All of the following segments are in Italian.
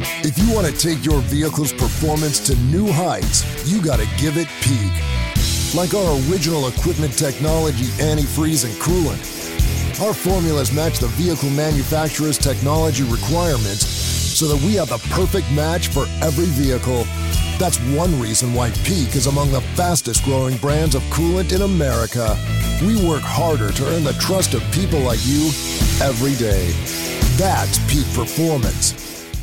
If you want to take your vehicle's performance to new heights, you got to give it peak. Like our original equipment technology, antifreeze, and coolant, our formulas match the vehicle manufacturer's technology requirements so that we have the perfect match for every vehicle. That's one reason why Peak is among the fastest growing brands of coolant in America. We work harder to earn the trust of people like you every day. That's Peak Performance.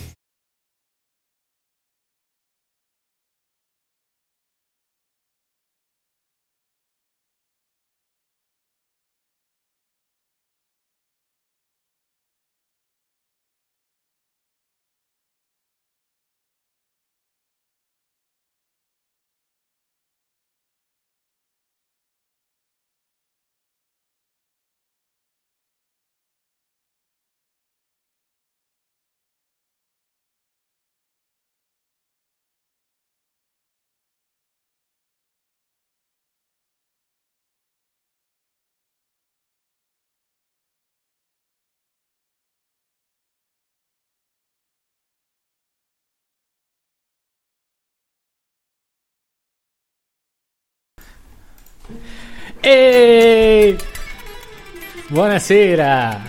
Ehi! Buonasera!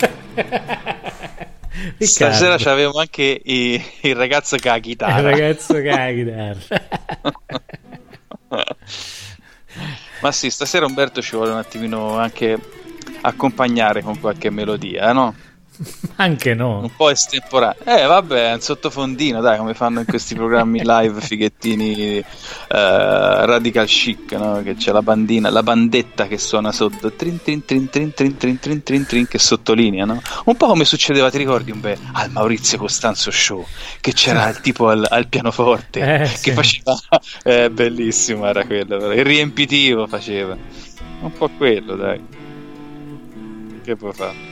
Stasera c'avevo anche il ragazzo che ha la chitarra. Il ragazzo che ha la chitarra. Ma sì, stasera Umberto ci vuole un attimino anche accompagnare con qualche melodia, no? Anche no. Un po' estemporanea. Vabbè, è un sottofondino, dai, come fanno in questi programmi live fighettini radical chic, no? Che c'è la bandina, la bandetta che suona sotto, trin trin trin trin trin trin trin trin trin, che sottolinea, no? Un po' come succedeva, ti ricordi al Maurizio Costanzo Show, che c'era il tipo al pianoforte che sì. faceva bellissimo, era quello, però. Il riempitivo faceva un po' quello, dai, che puoi fare?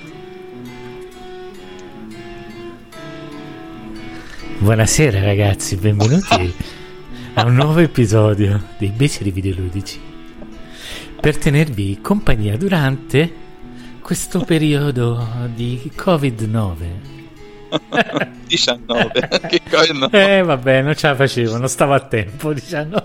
Buonasera ragazzi, benvenuti a un nuovo episodio dei Beceri Videoludici per tenervi compagnia durante questo periodo di Covid-19. 19 che Covid-19? Vabbè, non ce la facevo, non stavo a tempo, 19.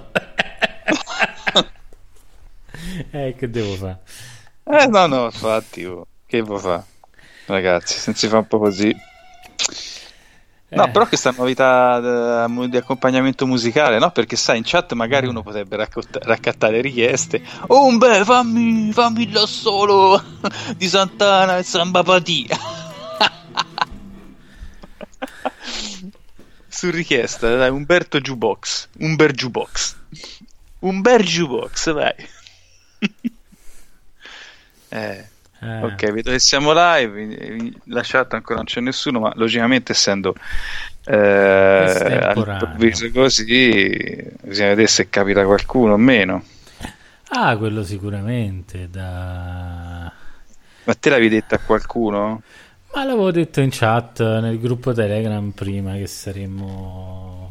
Che devo fare? No, infatti, che vuoi fare? Ragazzi, se si fa un po' così. No, però questa novità di accompagnamento musicale, no? Perché sai, in chat magari uno potrebbe raccattare richieste. Oh, beh, fammi il solo di Santana e Samba Patia. Su richiesta, dai, Umber Jukebox, vai. Ok, vedo che siamo live, la chat ancora non c'è nessuno, ma logicamente essendo all'improvviso così bisogna vedere se capita qualcuno o meno. Quello sicuramente Ma te l'avevi detto a qualcuno? Ma l'avevo detto in chat nel gruppo Telegram prima che saremmo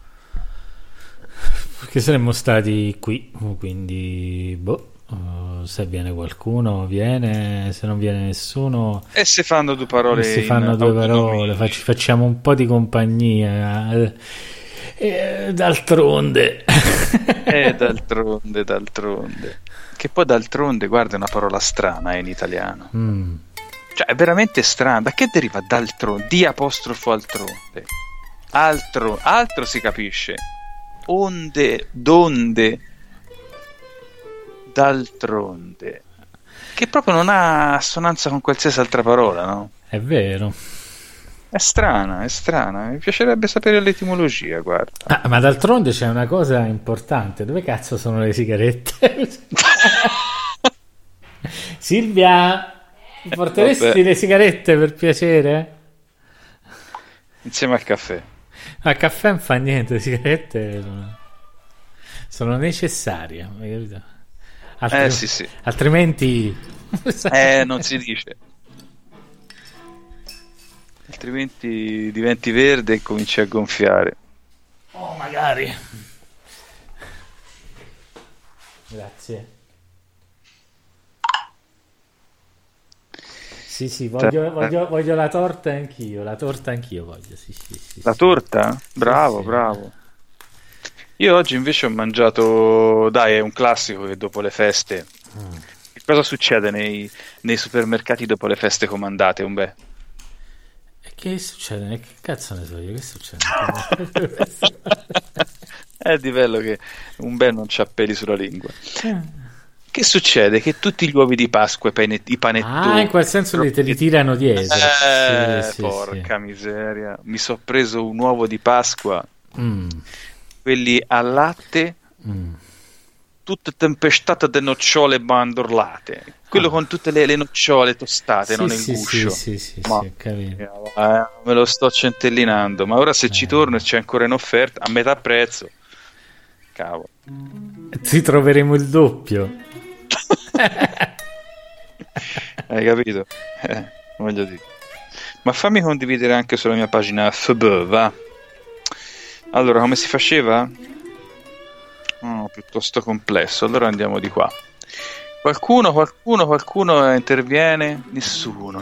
stati qui, quindi se viene qualcuno viene, se non viene nessuno e se fanno due parole, facciamo un po' di compagnia, d'altronde che poi d'altronde, guarda, è una parola strana in italiano. Cioè è veramente strana. Da che deriva d'altronde? Di apostrofo altrove, altro si capisce, onde, donde, d'altronde, che proprio non ha assonanza con qualsiasi altra parola, no? È vero. È strana, mi piacerebbe sapere l'etimologia, guarda. Ma d'altronde c'è una cosa importante, dove cazzo sono le sigarette? Silvia, mi porteresti le sigarette per piacere? Insieme al caffè. Al caffè non fa niente, le sigarette sono necessarie, hai capito? Sì. Altrimenti non si dice, altrimenti diventi verde e cominci a gonfiare. Magari. Grazie. Sì, voglio la torta anch'io. La torta anch'io voglio. Sì, La torta? Bravo, Sì. bravo. Io oggi invece ho mangiato, dai, è un classico che dopo le feste. Che cosa succede nei supermercati dopo le feste comandate, Umbe? E che succede? Che cazzo ne so io? Che succede? È di bello che Umbe non c'ha peli sulla lingua. Che succede? Che tutti gli uovi di Pasqua, i panettoni... In quel senso te li tirano dietro. Sì, porca miseria. Mi sono preso un uovo di Pasqua, Mm. quelli al latte, tutte tempestate di nocciole bandorlate. Quello con tutte le nocciole tostate, non il guscio. Sì, Ma capito. me lo sto centellinando. Ma ora se ci torno e c'è ancora in offerta, a metà prezzo, cavolo. Ti troveremo il doppio. Hai capito? Voglio dire. Ma fammi condividere anche sulla mia pagina FB, va? Allora, come si faceva? Piuttosto complesso. Allora andiamo di qua. Qualcuno interviene? Nessuno.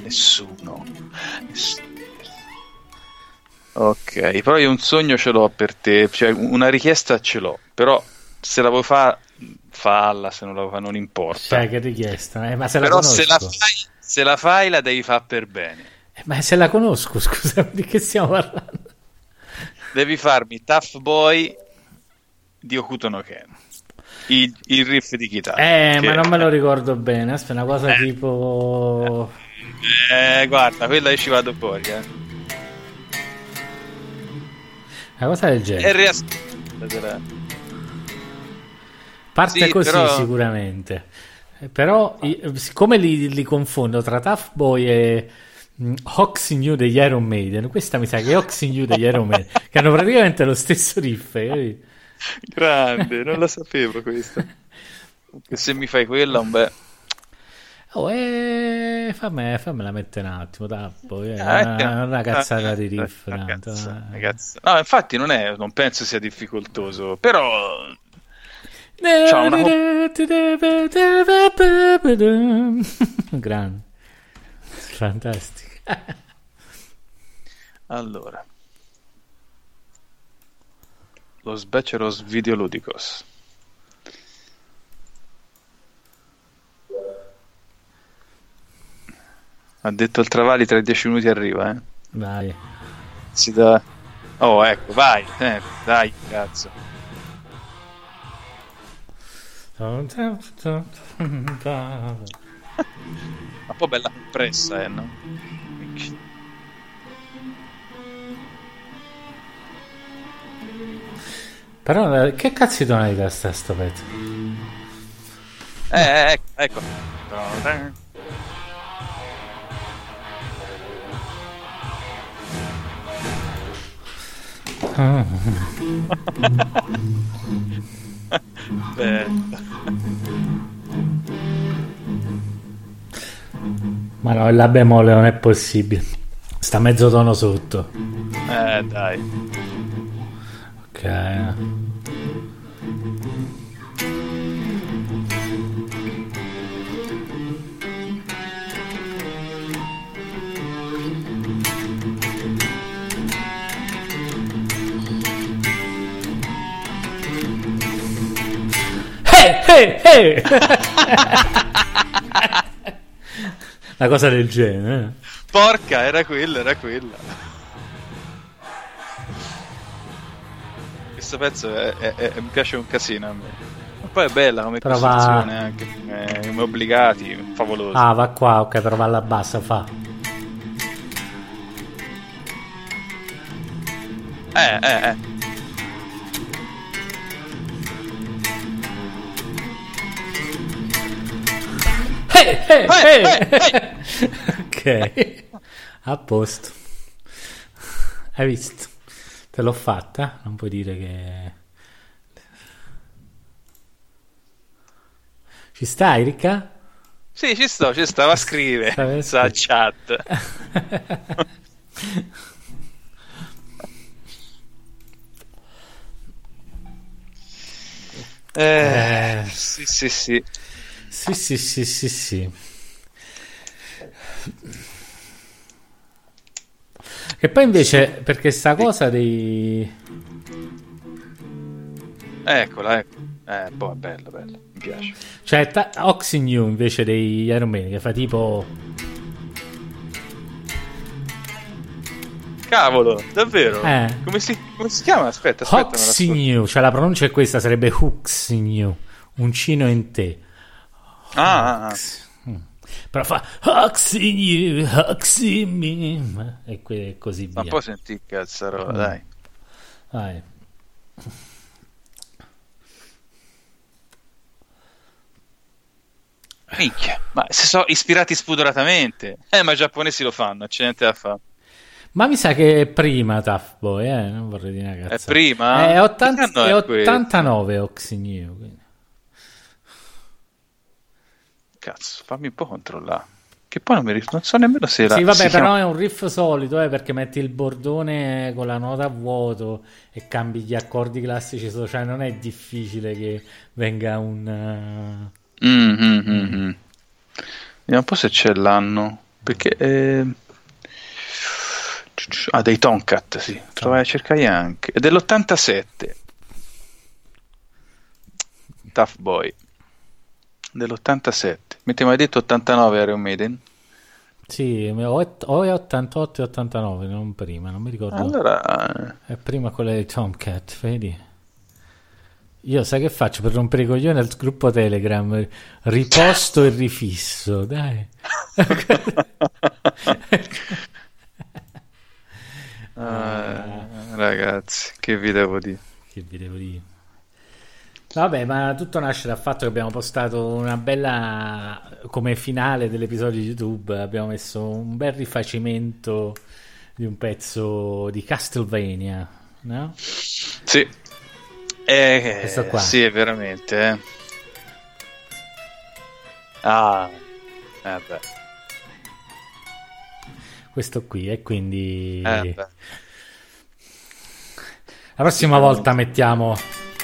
Ok, però io un sogno ce l'ho per te, cioè una richiesta ce l'ho, però se la vuoi fare, falla, se non la vuoi fare non importa. Cioè, che richiesta? Ma se la Però conosco. se la fai la devi fare per bene. Ma se la conosco, scusa, di che stiamo parlando? Devi farmi Tough Boy di Hokuto no Ken. Il riff di chitarra. Ma non me lo ricordo bene. Aspetta, una cosa tipo... Guarda, quella io ci vado poi, Una cosa del genere. Parte sì, così però... sicuramente. Però, siccome li confondo tra Tough Boy e Oxy New degli Iron Maiden, questa mi sa che è Oxy New degli Iron Maiden, che hanno praticamente lo stesso riff, capito? Grande, non la sapevo questa. Che se mi fai quella, un bel... fammela mettere un attimo, tappo. Una cazzata di riff. No, infatti non penso sia difficoltoso, però... Grande. Fantastico. Allora. Los Beceros Videoludicos. Ha detto il Travali, tra 10 minuti arriva, Vai. Si dà... Oh, ecco, vai, dai, cazzo. Un po' bella compressa, no? Però che cazzo di tonalità sta sto pezzo? Ecco. Ma no, il La bemolle non è possibile. Sta mezzo tono sotto. Dai. Ok. Hey! Una cosa del genere. Porca, era quella. Questo pezzo mi piace un casino a me. Ma poi è bella come costruzione, anche come obbligati, favoloso. Ah, va qua, ok, però va alla bassa, fa. Hey. Ok, a posto. Hai visto? Te l'ho fatta, non puoi dire che... Ci stai, Ricca? Sì, ci stava a scrivere sa chat. Sì. Sì. Che poi invece, perché sta cosa dei... Eccola, ecco. Boh, bella, mi piace. Cioè, Oxy New invece dei Iron Maiden, che fa tipo... Cavolo, davvero? Come si chiama? Aspetta, Oxy New, cioè la pronuncia è questa, sarebbe Huxy New, uncino in te. Però fa Oxy New, Oxy Me, e così via. Ma poi senti cazzarola, dai. Minchia, ma si sono ispirati spudoratamente. Ma i giapponesi lo fanno, c'è niente da fare. Ma mi sa che è prima Tough Boy, non vorrei dire una cazzata. È prima? È 89 Oxy New, quindi. Cazzo, fammi un po' controllare. Che poi non so nemmeno se Sì, vabbè, però è un riff solido, perché metti il bordone con la nota a vuoto e cambi gli accordi classici, cioè non è difficile che venga un... Vediamo un po' se c'è l'anno, perché dei Tomcat, sì, provai a cercare anche, è dell'87 Tough Boy, dell'87. Mettiamo, hai detto 89 Iron Maiden? Sì, o è 88 e 89, non prima, non mi ricordo. Allora è prima quella di Tomcat, vedi? Io sai che faccio per rompere i coglioni al gruppo Telegram? Riposto e rifisso, dai. Ragazzi, che vi devo dire? Vabbè, ma tutto nasce dal fatto che abbiamo postato una bella, come finale dell'episodio di YouTube, abbiamo messo un bel rifacimento di un pezzo di Castlevania, no? Sì. Questo qua. Sì, è veramente. Beh. Questo qui, e quindi Beh. la prossima volta mettiamo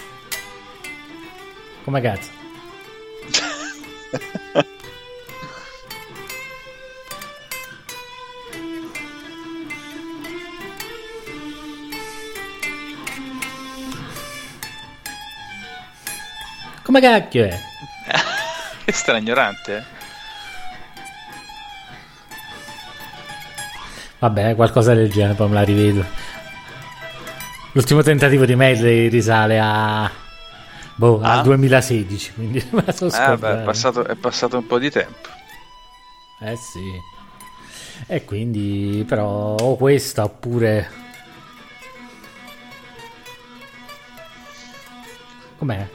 come cazzo. Come cacchio è? Che strano ignorante. Vabbè, qualcosa del genere, poi me la rivedo. L'ultimo tentativo di medley risale al 2016, quindi me la so scordata. È passato un po' di tempo. Sì. E quindi, però, o questa oppure... Com'è?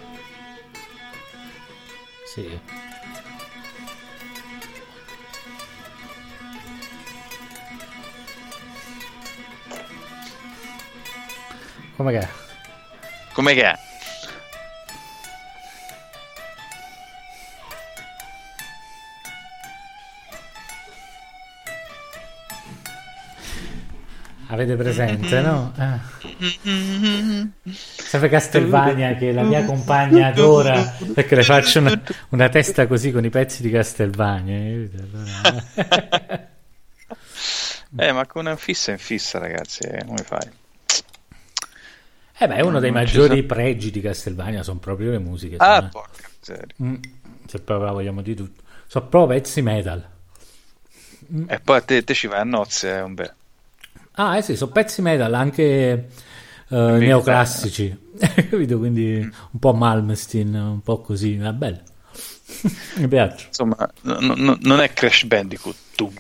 Sì. Come che è? Avete presente, no? Sempre Castlevania, che la mia compagna adora, perché le faccio una testa così con i pezzi di Castlevania. Ma con una fissa in fissa, ragazzi, come fai? Beh, uno dei maggiori pregi di Castlevania sono proprio le musiche. Porca miseria. Se proprio la vogliamo di tutto. Sono proprio pezzi metal. E poi a te ci vai a nozze, un bel. Sì, sono pezzi metal anche neoclassici, capito? Quindi un po' Malmsteen, un po' così, è bello. Mi piace. Insomma, non è Crash Bandicoot.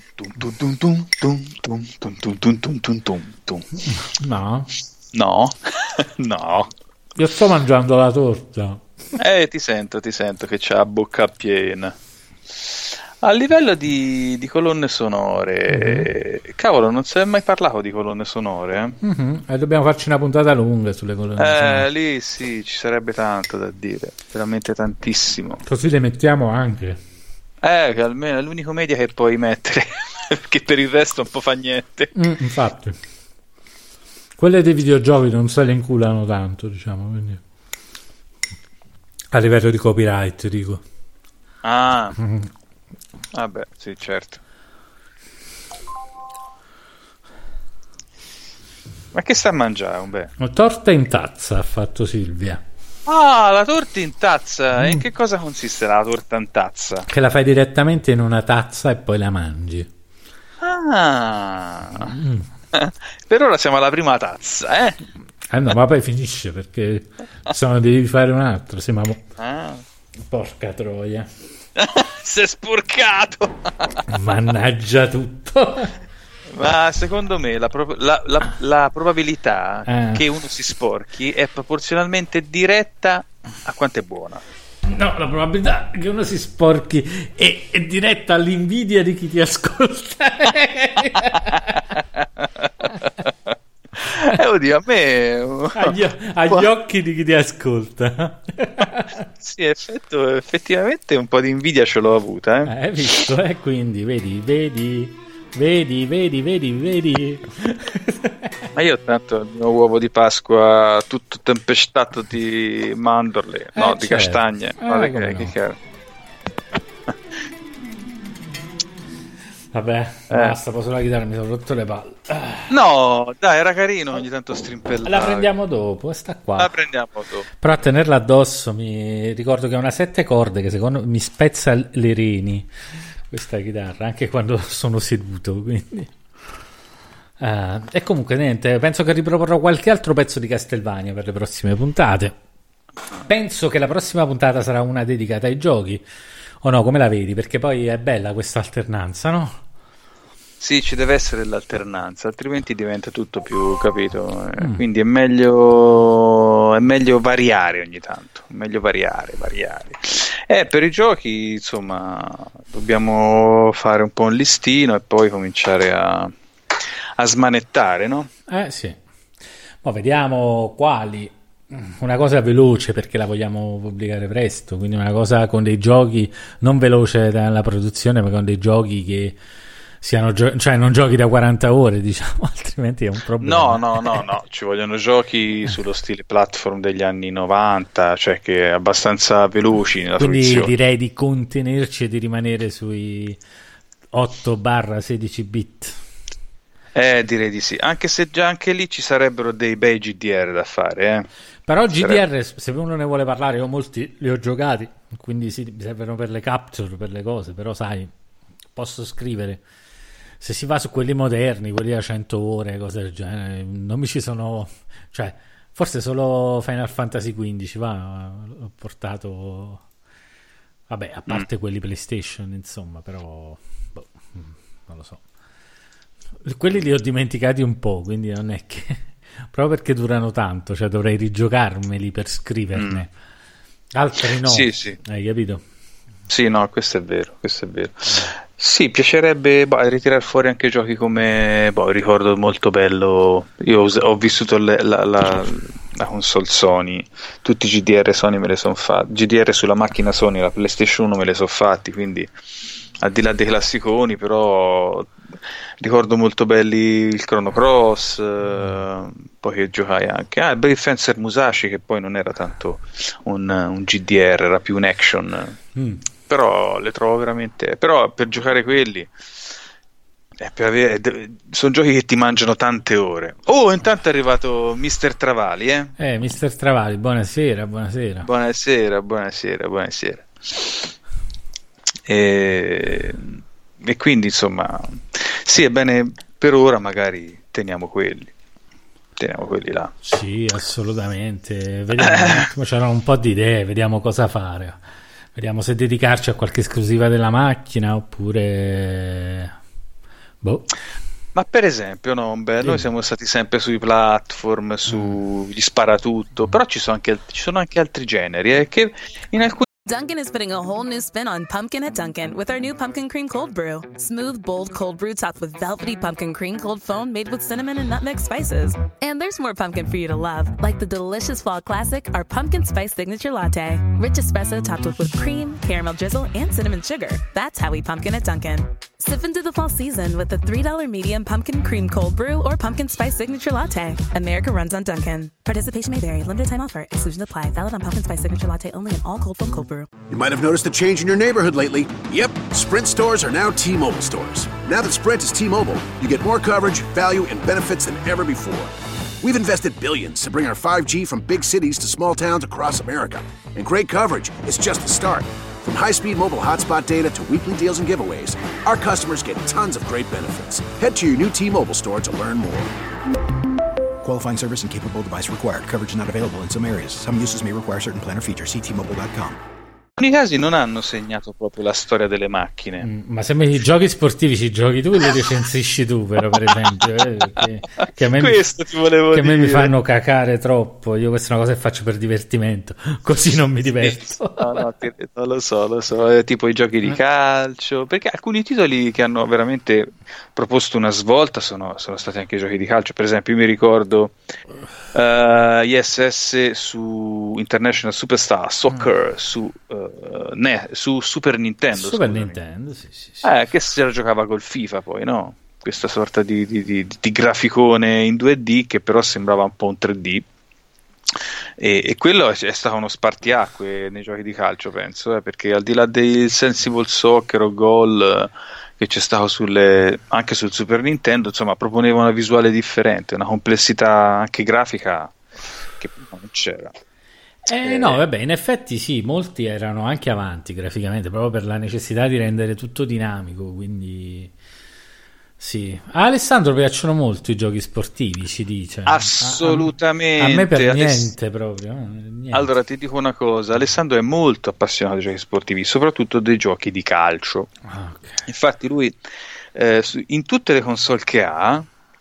No. No. Io sto mangiando la torta. Ti sento che c'ha la bocca piena. A livello di colonne sonore, cavolo, non si è mai parlato di colonne sonore. E dobbiamo farci una puntata lunga sulle colonne sonore. Lì sì, ci sarebbe tanto da dire, veramente tantissimo. Così le mettiamo anche. Che almeno è l'unico media che puoi mettere, perché per il resto non può fa niente. Infatti. Quelle dei videogiochi non se le inculano tanto, diciamo, quindi a livello di copyright, dico. Vabbè, sì, certo. Ma che sta a mangiare? Beh? Una torta in tazza ha fatto Silvia. Ah, la torta in tazza. E in che cosa consiste la torta in tazza? Che la fai direttamente in una tazza e poi la mangi. Per ora siamo alla prima tazza, eh? No, ma poi finisce perché se no devi fare un altro. Sì, ma porca troia. Si è sporcato. Mannaggia tutto. Ma secondo me la probabilità che uno si sporchi è proporzionalmente diretta a quanto è buona. No, la probabilità che uno si sporchi è diretta all'invidia di chi ti ascolta. Oddio, a me agli occhi di chi ti ascolta. Sì, effettivamente un po' di invidia ce l'ho avuta, Hai visto? Quindi vedi. Ma io tanto il mio uovo di Pasqua tutto tempestato di mandorle, di castagne. Che caro. Vabbè, basta, poso la chitarra, mi sono rotto le palle. No, dai, era carino ogni tanto strimpellare. La prendiamo dopo, sta qua. La prendiamo dopo. Però a tenerla addosso mi ricordo che è una 7 corde che secondo me mi spezza le reni, questa chitarra, anche quando sono seduto, quindi... e comunque niente, penso che riproporrò qualche altro pezzo di Castlevania per le prossime puntate. Penso che la prossima puntata sarà una dedicata ai giochi, o no, come la vedi? Perché poi è bella questa alternanza, no? Sì, ci deve essere l'alternanza, altrimenti diventa tutto più, capito? Quindi è meglio variare ogni tanto, meglio variare. Per i giochi, insomma, dobbiamo fare un po' un listino e poi cominciare a smanettare, no? Sì. Ma vediamo quali. Una cosa veloce perché la vogliamo pubblicare presto, quindi una cosa con dei giochi non veloce dalla produzione, ma con dei giochi che siano cioè non giochi da 40 ore, diciamo, altrimenti è un problema. No, ci vogliono giochi sullo stile platform degli anni 90, cioè che abbastanza veloci nella fruizione. Quindi direi di contenerci e di rimanere sui 8/16 bit. Direi di sì, anche se già anche lì ci sarebbero dei bei GDR da fare, Però GDR, se uno ne vuole parlare, io molti li ho giocati, quindi sì, mi servono per le capture, per le cose, però sai, posso scrivere. Se si va su quelli moderni, quelli da 100 ore, cose del genere, non mi ci sono... Cioè, forse solo Final Fantasy XV, l'ho portato... Vabbè, a parte quelli PlayStation, insomma, però... non lo so. Quelli li ho dimenticati un po', quindi non è che... Proprio perché durano tanto, cioè dovrei rigiocarmeli per scriverne. Altri no. Sì. Hai capito? Sì, no, questo è vero. Sì, piacerebbe ritirare fuori anche giochi come... ricordo molto bello, io ho vissuto la console Sony, tutti i GDR Sony me le sono fatti, GDR sulla macchina Sony, la PlayStation 1 me le sono fatti, quindi al di là dei classiconi, però ricordo molto belli il Chrono Cross, poi che giocai anche Brave Fencer Musashi, che poi non era tanto un GDR, era più un action, però le trovo veramente, però per giocare quelli sono giochi che ti mangiano tante ore. Intanto è arrivato Mr. Travali, Mr. Travali, buonasera. E quindi insomma sì, è bene, per ora magari teniamo quelli là. Sì, assolutamente. Vediamo, c'erano un po' di idee, vediamo cosa fare, vediamo se dedicarci a qualche esclusiva della macchina oppure Ma per esempio noi siamo stati sempre sui platform, sugli sparatutto, però ci sono anche altri generi che in alcuni... Dunkin' is putting a whole new spin on pumpkin at Dunkin' with our new Pumpkin Cream Cold Brew. Smooth, bold cold brew topped with velvety pumpkin cream cold foam made with cinnamon and nutmeg spices. And there's more pumpkin for you to love, like the delicious fall classic, our Pumpkin Spice Signature Latte. Rich espresso topped with whipped cream, caramel drizzle, and cinnamon sugar. That's how we pumpkin at Dunkin'. Sip into the fall season with the $3 medium Pumpkin Cream Cold Brew or Pumpkin Spice Signature Latte. America runs on Dunkin'. Participation may vary. Limited time offer. Exclusions apply. Valid on Pumpkin Spice Signature Latte only and all cold foam cold brew. You might have noticed a change in your neighborhood lately. Yep, Sprint stores are now T-Mobile stores. Now that Sprint is T-Mobile, you get more coverage, value, and benefits than ever before. We've invested billions to bring our 5G from big cities to small towns across America. And great coverage is just the start. From high-speed mobile hotspot data to weekly deals and giveaways, our customers get tons of great benefits. Head to your new T-Mobile store to learn more. Qualifying service and capable device required. Coverage not available in some areas. Some uses may require certain plan or features. See T-Mobile.com. In alcuni casi non hanno segnato proprio la storia delle macchine. Ma se i giochi sportivi ci giochi tu, li recensisci tu, però, per esempio, che a me, Questo ti volevo che a me dire. mi fanno cacare troppo. Io questa è una cosa che faccio per divertimento, così non mi diverto. No, lo so, tipo i giochi di calcio, perché alcuni titoli che hanno veramente proposto una svolta sono stati anche i giochi di calcio. Per esempio, io mi ricordo ISS su International Superstar Soccer su Super Nintendo. Super Nintendo, sì. Che si giocava col FIFA poi, no? Questa sorta di graficone in 2D che però sembrava un po' un 3D. E quello è stato uno spartiacque nei giochi di calcio, penso, perché al di là del Sensible Soccer o Goal che c'è stato anche sul Super Nintendo, insomma, proponeva una visuale differente, una complessità anche grafica che non c'era. No, vabbè, in effetti sì, molti erano anche avanti graficamente, proprio per la necessità di rendere tutto dinamico, quindi sì. A Alessandro piacciono molto i giochi sportivi, ci dice. Assolutamente. A me per niente proprio. Niente. Allora ti dico una cosa, Alessandro è molto appassionato dei giochi sportivi, soprattutto dei giochi di calcio. Okay. Infatti lui in tutte le console che ha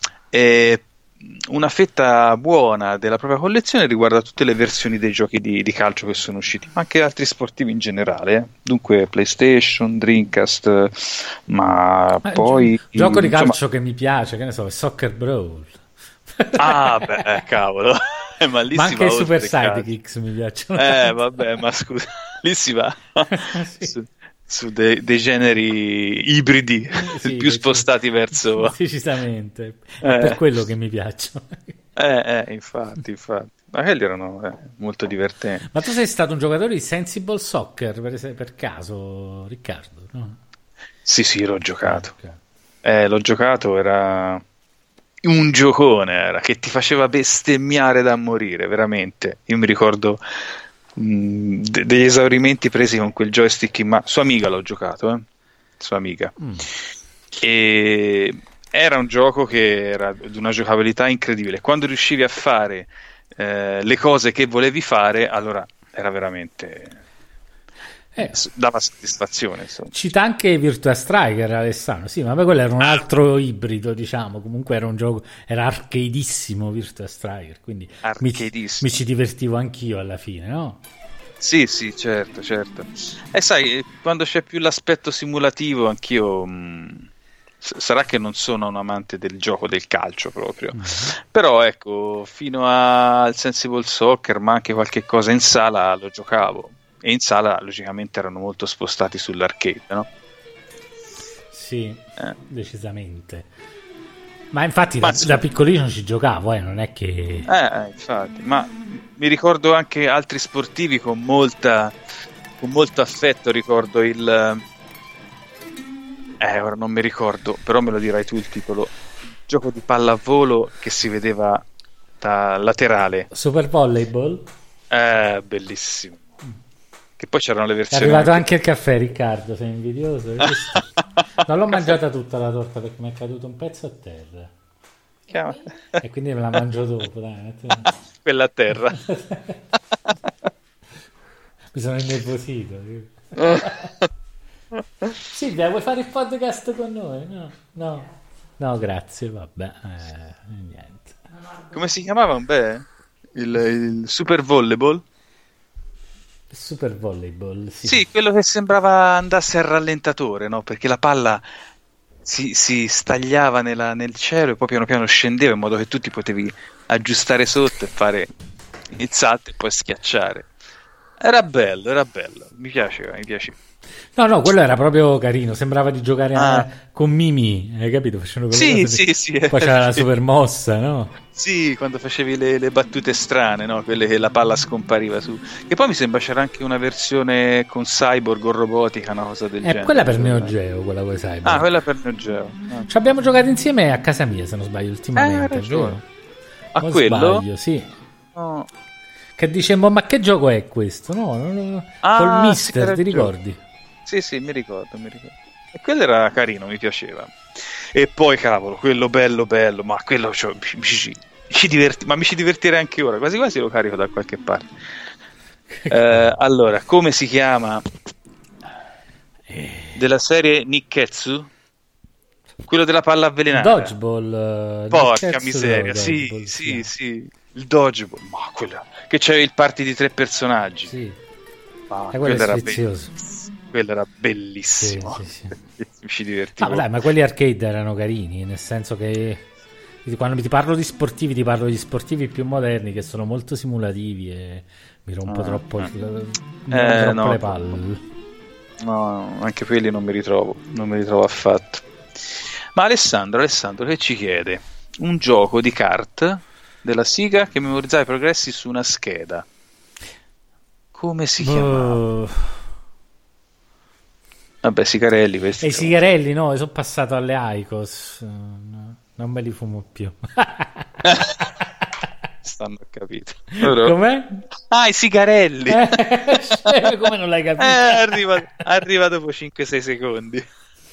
una fetta buona della propria collezione riguarda tutte le versioni dei giochi di calcio che sono usciti, ma anche altri sportivi in generale. Dunque PlayStation, Dreamcast, ma poi gioco di calcio che mi piace, che ne so, Soccer Brawl. Cavolo. Ma anche i Super Sidekicks mi piacciono. Vabbè, ma scusa, lì si va su dei generi ibridi più spostati verso decisamente è per quello che mi piacciono. Infatti ma quelli erano molto divertenti. Ma tu sei stato un giocatore di Sensible Soccer per caso, Riccardo, no? Sì, l'ho giocato. L'ho giocato, era un giocone, che ti faceva bestemmiare da morire, veramente. Io mi ricordo degli esaurimenti presi con quel joystick in mano. Sua amica l'ho giocato, sua amica. E era un gioco che era di una giocabilità incredibile. Quando riuscivi a fare le cose che volevi fare, allora era veramente dava soddisfazione, insomma. Cita anche Virtua Striker, Alessandro. Sì, ma quello era un altro ibrido, diciamo. Comunque era un gioco, era arcadeissimo Virtua Striker, quindi mi ci divertivo anch'io alla fine, no? Sì, certo. E sai, quando c'è più l'aspetto simulativo, anch'io sarà che non sono un amante del gioco del calcio proprio, però ecco, fino al Sensible Soccer, ma anche qualche cosa in sala lo giocavo. E in sala logicamente erano molto spostati sull'arcade, no? Sì, decisamente. Ma infatti da piccolino ci giocavo, non è che... infatti, ma mi ricordo anche altri sportivi con molto affetto. Ricordo ora non mi ricordo, però me lo dirai tu il titolo. Gioco di pallavolo che si vedeva da laterale. Super Volleyball? Bellissimo. Che poi c'erano le versioni. È arrivato anche il caffè, Riccardo, sei invidioso? Non l'ho mangiata tutta la torta perché mi è caduto un pezzo a terra. E quindi me la mangio dopo, dai. Quella a terra. Mi sono innervosito. Silvia, vuoi fare il podcast con noi? No, grazie, vabbè. Niente. Come si chiamava? Il Super Volleyball? Super Volleyball, sì, quello che sembrava andasse al rallentatore, no? Perché la palla si stagliava nel cielo e poi piano piano scendeva in modo che tu ti potevi aggiustare sotto e fare il salto e poi schiacciare. Era bello, mi piaceva. No, quello era proprio carino, sembrava di giocare con Mimi, hai capito? Facevano sì. Poi c'era la super mossa, no? Sì, quando facevi le battute strane, no? Quelle che la palla scompariva su. E poi mi sembra c'era anche una versione con Cyborg o robotica, una cosa del genere. Quella per Neo Geo, quella con Cyborg. Quella per Neo Geo. Ci abbiamo giocato insieme a casa mia, se non sbaglio, ultimamente, è vero? A O quello? sbaglio, sì. No. Che dicemmo, ma che gioco è questo? No, col Mister, sì, ti ricordi? Sì, mi ricordo. E quello era carino, mi piaceva. E poi, cavolo, quello bello, ma quello mi ci divertirei anche ora. Quasi quasi lo carico da qualche parte. Allora, come si chiama? Della serie Nikketsu? Quello della palla avvelenata. Dodgeball. Porca miseria, Dodgeball, sì. Il Dodgeball, ma quello che c'è il party di 3 personaggi. Sì. Quello Quello è sfizioso. quello era bellissimo. Sì. Mi ci divertivo. No, dai, ma quelli arcade erano carini, nel senso che quando ti parlo di sportivi, ti parlo di sportivi più moderni che sono molto simulativi e mi rompo troppo le palle. No, anche quelli non mi ritrovo affatto. Ma Alessandro che ci chiede? Un gioco di kart della Sega che memorizzava i progressi su una scheda. Come si chiamava? Vabbè, sigarelli questi. E i sigarelli, no, sono passato alle Icos. No, non me li fumo più. Stanno capito. Com'è? Ah, i sigarelli. Come non l'hai capito? Arriva dopo 5-6 secondi.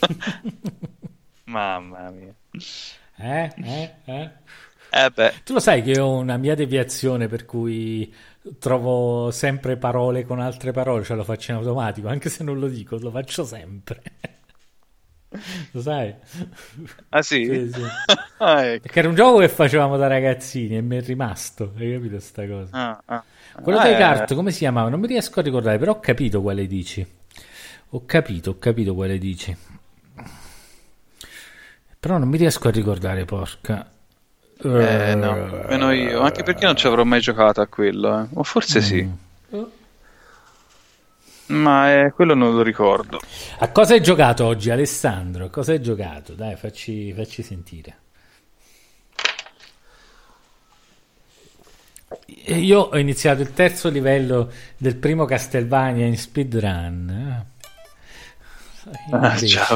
Mamma mia. Beh. Tu lo sai che ho una mia deviazione per cui trovo sempre parole con altre parole, cioè lo faccio in automatico, anche se non lo dico, lo faccio sempre. Lo sai? Ah sì? Sì. Ecco. Perché era un gioco che facevamo da ragazzini e mi è rimasto, hai capito sta cosa? Quello dei kart, come si chiamava? Non mi riesco a ricordare, però ho capito quale dici. Ho capito quale dici. Però non mi riesco a ricordare, porca. No, meno io, anche perché non ci avrò mai giocato a quello, o forse sì. Ma quello non lo ricordo. A cosa hai giocato oggi, Alessandro? A cosa hai giocato? Dai, facci sentire. Io ho iniziato il 3° livello del primo Castlevania in speedrun. Ciao.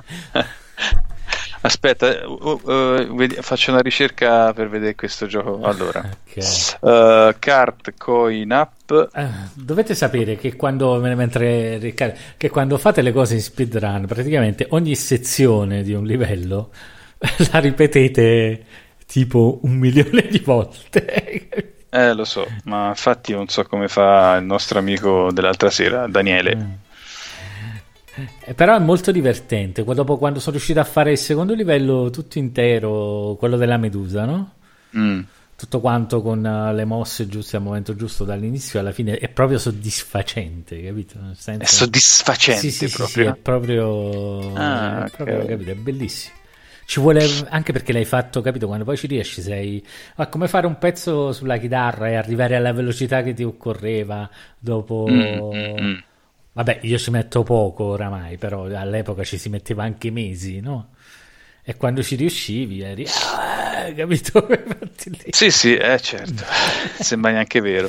Aspetta, faccio una ricerca per vedere questo gioco. Allora, Okay. Kart Coin Up. Dovete sapere che quando fate le cose in speedrun, praticamente ogni sezione di un livello la ripetete tipo 1 milione di volte. Lo so, ma infatti non so come fa il nostro amico dell'altra sera, Daniele. Però è molto divertente. Dopo, quando sono riuscito a fare il 2° livello tutto intero, quello della medusa, no? Tutto quanto con le mosse giuste al momento giusto dall'inizio alla fine, è proprio soddisfacente, capito? Nel senso... È soddisfacente proprio. Sì, è proprio, okay. Capito? È bellissimo. Ci vuole anche perché l'hai fatto, capito? Quando poi ci riesci, sei come fare un pezzo sulla chitarra e arrivare alla velocità che ti occorreva dopo. Vabbè, io ci metto poco oramai, però all'epoca ci si metteva anche mesi, no? E quando ci riuscivi eri capito? Sì, certo. Sembra neanche vero.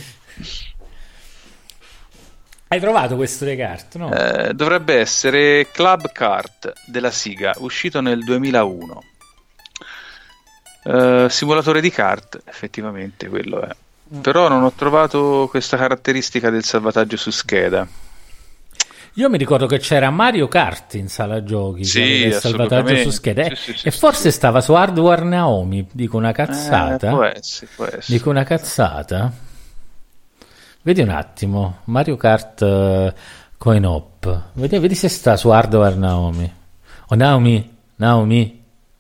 Hai trovato questo dei kart, no? Dovrebbe essere Club Kart della Sega, uscito nel 2001. Simulatore di kart, effettivamente quello è. Però non ho trovato questa caratteristica del salvataggio su scheda. Io mi ricordo che c'era Mario Kart in sala giochi, il salvataggio su scheda, e forse stava su Hardware Naomi. Dico una cazzata. Può essere. Dico una cazzata. Vedi un attimo, Mario Kart Coin Op. Vedi se sta su Hardware Naomi. O Naomi.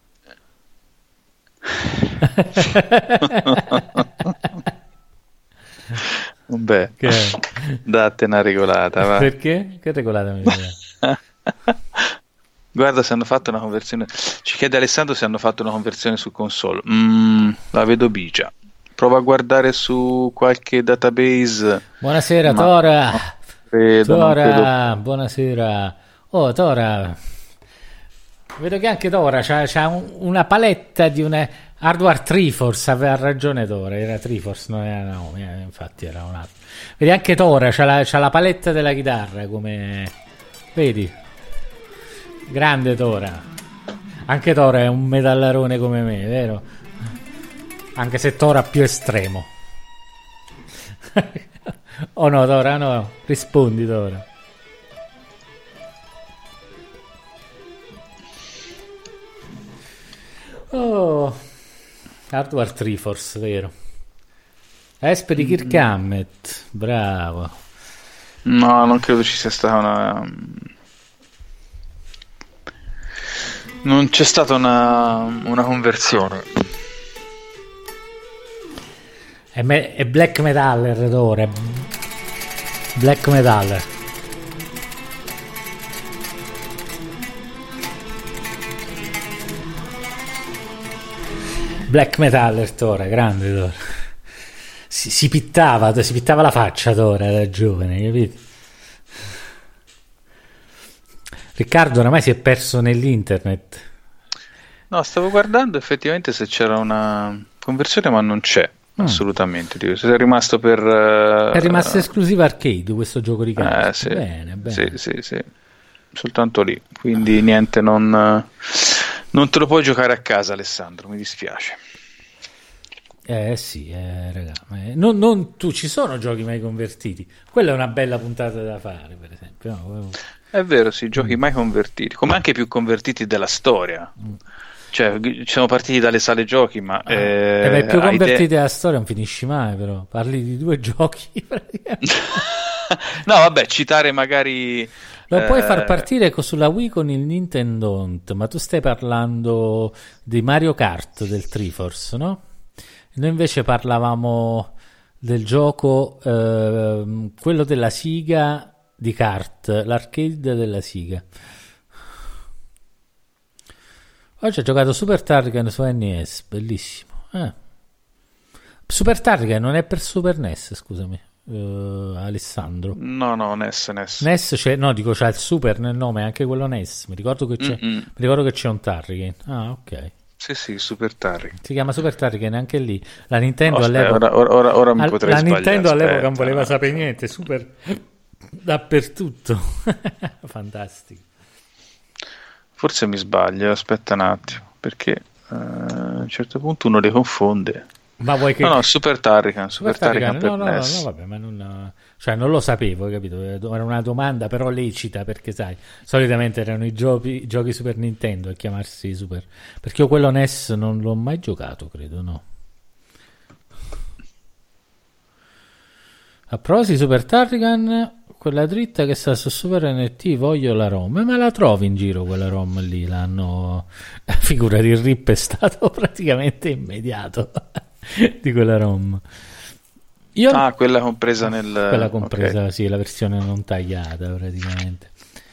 Beh, date una regolata, va. Perché? Che regolata mi dà? Guarda se hanno fatto una conversione. Ci chiede Alessandro se hanno fatto una conversione su console. La vedo bigia. Prova a guardare su qualche database. Buonasera Tora. Credo. Buonasera. Oh Tora, vedo che anche Tora c'ha una paletta di una Hardware Triforce. Aveva ragione Tora, era Triforce, non era Naomi, infatti era un altro. Vedi anche Tora c'ha la paletta della chitarra, come vedi, grande Tora. Anche Tora è un metallarone come me, vero? Anche se Tora più estremo. Oh no, Tora, no. Rispondi, Tora. Oh, Hardware Triforce, vero? Espe di Kirk Hammett, bravo. No, non credo ci sia stata una... Non c'è stata una conversione. È Black Metaller d'ora. Black Metaller. Black Metaller Tora, grande Tora. Si pittava la faccia Tora da giovane, capito? Riccardo oramai si è perso nell'internet. No, stavo guardando effettivamente se c'era una conversione, ma non c'è. Assolutamente, sei rimasto per... È rimasto esclusiva arcade questo gioco di carte. Sì. Bene. Sì. Soltanto lì. Quindi niente, non te lo puoi giocare a casa, Alessandro, mi dispiace. Sì, raga. Non tu, ci sono giochi mai convertiti. Quella è una bella puntata da fare, per esempio. No? È vero, sì, giochi mai convertiti, come anche più convertiti della storia. Cioè, ci siamo partiti dalle sale giochi, ma... più convertiti dalla storia non finisci mai, però. Parli di 2 giochi, praticamente. No, vabbè, citare magari... Lo puoi far partire sulla Wii con il Nintendo, ma tu stai parlando di Mario Kart del Triforce, no? Noi invece parlavamo del gioco, quello della Siga di kart, l'arcade della Siga. Oggi ho giocato Super Turrican su NES, bellissimo. Super Turrican non è per Super NES, scusami, Alessandro. No, NES. NES c'è, no, dico c'ha il Super nel nome, anche quello NES. Mi ricordo che c'è un Turrican. Ah, ok. Sì, Super Turrican. Si chiama Super Turrican anche lì. La Nintendo all'epoca... Ora mi potrei la sbagliare. La Nintendo all'epoca non voleva sapere niente, Super dappertutto. Fantastico. Forse mi sbaglio, aspetta un attimo, perché a un certo punto uno le confonde. Ma vuoi che... No, Super Turrican per no, NES. vabbè, ma non lo sapevo, capito? Era una domanda però lecita, perché sai, solitamente erano i giochi Super Nintendo a chiamarsi Super, perché io quello NES non l'ho mai giocato, credo, no. A prosi Super Turrican, quella dritta che sta su Super NT, voglio la ROM, ma la trovi in giro quella ROM lì? L'hanno... Figurati, il rip è stato praticamente immediato di quella ROM. Quella compresa nel... Quella compresa, okay. Sì, la versione non tagliata praticamente.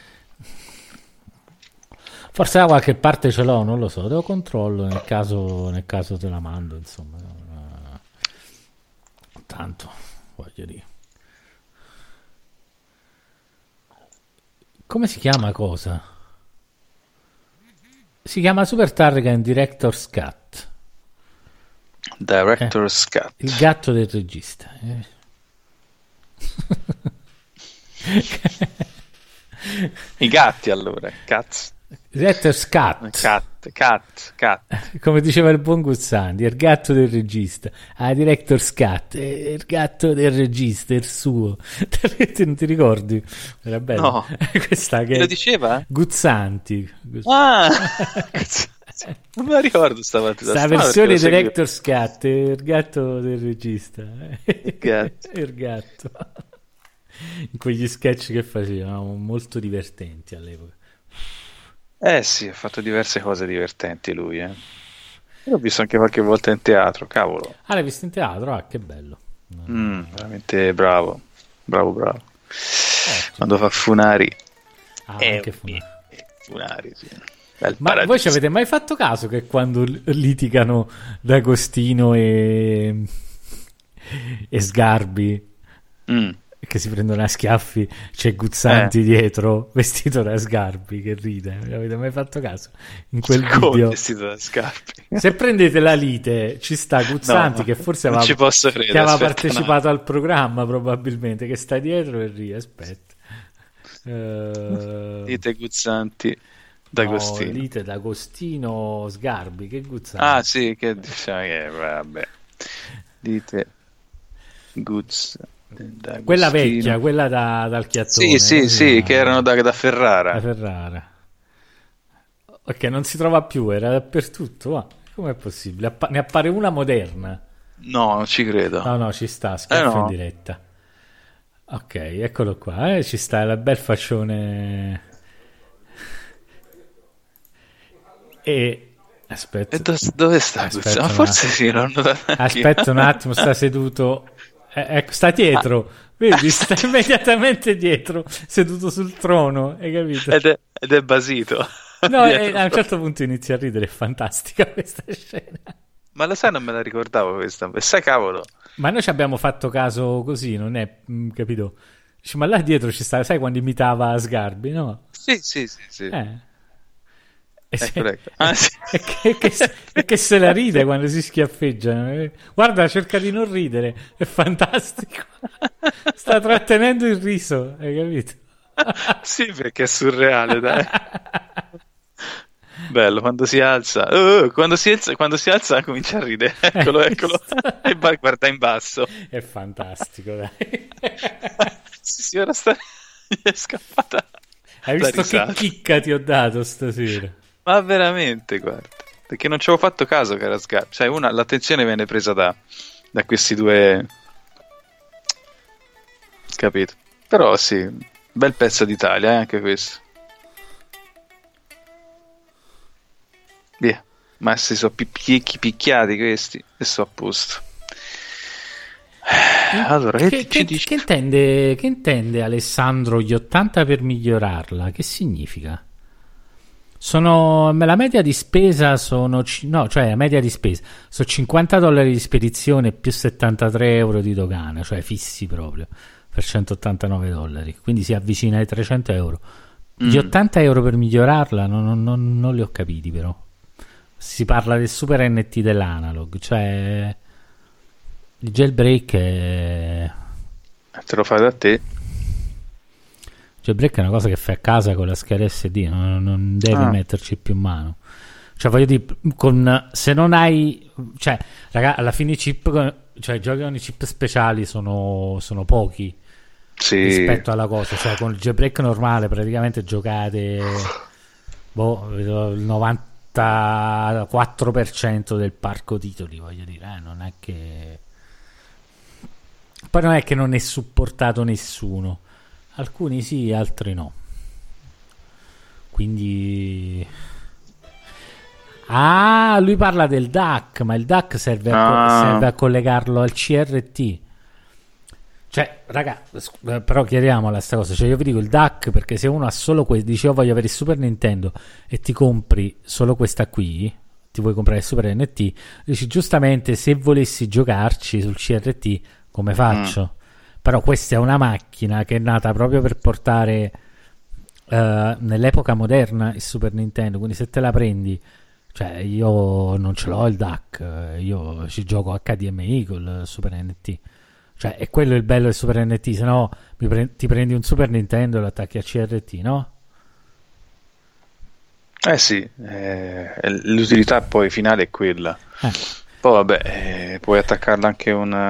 Forse da qualche parte ce l'ho, non lo so, devo controllo, nel caso te la mando, insomma. Tanto, voglio dire. Come si chiama cosa? Si chiama Super Turrican Director's Cut. Director's Cut. Il gatto del regista. I gatti allora. Cats. Director's Cut. Cat. Come diceva il buon Guzzanti, il gatto del regista. Director's Cut. Il gatto del regista, il suo. Non ti ricordi? Era bello. No. Questa che lo diceva? Guzzanti. Non me la ricordo sta versione Director's Cut, il gatto del regista. Il gatto. In quegli sketch che facevano, molto divertenti all'epoca. Sì, ha fatto diverse cose divertenti lui, Io l'ho visto anche qualche volta in teatro, cavolo. L'hai visto in teatro? Qué bello. Veramente bravo. Quando fa Funari. Anche Funari, sì. Ma voi ci avete mai fatto caso che quando litigano D'Agostino e Sgarbi, che si prendono a schiaffi, c'è Guzzanti dietro vestito da Sgarbi che ride? Avete mai fatto caso? In quel video vestito da Sgarbi? Se prendete la lite ci sta Guzzanti, che forse aveva partecipato al programma, probabilmente, che sta dietro e ride. Aspetta, dite Guzzanti. D'Agostino. Lite d'Agostino Sgarbi, che guzza. Ah sì, che diciamo che vabbè. Lite Guzza d'Agostino. Quella vecchia, quella dal chiattone. Sì, che erano da Ferrara. Da Ferrara. Ok, non si trova più, era dappertutto. Ma com'è possibile? Ne appare una moderna. No, non ci credo. No, ci sta, schiaffo no. in diretta. Ok, eccolo qua, ci sta il bel faccione. E aspetta. Dove sta? Ma forse sì, l'ho notato. Aspetta un attimo, sta seduto. Ecco, sta dietro. Vedi, sta immediatamente dietro, seduto sul trono, hai capito? Ed è basito. No, a un certo punto inizia a ridere, è fantastica questa scena. Ma lo sai, non me la ricordavo questa. Sai, cavolo. Ma noi ci abbiamo fatto caso così, non è, capito? Dici, ma là dietro ci sta, sai quando imitava Sgarbi, no? Sì. Ecco. Ah, sì. E che se la ride quando si schiaffeggiano. Guarda, cerca di non ridere, è fantastico. Sta trattenendo il riso, hai capito? Sì, perché è surreale, dai. Bello, quando si alza, quando si alza comincia a ridere. Eccolo. E guarda in basso. È fantastico, dai. Sì, ora gli è scappata. Hai visto che chicca ti ho dato stasera? Ma veramente, guarda, perché non ci avevo fatto caso che era Sgarbi. Cioè, l'attenzione viene presa da questi due, capito? Però sì, bel pezzo d'Italia, anche questo. Via, ma si sono picchiati questi e so a posto. Allora, che intende Alessandro gli 80 per migliorarla? Che significa? La media di spesa sono $50 di spedizione più €73 di dogana, cioè fissi proprio per $189, quindi si avvicina ai €300. Gli €80 per migliorarla non li ho capiti, però si parla del super NT dell'analog, cioè il jailbreak te lo fai da te. Jailbreak è una cosa che fai a casa con la scheda SD, non devi metterci più mano. Cioè, voglio dire, se non hai, cioè, raga, alla fine i chip, cioè i giochi con i chip speciali sono pochi rispetto alla cosa. Cioè, con il jailbreak normale praticamente giocate il 94% del parco titoli, voglio dire, non è che poi non è che non è supportato nessuno. Alcuni sì, altri no. Quindi lui parla del DAC, ma il DAC serve a collegarlo al CRT. Cioè, raga, però chiariamola sta cosa. Cioè, io vi dico il DAC perché se uno ha solo dice voglio avere il Super Nintendo e ti compri solo questa qui, ti vuoi comprare il Super NT, dici giustamente se volessi giocarci sul CRT come faccio? Però questa è una macchina che è nata proprio per portare nell'epoca moderna il Super Nintendo, quindi se te la prendi, cioè io non ce l'ho il DAC, io ci gioco HDMI col Super NT, cioè è quello il bello del Super NT, se no ti prendi un Super Nintendo e lo attacchi a CRT, no? Sì, l'utilità poi finale è quella. Poi vabbè, puoi attaccarla anche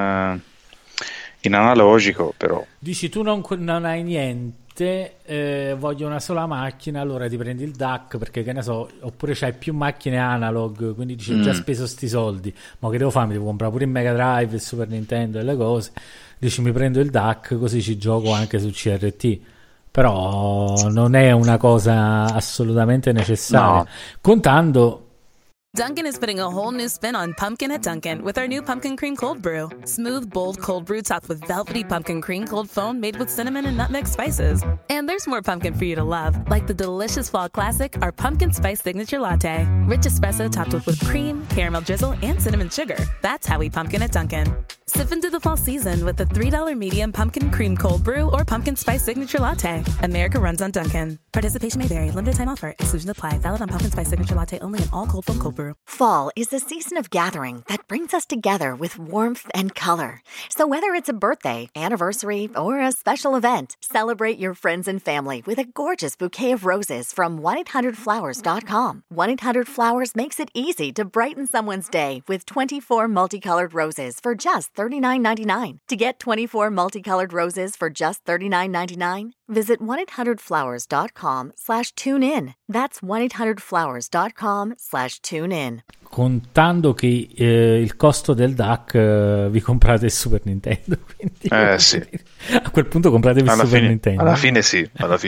in analogico, però dici tu non hai niente, voglio una sola macchina, allora ti prendi il DAC perché che ne so, oppure c'hai più macchine analog, quindi dici ho già speso sti soldi, ma che devo fare? Mi devo comprare pure il Mega Drive, il Super Nintendo e le cose, dici mi prendo il DAC così ci gioco anche su CRT, però non è una cosa assolutamente necessaria, contando. Dunkin' is putting a whole new spin on pumpkin at Dunkin' with our new Pumpkin Cream Cold Brew. Smooth, bold cold brew topped with velvety pumpkin cream cold foam made with cinnamon and nutmeg spices. And there's more pumpkin for you to love, like the delicious fall classic, our Pumpkin Spice Signature Latte. Rich espresso topped with whipped cream, caramel drizzle, and cinnamon sugar. That's how we pumpkin at Dunkin'. Sip into the fall season with the $3 medium Pumpkin Cream Cold Brew or Pumpkin Spice Signature Latte. America runs on Dunkin'. Participation may vary. Limited time offer. Exclusions apply. Valid on Pumpkin Spice Signature Latte only in all cold foam cold brews. Brew. Fall is the season of gathering that brings us together with warmth and color. So whether it's a birthday, anniversary, or a special event, celebrate your friends and family with a gorgeous bouquet of roses from 1-800-Flowers.com. 1-800-Flowers makes it easy to brighten someone's day with 24 multicolored roses for just $39.99. To get 24 multicolored roses for just $39.99, visit 1-800-Flowers.com/tune-in. That's 1-800-Flowers.com/tune-in. Contando che il costo del DAC vi comprate il Super Nintendo, quindi sì. A quel punto compratevi il Super Nintendo. Alla fine sì.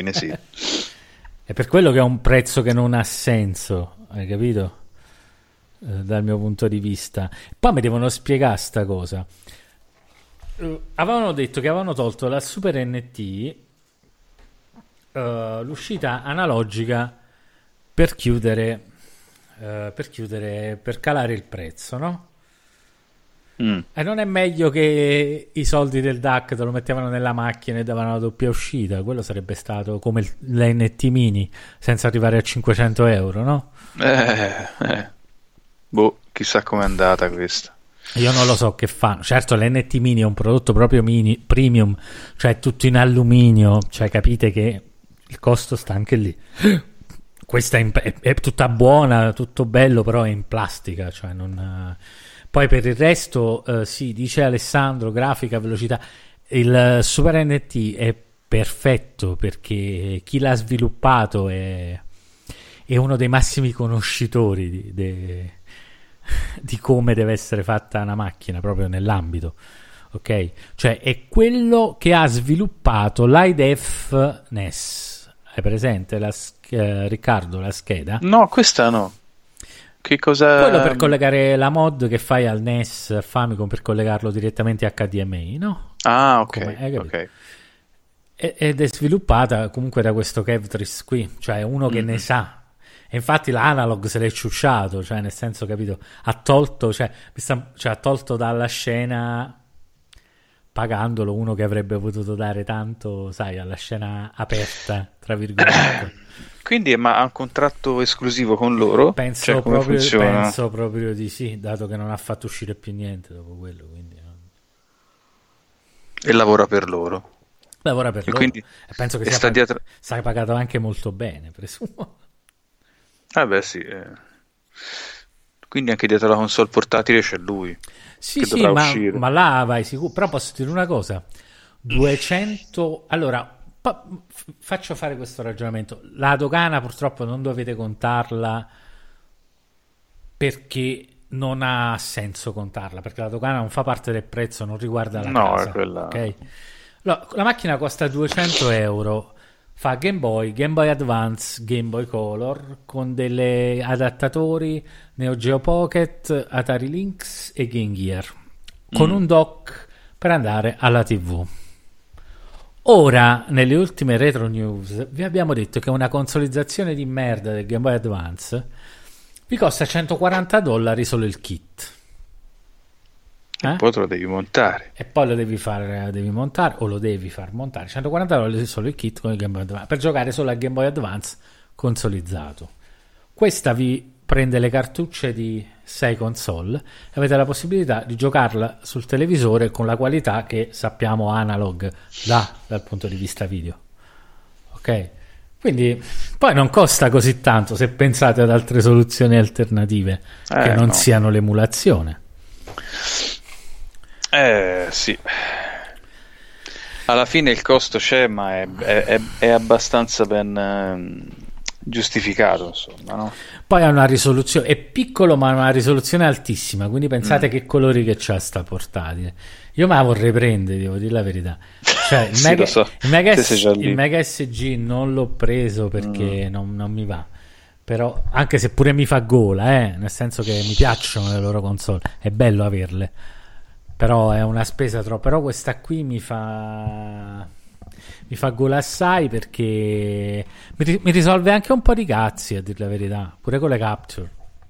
È per quello che è un prezzo che non ha senso, hai capito? Dal mio punto di vista. Poi mi devono spiegare sta cosa. Avevano detto che avevano tolto la Super NT, l'uscita analogica per calare il prezzo, no? E non è meglio che i soldi del DAC te lo mettevano nella macchina e davano la doppia uscita? Quello sarebbe stato come l'NT Mini senza arrivare a 500 euro, no? Boh, chissà com'è andata questa. Io non lo so che fanno. Certo, l'NT Mini è un prodotto proprio premium, cioè tutto in alluminio, cioè capite che il costo sta anche lì. Questa è tutta buona, tutto bello, però è in plastica, cioè non... Poi per il resto, sì, dice Alessandro, grafica, velocità. Il Super NT è perfetto perché chi l'ha sviluppato è uno dei massimi conoscitori di come deve essere fatta una macchina, proprio nell'ambito. Ok? Cioè è quello che ha sviluppato l'IDF NES. Hai presente, Riccardo, la scheda? No, questa no. Che cosa? Quello per collegare la mod che fai al NES Famicom per collegarlo direttamente a HDMI, no? Ah, ok. Ed è sviluppata comunque da questo Kevtris qui, cioè uno che ne sa. E infatti l'Analog se l'è ciucciato, cioè nel senso, capito, ha tolto dalla scena, pagandolo, uno che avrebbe potuto dare tanto, sai, alla scena aperta, tra virgolette. Quindi ma ha un contratto esclusivo con loro? Penso proprio di sì, dato che non ha fatto uscire più niente dopo quello, quindi e lavora per loro. Lavora per loro. Quindi e penso che sia pagato anche molto bene, presumo. Beh sì. Quindi anche dietro la console portatile c'è lui. Sì, ma là vai sicuro. Però posso dire una cosa: 200. Allora, faccio fare questo ragionamento. La dogana purtroppo non dovete contarla, perché non ha senso contarla, perché la dogana non fa parte del prezzo, non riguarda la casa. È quella... Okay? La macchina costa 200 euro, fa Game Boy Advance, Game Boy Color, con delle adattatori Neo Geo Pocket, Atari Lynx e Game Gear, con un dock per andare alla TV. Ora, nelle ultime retro news, vi abbiamo detto che una consolizzazione di merda del Game Boy Advance vi costa $140 solo il kit. E poi te lo devi montare. E poi lo devi far montare. $140 solo il kit con il Game Boy Advance, per giocare solo al Game Boy Advance consolizzato. Questa vi prende le cartucce di 6 console e avete la possibilità di giocarla sul televisore con la qualità che sappiamo analog dal punto di vista video. Ok? Quindi poi non costa così tanto se pensate ad altre soluzioni alternative che non siano l'emulazione. Sì. Alla fine il costo c'è, ma è abbastanza ben giustificato, insomma, no? Poi ha una risoluzione, è piccolo ma ha una risoluzione altissima, quindi pensate che colori che c'ha sta portatile. Io me la vorrei prendere, devo dire la verità. Cioè, il Mega SG non l'ho preso perché non mi va, però anche se pure mi fa gola, nel senso che mi piacciono le loro console, è bello averle, però è una spesa troppo. Però questa qui mi fa gola assai, perché mi risolve anche un po' di cazzi, a dire la verità, pure con le capture.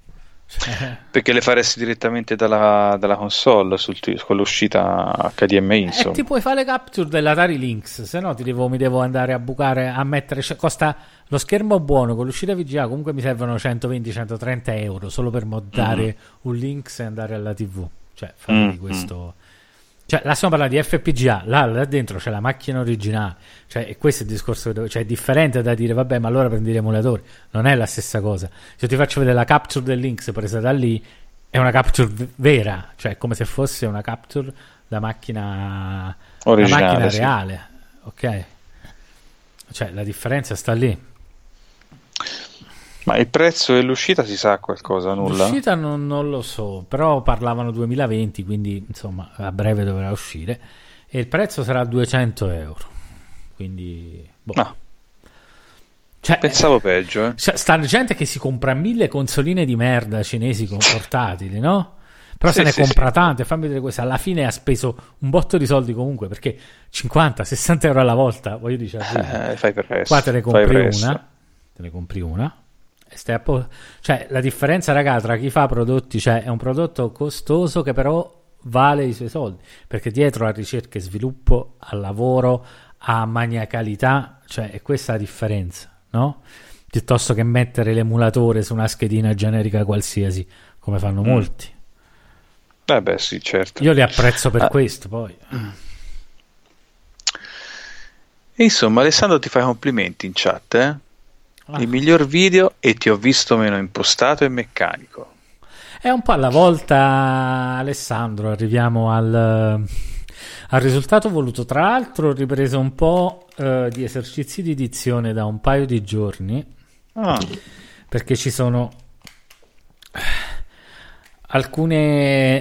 Perché le faresti direttamente dalla console con l'uscita HDMI, insomma. Ti puoi fare le capture dell'Atari Lynx, se no mi devo andare a bucare, a mettere, costa lo schermo buono con l'uscita VGA, comunque mi servono 120-130 euro solo per moddare un Lynx e andare alla TV, cioè fare questo. Cioè, là stiamo parlando di FPGA, là dentro c'è la macchina originale, cioè, e questo è il discorso, cioè è differente da dire vabbè, ma allora prendi l'emulatore, non è la stessa cosa. Se ti faccio vedere la capture del Lynx presa da lì, è una capture vera, cioè è come se fosse una capture da macchina originale, la macchina reale, ok? Cioè la differenza sta lì. Ma il prezzo dell'uscita si sa qualcosa? Nulla? L'uscita non lo so, però parlavano 2020, quindi insomma a breve dovrà uscire, e il prezzo sarà 200 euro, quindi no. Cioè, pensavo peggio, sta gente che si compra 1000 consoline di merda cinesi con portatili, no? Però se ne compra tante, fammi vedere questo, alla fine ha speso un botto di soldi comunque, perché 50-60 euro alla volta, voglio dire, fai presto, qua te ne compri una, cioè la differenza, raga, tra chi fa prodotti, cioè è un prodotto costoso che però vale i suoi soldi, perché dietro a ricerca e sviluppo, al lavoro, a maniacalità, cioè è questa la differenza, no? Piuttosto che mettere l'emulatore su una schedina generica qualsiasi, come fanno molti. Beh, sì, certo. Io li apprezzo per questo, poi. E insomma, Alessandro ti fa i complimenti in chat, il miglior video, e ti ho visto meno impostato e meccanico. È un po' alla volta, Alessandro, arriviamo al risultato voluto. Tra l'altro ho ripreso un po' di esercizi di dizione da un paio di giorni, perché ci sono alcune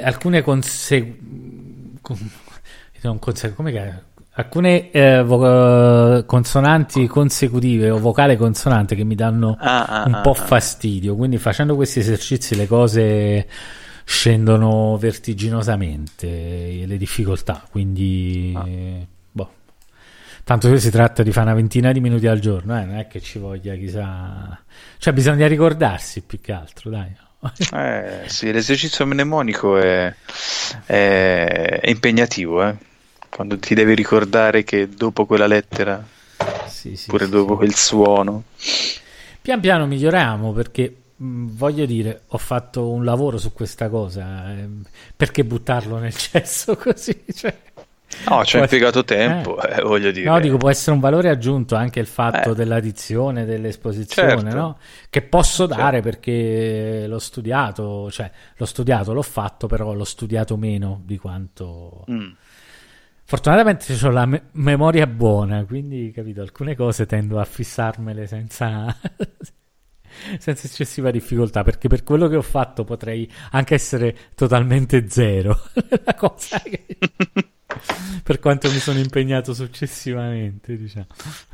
consonanti consecutive o vocale consonante che mi danno un po' fastidio, quindi facendo questi esercizi le cose scendono vertiginosamente, le difficoltà, quindi tanto se si tratta di fare una ventina di minuti al giorno, non è che ci voglia chissà, cioè bisogna ricordarsi più che altro, dai. Sì, l'esercizio mnemonico è impegnativo, quando ti devi ricordare che dopo quella lettera, dopo quel suono, pian piano miglioriamo, perché voglio dire, ho fatto un lavoro su questa cosa, perché buttarlo nel cesso così, cioè no, ci ho impiegato tempo, voglio dire. No, dico, può essere un valore aggiunto anche il fatto dell'addizione, dell'esposizione, certo, no? Che posso dare, perché l'ho studiato, l'ho fatto, però l'ho studiato meno di quanto. Fortunatamente ho la memoria buona, quindi, capito, alcune cose tendo a fissarmele senza eccessiva difficoltà, perché per quello che ho fatto potrei anche essere totalmente zero. La cosa che per quanto mi sono impegnato successivamente, diciamo.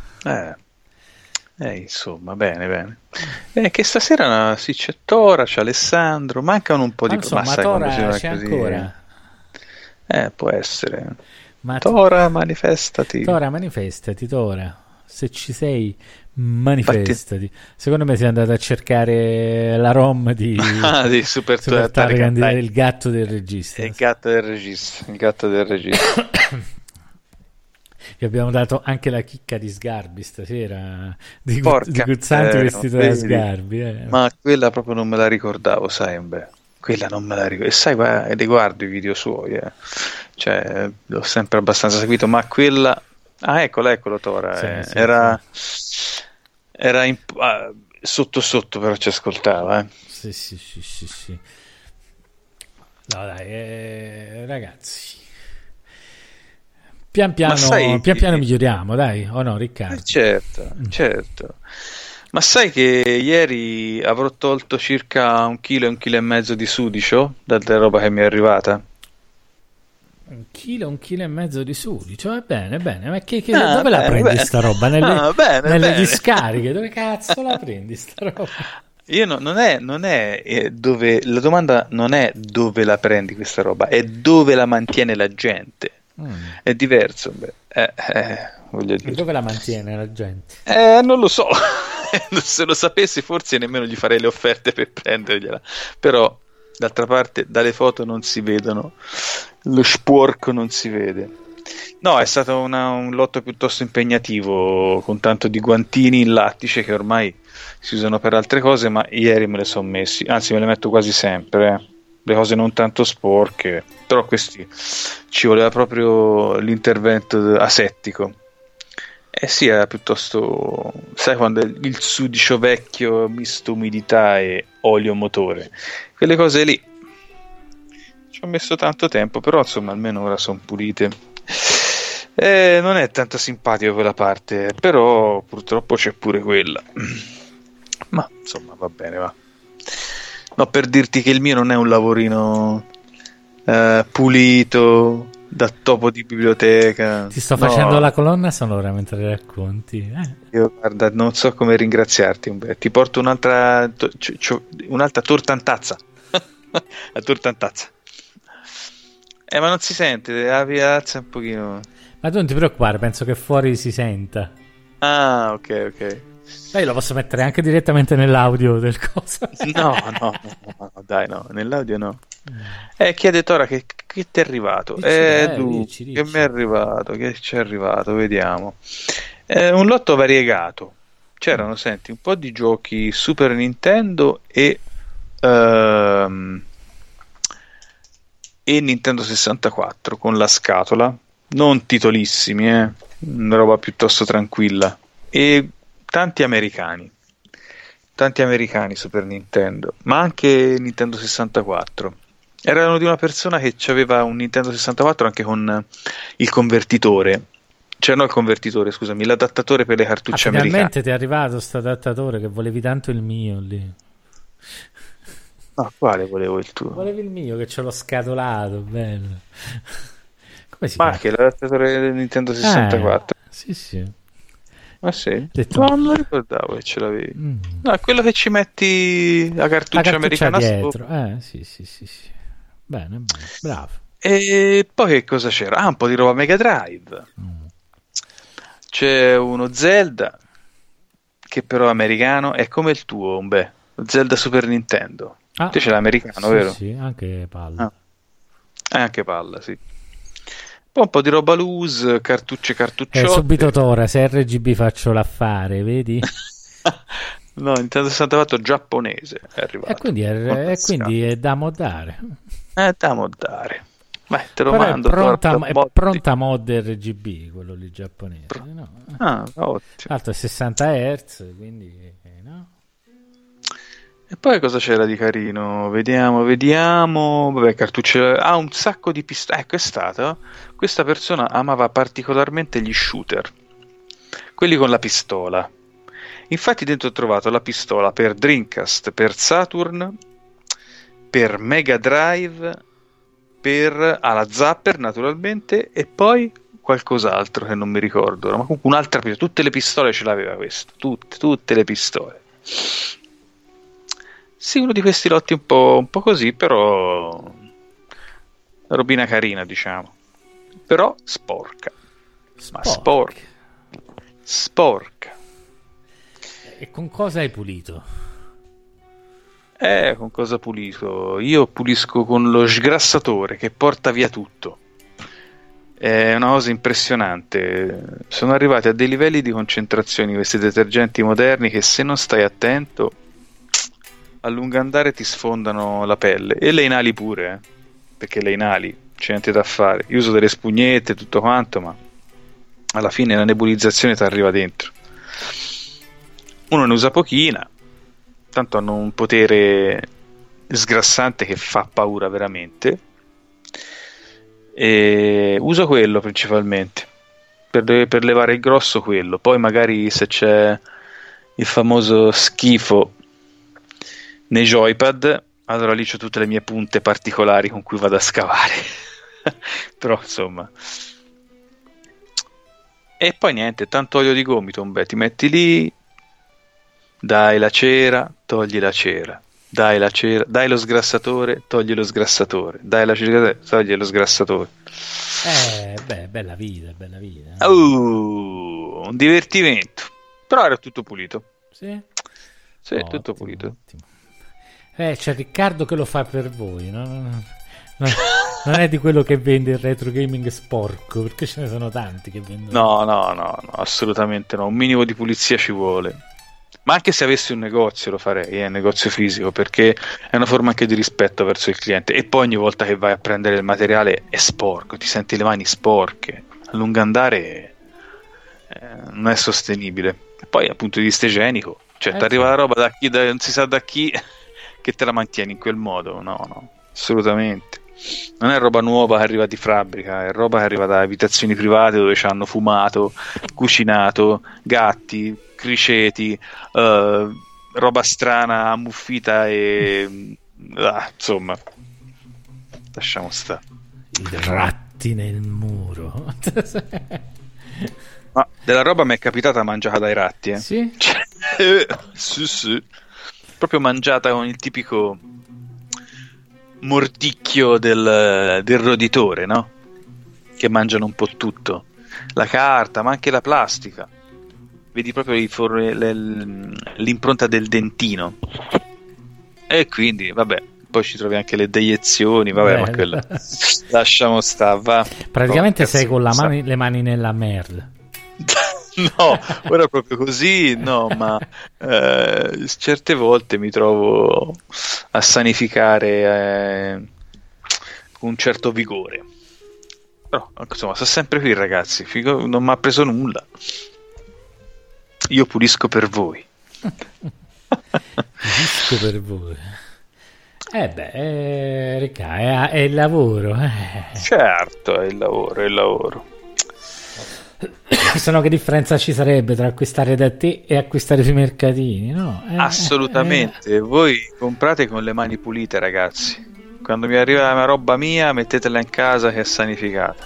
Insomma, bene. Che stasera c'è Tora, c'è Alessandro, mancano un po' di cose. Ma Tora c'è ancora? Può essere. Tora, manifestati. Tora. Se ci sei, manifestati. Secondo me sei andato a cercare la ROM di Super il gatto del regista. Il gatto del regista. Vi abbiamo dato anche la chicca di Sgarbi stasera, di Guzzanti vestito da Sgarbi. Ma quella proprio non me la ricordavo, sai, quella non me la ricordo. E sai, guardo i video suoi, cioè l'ho sempre abbastanza seguito, ma quella. Eccolo Tora, era sotto però ci ascoltava. Sì. No dai, ragazzi, pian piano miglioriamo, dai, o no, Riccardo? Certo. Ma sai che ieri avrò tolto circa 1 chilo e mezzo di sudicio dalla roba che mi è arrivata? 1 chilo e mezzo di sudicio, va bene, ma dove la prendi sta roba? Nelle discariche, dove cazzo la prendi sta roba? Io non è dove, la domanda non è dove la prendi questa roba, è dove la mantiene la gente. È diverso, voglio dire. Dove la mantiene la gente? Non lo so. Se lo sapessi forse nemmeno gli farei le offerte per prendergliela, però d'altra parte dalle foto non si vedono, lo sporco non si vede. No, è stato un lotto piuttosto impegnativo, con tanto di guantini in lattice che ormai si usano per altre cose, ma ieri me le sono messi, anzi me le metto quasi sempre, le cose non tanto sporche, però questi ci voleva proprio l'intervento asettico. Eh sì, era piuttosto, sai, quando il sudicio vecchio misto umidità e olio motore, quelle cose lì ci ho messo tanto tempo, però insomma almeno ora sono pulite. Non è tanto simpatico quella parte, però purtroppo c'è pure quella, ma insomma va bene, va. No, per dirti che il mio non è un lavorino pulito da topo di biblioteca. Ti sto facendo la colonna sonora mentre racconti. Io guarda, non so come ringraziarti, ti porto un'altra tortantazza. La tortantazza. Ma non si sente, alza un pochino. Ma tu non ti preoccupare, penso che fuori si senta. Ah, ok. Beh, lo posso mettere anche direttamente nell'audio del coso. No, dai, no, nell'audio no. Chiede Tora che ti è arrivato. Dici. Che mi è arrivato, che ci è arrivato, vediamo. Un lotto variegato. C'erano, senti, un po' di giochi Super Nintendo e Nintendo 64 con la scatola, non titolissimi, una roba piuttosto tranquilla, e tanti americani Super Nintendo, ma anche Nintendo 64. Erano di una persona che aveva un Nintendo 64 anche con il convertitore, cioè no, il convertitore, scusami, l'adattatore per le cartucce americane. Finalmente ti è arrivato sto adattatore, che volevi tanto il mio lì. No, quale volevo il tuo? Volevi il mio, che ce l'ho scatolato, bello. Come si Ma chiama? che l'adattatore del Nintendo 64? Sì. Ma sì? Detto... Non lo ricordavo che ce l'avevi. No, è quello che ci metti la cartuccia americana dietro. sopra. Sì. Bene, bravo. E poi che cosa c'era? Un po' di roba Mega Drive. C'è uno Zelda che però è americano, è come il tuo, Zelda Super Nintendo. Te ce l'hai americano, vero? Sì, anche palla. Anche palla, sì. Poi un po' di roba loose, cartucciotte. Subito Tora, se RGB faccio l'affare, vedi? No, Nintendo 64 giapponese è arrivato. E quindi è da moddare. Da moddare. Vai, te lo però mando. È pronta mod RGB, quello lì giapponese. No? Ottimo. Alto è 60 Hz, quindi no? E poi cosa c'era di carino? Vediamo. Vabbè, cartucce. Un sacco di pistole. Ecco, è stato. Questa persona amava particolarmente gli shooter, quelli con la pistola. Infatti dentro ho trovato la pistola per Dreamcast, per Saturn, per Mega Drive, per la Zapper naturalmente, e poi qualcos'altro che non mi ricordo, ma comunque un'altra pistola. Tutte le pistole ce l'aveva questo, tutte le pistole. Sì, uno di questi lotti un po' così, però robina carina, diciamo, però sporca. Ma sporca. E con cosa hai pulito? Con cosa pulito? Io pulisco con lo sgrassatore che porta via tutto. È una cosa impressionante. Sono arrivati a dei livelli di concentrazione questi detergenti moderni che, se non stai attento, a lungo andare ti sfondano la pelle, e le inali pure, perché le inali c'è niente da fare. Io uso delle spugnette e tutto quanto, ma alla fine la nebulizzazione ti arriva dentro. Uno ne usa pochina, tanto hanno un potere sgrassante che fa paura veramente, e uso quello principalmente per levare il grosso, quello. Poi magari se c'è il famoso schifo nei joypad, allora lì c'ho tutte le mie punte particolari con cui vado a scavare. Però insomma, e poi niente, tanto olio di gomito, ti metti lì, dai la cera, togli la cera, dai la cera, dai lo sgrassatore, togli lo sgrassatore, dai la cera, togli lo sgrassatore. Bella vita. Un divertimento. Però era tutto pulito. Sì, Sì, tutto pulito. Ottimo. C'è Riccardo che lo fa per voi, no? Non è di quello che vende il retro gaming sporco, perché ce ne sono tanti che vendono. No, assolutamente no. Un minimo di pulizia ci vuole. Ma anche se avessi un negozio lo farei, un negozio fisico, perché è una forma anche di rispetto verso il cliente. E poi ogni volta che vai a prendere il materiale è sporco, ti senti le mani sporche. A lungo andare non è sostenibile. E poi dal punto di vista igienico, cioè ti arriva la roba non si sa da chi, che te la mantieni in quel modo. No, assolutamente. Non è roba nuova che arriva di fabbrica, è roba che arriva da abitazioni private dove ci hanno fumato, cucinato, gatti, criceti, roba strana, ammuffita e insomma, lasciamo stare. I ratti nel muro. Ma della roba mi è capitata mangiata dai ratti, Sì? Sì. Proprio mangiata con il tipico mordicchio del roditore, no? Che mangiano un po' tutto, la carta, ma anche la plastica. Vedi proprio l'impronta del dentino. E quindi, vabbè, poi ci trovi anche le deiezioni, vabbè, ma quello lasciamo stare, va. Praticamente sei con le mani nella merda. No, ora proprio così, no, ma certe volte mi trovo a sanificare con un certo vigore. Però, insomma, sono sempre qui, ragazzi. Non mi ha preso nulla. Io pulisco per voi. Pulisco per voi. Ricca, è il lavoro. Certo, è il lavoro. Se no, che differenza ci sarebbe tra acquistare da te e acquistare sui mercatini, no? Assolutamente. Voi comprate con le mani pulite, ragazzi. Quando mi arriva una roba mia, mettetela in casa che è sanificata.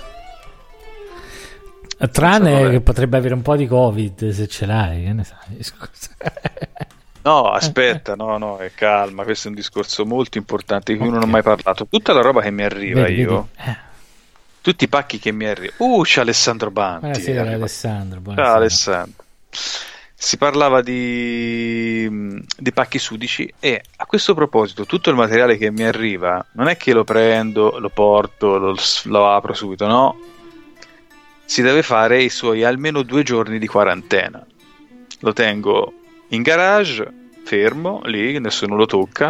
Tranne che potrebbe avere un po' di Covid, se ce l'hai, che ne sai? Scusa. No, aspetta, no, calma. Questo è un discorso molto importante di cui non ho mai parlato. Tutta la roba che mi arriva vedi. Tutti i pacchi che mi arrivano. C'è Alessandro Banti. Sì, Alessandro. Ciao Alessandro. Si parlava di pacchi sudici e a questo proposito tutto il materiale che mi arriva non è che lo prendo, lo porto, lo apro subito, no. Si deve fare i suoi almeno 2 giorni di quarantena. Lo tengo in garage, fermo, lì, nessuno lo tocca.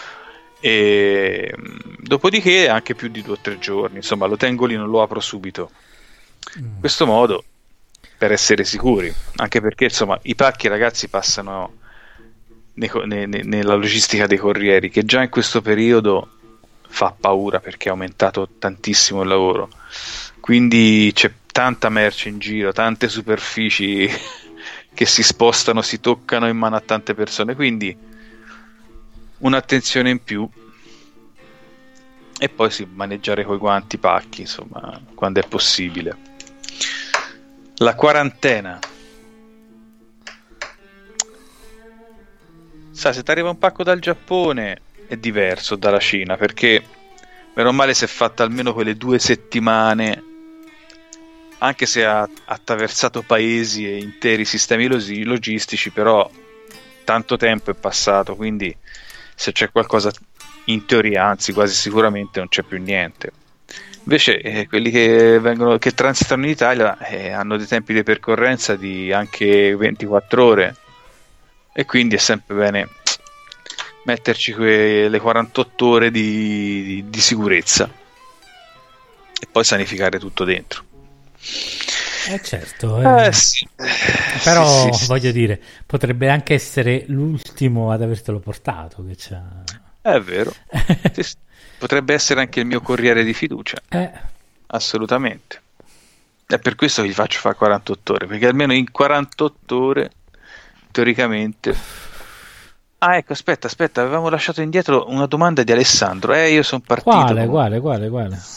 E dopodiché anche più di 2 o 3 giorni, insomma, lo tengo lì, non lo apro subito. In questo modo, per essere sicuri, anche perché insomma i pacchi, ragazzi, passano nella logistica dei corrieri, che già in questo periodo fa paura perché è aumentato tantissimo il lavoro, quindi c'è tanta merce in giro, tante superfici che si spostano, si toccano in mano a tante persone, quindi un'attenzione in più. E poi maneggiare coi guanti, pacchi, insomma, quando è possibile. La quarantena. Sai, se ti arriva un pacco dal Giappone è diverso dalla Cina, perché meno male si è fatta almeno quelle 2 settimane, anche se ha attraversato paesi e interi sistemi logistici, però tanto tempo è passato, quindi se c'è qualcosa, in teoria, anzi quasi sicuramente non c'è più niente. Invece quelli che transitano in Italia hanno dei tempi di percorrenza di anche 24 ore, e quindi è sempre bene metterci le 48 ore di sicurezza e poi sanificare tutto dentro. Certo, sì. Però sì. Voglio dire, potrebbe anche essere l'ultimo ad avertelo portato, che c'ha... È vero. Sì. Potrebbe essere anche il mio corriere di fiducia. Assolutamente. È per questo che gli faccio fare 48 ore, perché almeno in 48 ore teoricamente... ecco, aspetta, avevamo lasciato indietro una domanda di Alessandro. Io sono partito. Quale?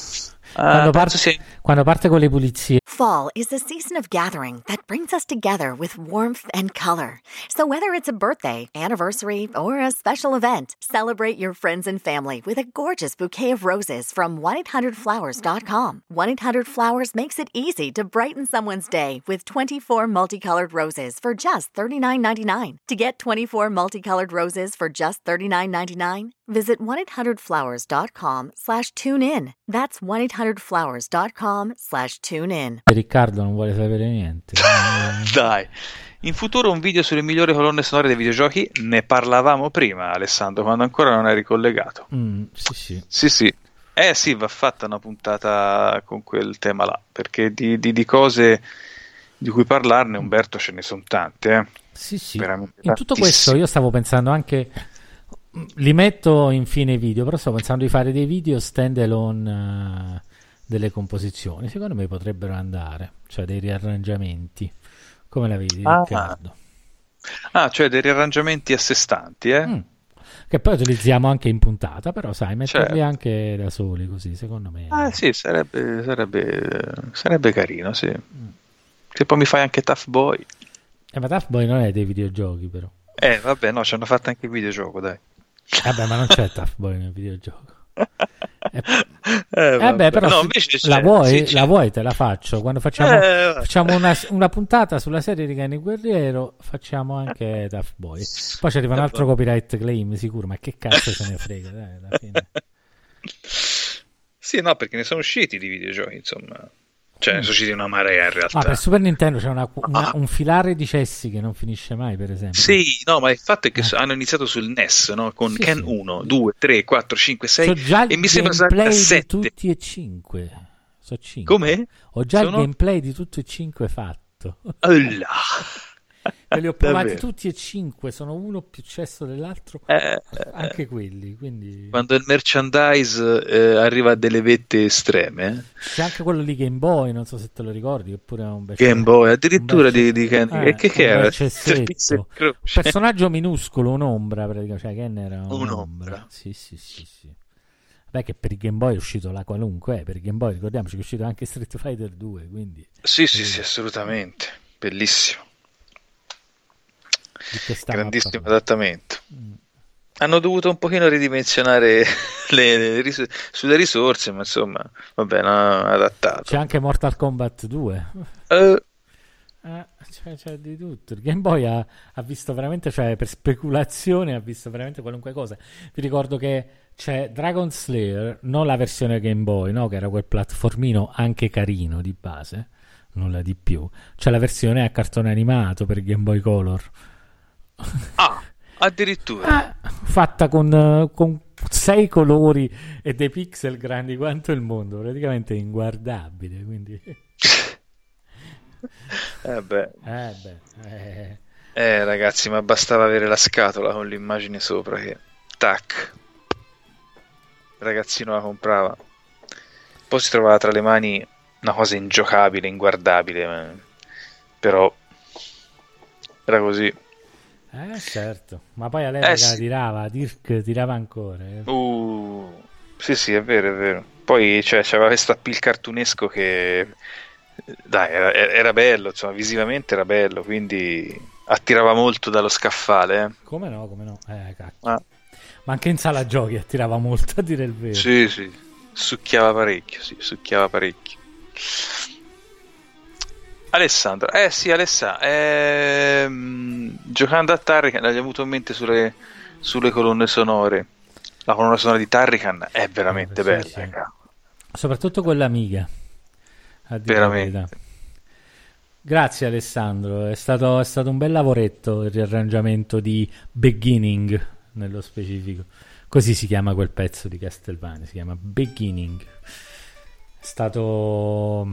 Quando parte con le pulizie. Fall is the season of gathering that brings us together with warmth and color. So whether it's a birthday, anniversary, or a special event, celebrate your friends and family with a gorgeous bouquet of roses from 1-800-Flowers.com. 1-800-Flowers makes it easy to brighten someone's day with 24 multicolored roses for just $39.99. To get 24 multicolored roses for just $39.99, visit 1-800-Flowers.com/tune-in. That's 1-800-Flowers.com/tune-in. Riccardo non vuole sapere niente. Dai. In futuro un video sulle migliori colonne sonore dei videogiochi, ne parlavamo prima, Alessandro, quando ancora non eri collegato. Sì. Sì. Sì, va fatta una puntata con quel tema là, perché di cose di cui parlarne, Umberto, ce ne sono tante. Sì. Veramente In tutto questo io stavo pensando anche, li metto in fine video, però stavo pensando di fare dei video stand alone delle composizioni, secondo me potrebbero andare, cioè dei riarrangiamenti. Come la vedi, Riccardo? Cioè dei riarrangiamenti a sé stanti, Che poi utilizziamo anche in puntata, però sai, metterli anche da soli così, secondo me. Sì, sarebbe carino, sì. Se poi mi fai anche Tough Boy. Ma Tough Boy non è dei videogiochi, però. Vabbè, no, ci hanno fatto anche il videogioco, dai. Vabbè, ma non c'è Tough Boy nel videogioco. Vabbè, però no, invece la vuoi? La vuoi? Te la faccio. Quando facciamo una puntata sulla serie di Kenny Guerriero, facciamo anche Tough Boy. Poi ci arriva un altro copyright claim sicuro, ma che cazzo se ne frega, dai, alla fine. Sì, no, perché ne sono usciti di videogiochi, insomma. Cioè, ne sono usciti una marea in realtà. Per Super Nintendo c'è un filare di cessi che non finisce mai, per esempio. Sì, no, ma il fatto è che hanno iniziato sul NES, no? Con Ken 1, 2, 3, 4, 5, 6 e mi sembra gameplay 7. di tutti e 5. So 5. Come? Ho già il gameplay di tutti e 5 fatto. Allah. E li ho provati tutti e 5, sono uno più cesso dell'altro, anche quelli, quindi... Quando il merchandise arriva a delle vette estreme. C'è anche quello lì Game Boy, non so se te lo ricordi, oppure un bel Game Boy, addirittura di Ken. Che era? Un personaggio minuscolo, un'ombra praticamente, cioè Ken era un'ombra. Sì. Beh, che per il Game Boy è uscito la qualunque, per il Game Boy ricordiamoci che è uscito anche Street Fighter 2, quindi... Sì, assolutamente, bellissimo. Grandissimo adattamento. Hanno dovuto un pochino ridimensionare sulle risorse, ma insomma, vabbè, adattato. C'è anche Mortal Kombat 2. C'è di tutto. Il Game Boy ha visto veramente, cioè per speculazione ha visto veramente qualunque cosa. Vi ricordo che c'è Dragon Slayer, non la versione Game Boy, no, che era quel platformino anche carino di base, nulla di più. C'è la versione a cartone animato per Game Boy Color. Addirittura fatta con 6 colori e dei pixel grandi quanto il mondo, praticamente inguardabile, quindi ragazzi, ma bastava avere la scatola con l'immagine sopra che tac, il ragazzino la comprava, poi si trovava tra le mani una cosa ingiocabile, inguardabile, però era così. Certo, ma poi all'epoca tirava, Dirk tirava ancora. Sì, è vero. Poi c'aveva questo appeal cartunesco che dai, era bello, insomma, visivamente era bello, quindi attirava molto dallo scaffale. Come no? Ma anche in sala giochi attirava molto, a dire il vero. Sì, succhiava parecchio. Alessandro, giocando a Turrican hai avuto in mente sulle colonne sonore. La colonna sonora di Turrican è veramente bella, sì. Soprattutto quella amiga, veramente. Grazie Alessandro, è stato un bel lavoretto il riarrangiamento di Beginning nello specifico, così si chiama quel pezzo di Castlevania, si chiama Beginning. È stato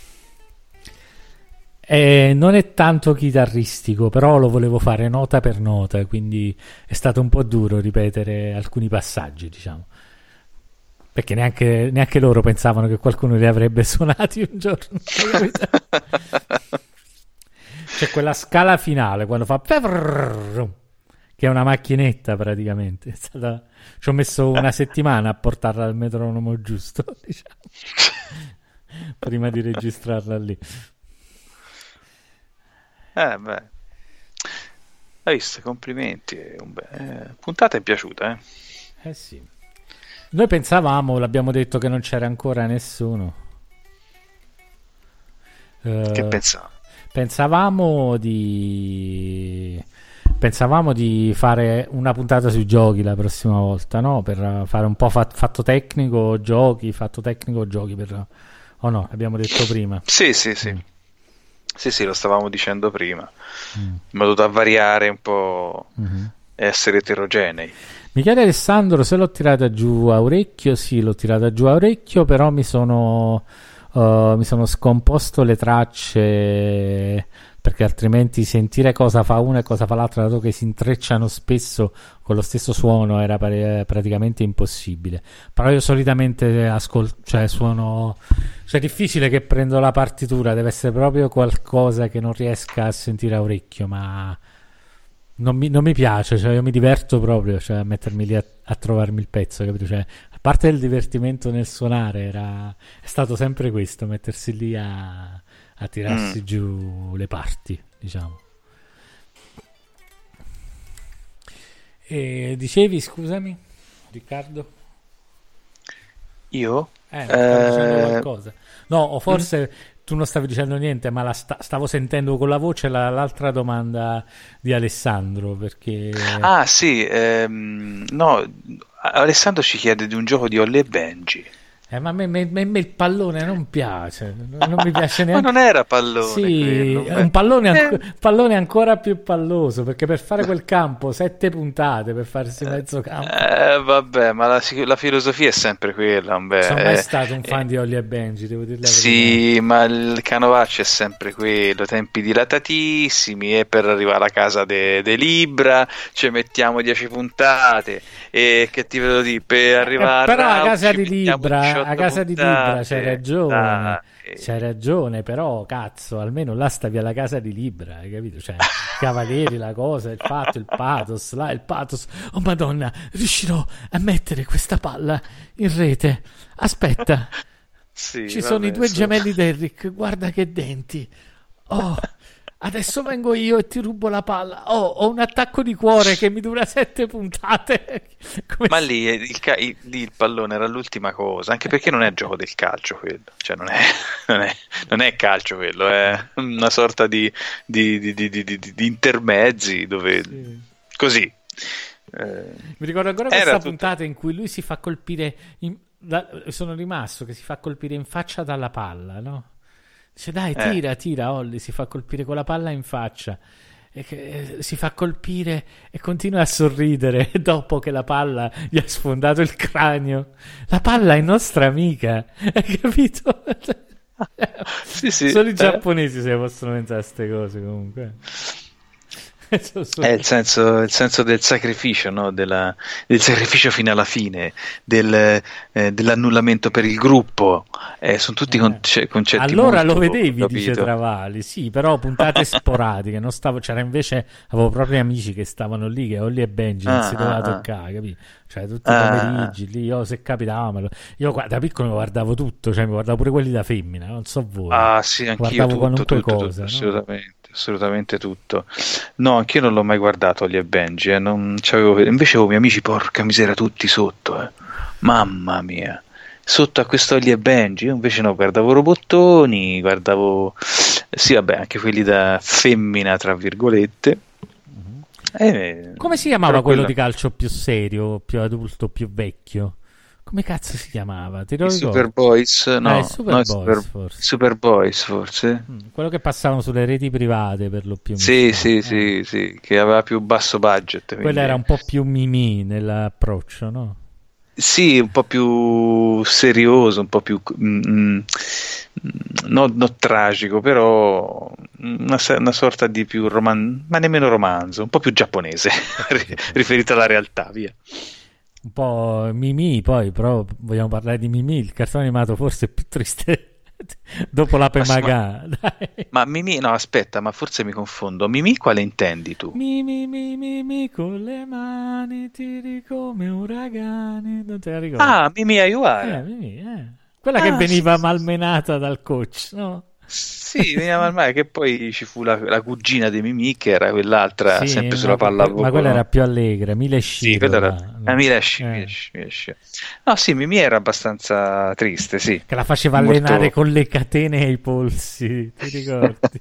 non è tanto chitarristico, però lo volevo fare nota per nota, quindi è stato un po' duro ripetere alcuni passaggi, diciamo, perché neanche loro pensavano che qualcuno li avrebbe suonati un giorno. C'è quella scala finale quando fa, che è una macchinetta praticamente. Ci ho messo una settimana a portarla al metronomo giusto, diciamo, prima di registrarla lì. Beh, hai visto, complimenti, puntata è piaciuta, Sì. Noi pensavamo, l'abbiamo detto, che non c'era ancora nessuno. Che pensavo? Pensavamo di fare una puntata sui giochi la prossima volta, no? Per fare un po' fatto tecnico giochi per... Oh no, abbiamo detto prima. Sì. Sì, lo stavamo dicendo prima. In modo da variare un po', essere eterogenei. Mi chiede Alessandro se l'ho tirata giù a orecchio. Sì, l'ho tirata giù a orecchio, però mi sono scomposto le tracce, perché altrimenti sentire cosa fa una e cosa fa l'altra, dato che si intrecciano spesso con lo stesso suono, era praticamente impossibile. Però io solitamente suono, cioè è difficile che prendo la partitura, deve essere proprio qualcosa che non riesca a sentire a orecchio, ma non mi piace, cioè io mi diverto proprio, cioè a mettermi lì a trovarmi il pezzo, capito? Cioè, a parte il divertimento nel suonare, è stato sempre questo, mettersi lì a tirarsi giù le parti, diciamo. E dicevi, scusami, Riccardo? Io? Stavo dicendo qualcosa. No, o forse tu non stavi dicendo niente, ma stavo sentendo con la voce l'altra domanda di Alessandro, perché... Ah, sì, no, Alessandro ci chiede di un gioco di Holly e Benji. Ma a me il pallone non piace, non mi piace neanche. Ma non era pallone, sì, quello. Un pallone ancora più palloso, perché per fare quel campo 7 puntate per farsi mezzo campo. Vabbè, ma la filosofia è sempre quella. Sono mai stato un fan di Holly e Benji, devo dire la verità. Sì, ma il canovaccio è sempre quello, tempi dilatatissimi, e per arrivare alla casa de Libra ci mettiamo 10 puntate, e che ti vedo di per arrivare però a a casa di Libra c'hai ragione. Dai. C'hai ragione, però cazzo, almeno là stavi alla casa di Libra, hai capito? Cioè, Cavalieri, la cosa, il fatto, il pathos, oh madonna, riuscirò a mettere questa palla in rete, aspetta, ci sono i due gemelli Derrick, guarda che denti, oh, adesso vengo io e ti rubo la palla, ho un attacco di cuore che mi dura 7 puntate. Ma lì il pallone era l'ultima cosa, anche perché non è gioco del calcio quello, cioè non è calcio quello, è una sorta di intermezzi dove così. Mi ricordo ancora questa puntata in cui lui si fa colpire, sono rimasto che si fa colpire in faccia dalla palla, no? Dice dai, tira Holly, si fa colpire con la palla in faccia, e si fa colpire e continua a sorridere dopo che la palla gli ha sfondato il cranio. La palla è nostra amica, hai capito? Sì. Solo i giapponesi se possono pensare a queste cose, comunque. È il senso del sacrificio, no? Del sacrificio fino alla fine, dell'annullamento per il gruppo, sono tutti concetti allora molto, lo vedevi, capito? dice Travali, sì, però puntate sporadiche, c'era invece, avevo proprio amici che stavano lì, che Holly e Benji non si doveva toccare, capito? Cioè tutti i pomeriggi lì, se capitava, io da piccolo mi guardavo tutto, cioè mi guardavo pure quelli da femmina, non so voi. Sì, anch'io, guardavo tutto, cosa, assolutamente tutto. No, anch'io non l'ho mai guardato Holly e Benji, non c'avevo, invece avevo miei amici, porca miseria, tutti sotto, mamma mia, sotto a questo Holly e Benji. Io invece no, guardavo Robottoni, sì, vabbè, anche quelli da femmina tra virgolette. Come si chiamava quello di calcio più serio, più adulto, più vecchio? Come cazzo si chiamava? Ti lo ricordi? Superboys? No, forse. Superboys forse. Quello che passavano sulle reti private per lo più. Sì, che aveva più basso budget. Quello era un po' più mimì nell'approccio, no? Sì, un po' più serioso, un po' più non tragico, però una sorta di più ma nemmeno romanzo, un po' più giapponese, riferito alla realtà, via. Un po' Mimì, poi però vogliamo parlare di Mimì, il cartone animato forse più triste Dopo la Pemagà. Ma Mimì, no, aspetta, ma forse mi confondo. Mimì quale intendi tu? Mi con le mani tiri come uragani. Non te la ricordi? Ah, Mimì Aiuara. Mimì, quella che veniva malmenata dal coach, no? Sì, veniva malmenata, che poi ci fu la cugina di Mimì, che era quell'altra, sempre sulla pallavolo. Ma quella era più allegra, Mila Sì, quella era Mileshi. No, sì, Mimì era abbastanza triste, sì. Che la faceva allenare con le catene ai polsi, ti ricordi?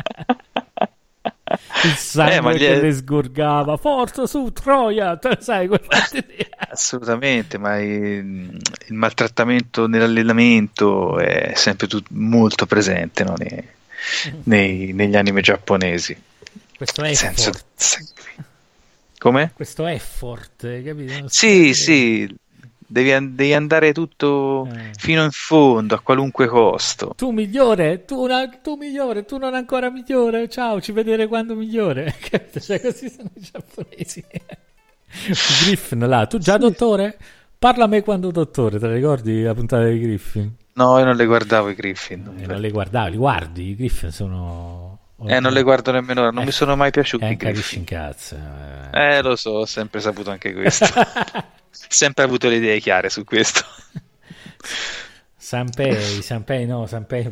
Il sangue che le sgorgava, forza su Troia, sai, assolutamente, ma il maltrattamento nell'allenamento è sempre molto presente, no? Negli anime giapponesi. Questo effort. Come? Questo effort, capito? Sì, devi andare tutto fino in fondo, a qualunque costo. Tu migliore, tu migliore, tu non ancora migliore, ciao, ci vedere quando migliore. Cioè, così sono i giapponesi. Griffin là, tu già dottore? Parlami quando dottore, te la ricordi la puntata di Griffin? No, io non le guardavo i Griffin. Non le guardavi, li guardi, i Griffin sono... non le guardo nemmeno ora, non mi sono mai piaciuti i Griffin. In cazzo. Lo so, ho sempre saputo anche questo. Sempre avuto le idee chiare su questo. Sanpei no,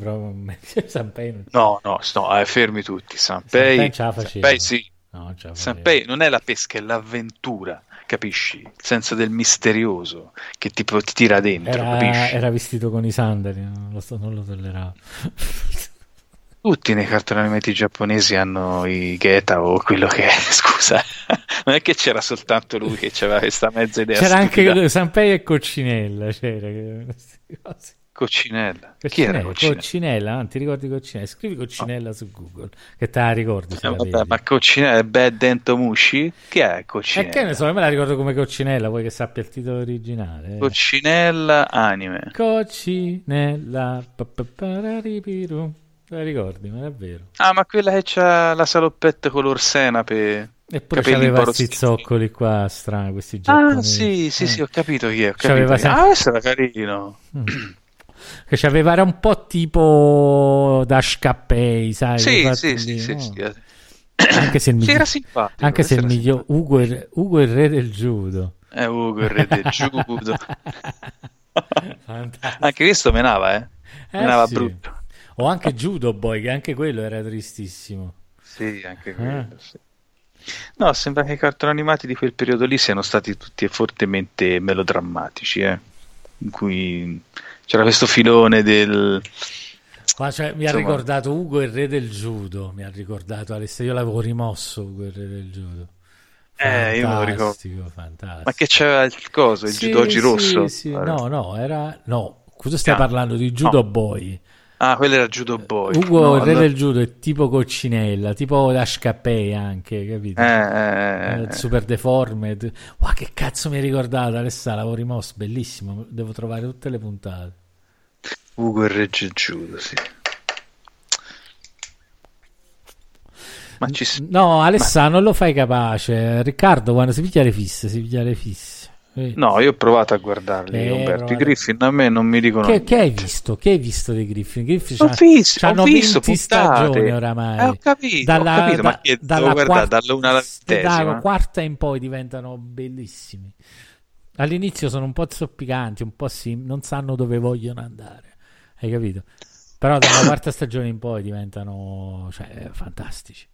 fermi tutti. Sanpei ce la faceva. Sanpei sì. No, Sanpei non è la pesca, è l'avventura, capisci? Il senso del misterioso che ti tira dentro, capisci? Era vestito con i sandali, non lo tolleravo. Tutti nei cartoni animati giapponesi hanno i Geta o quello che è, scusa. Non è che c'era soltanto lui che aveva questa mezza idea. C'era stupida. Anche Sanpei e Coccinella, queste cose. Coccinella. Chi era Coccinella? Coccinella, non ti ricordi Coccinella? Scrivi Coccinella su Google, che te la ricordi. Ma Coccinella è Bad Dento Mushi? Chi è Coccinella? E che ne so, me la ricordo come Coccinella, vuoi che sappia il titolo originale? Coccinella anime. Coccinella. Te la ricordi, ma è vero. Ah, ma quella che c'ha la saloppetta color senape. Eppure c'aveva questi zoccoli qua strani, questi giapponesi. Sì, ho capito chi è. Questo era carino. Che c'aveva, era un po' tipo Dash Cappei, sai? Sì. Anche se il miglior, era simpatico. Anche se il miglior Ugo il re del judo. Ugo il re del judo. Anche questo menava, menava sì. brutto. O anche Judo Boy, che anche quello era tristissimo. Sì, anche quello, sì. No, sembra che i cartoni animati di quel periodo lì siano stati tutti fortemente melodrammatici, in cui c'era questo filone del... Mi ha ricordato Ugo il re del judo, mi ha ricordato Alessio, io l'avevo rimosso Ugo il re del judo. Fantastico, io me lo ricordo. Fantastico. Ma che c'era il coso, il judogi rosso? Sì. No, cosa stai parlando di Judo Boy? Ah, quello era Judo Boy. Ugo il re del judo è tipo Coccinella, tipo Dash Cappei anche, capito? Super deformed. Wow, che cazzo mi hai ricordato, Alessà, l'avevo rimosso, bellissimo, devo trovare tutte le puntate. Ugo il re del judo, sì. No, Alessà, non lo fai capace. Riccardo, quando si piglia le fisse. No, io ho provato a guardarli, Umberto. I Griffin a me non mi dicono che hai visto? Che hai visto dei Griffin? Ho visto 20 stagioni oramai. Ho capito, ma che devo guardare dalla dalla quarta in poi diventano bellissimi. All'inizio sono un po' zoppicanti, un po' non sanno dove vogliono andare, hai capito? Però dalla quarta stagione in poi diventano fantastici.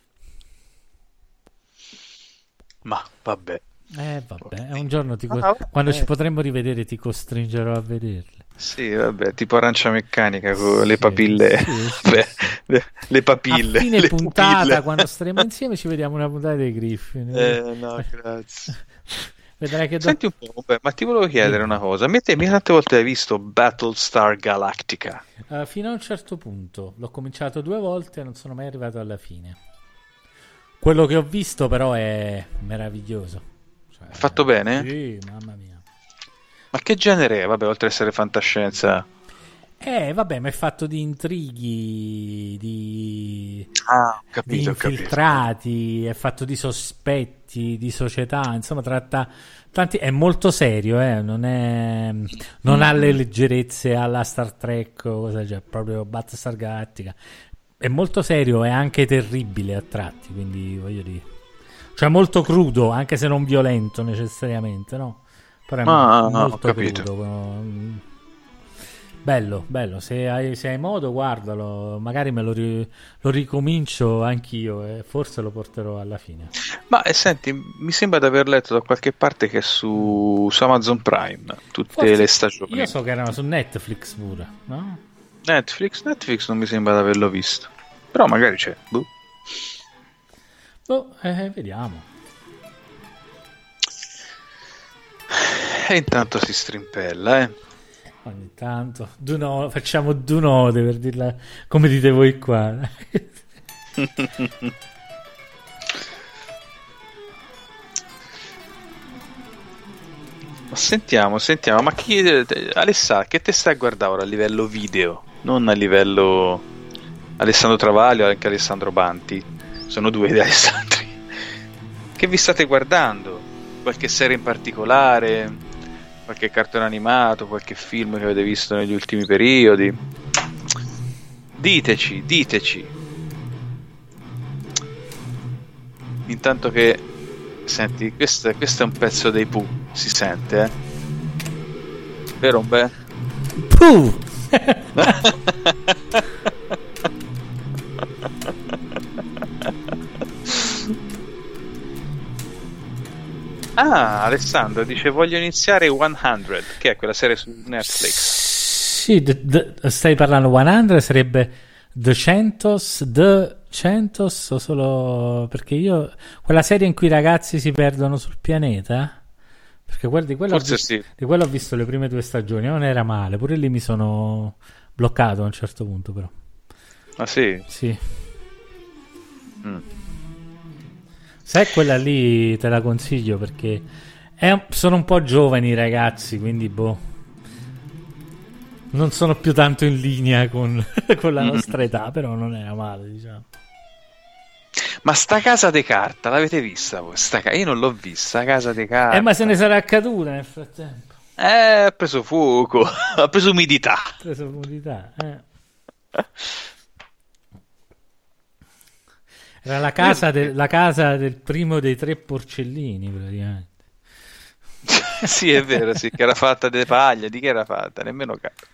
Ma vabbè. Un giorno quando ci potremmo rivedere ti costringerò a vederle. Sì, vabbè, tipo Arancia Meccanica con le papille. Le papille. A fine puntata, pupille. Quando staremo insieme ci vediamo una puntata dei Griffin. No, grazie. Vedrai che Senti un po', ma ti volevo chiedere una cosa. Mica tante volte hai visto Battlestar Galactica? Fino a un certo punto. L'ho cominciato 2 volte e non sono mai arrivato alla fine. Quello che ho visto però è meraviglioso. È fatto bene? Sì, mamma mia. Ma che genere è? Vabbè, oltre ad essere fantascienza. Vabbè, ma è fatto di intrighi, di Capito. infiltrati, è fatto di sospetti, di società, insomma tratta tanti, è molto serio, non ha le leggerezze alla Star Trek o cosa, cioè proprio Battlestar Galactica, è molto serio e anche terribile a tratti, quindi voglio dire, cioè molto crudo, anche se non violento necessariamente, no? Però è molto crudo. Bello, se hai modo guardalo, magari me lo ricomincio anch'io e forse lo porterò alla fine. Ma senti, mi sembra di aver letto da qualche parte che è su Amazon Prime tutte Forse, le stagioni. io so che erano su Netflix pure, no? Netflix non mi sembra di averlo visto, però magari c'è. Vediamo. E intanto si strimpella, Ogni tanto facciamo due note per dirla come dite voi qua. Sentiamo, ma Alessà, che te stai a guardare ora a livello video, non a livello Alessandro Travaglio o anche Alessandro Banti? Sono due di Alessandri. Che vi state guardando? Qualche serie in particolare? Qualche cartone animato, qualche film che avete visto negli ultimi periodi? Diteci. Intanto che senti, questo è un pezzo dei Pooh, si sente, vero un bel? Pooh! Alessandro dice voglio iniziare 100, che è quella serie su Netflix. Sì, stai parlando 100, sarebbe The Centos o solo perché io quella serie in cui i ragazzi si perdono sul pianeta, perché guardi quello di quello ho visto le prime 2 stagioni, non era male, pure lì mi sono bloccato a un certo punto, però. Ah sì? Sì. Se quella lì te la consiglio perché sono un po' giovani i ragazzi, quindi non sono più tanto in linea con la nostra età, però non era male, diciamo. Ma sta Casa de Carta l'avete vista voi? Io non l'ho vista, Casa de Carta. Ma se ne sarà accaduta nel frattempo. Ha preso fuoco, ha preso umidità. Era la casa del primo dei 3 porcellini, praticamente. Sì, è vero, sì, che era fatta di paglia. Di che era fatta? Nemmeno capo.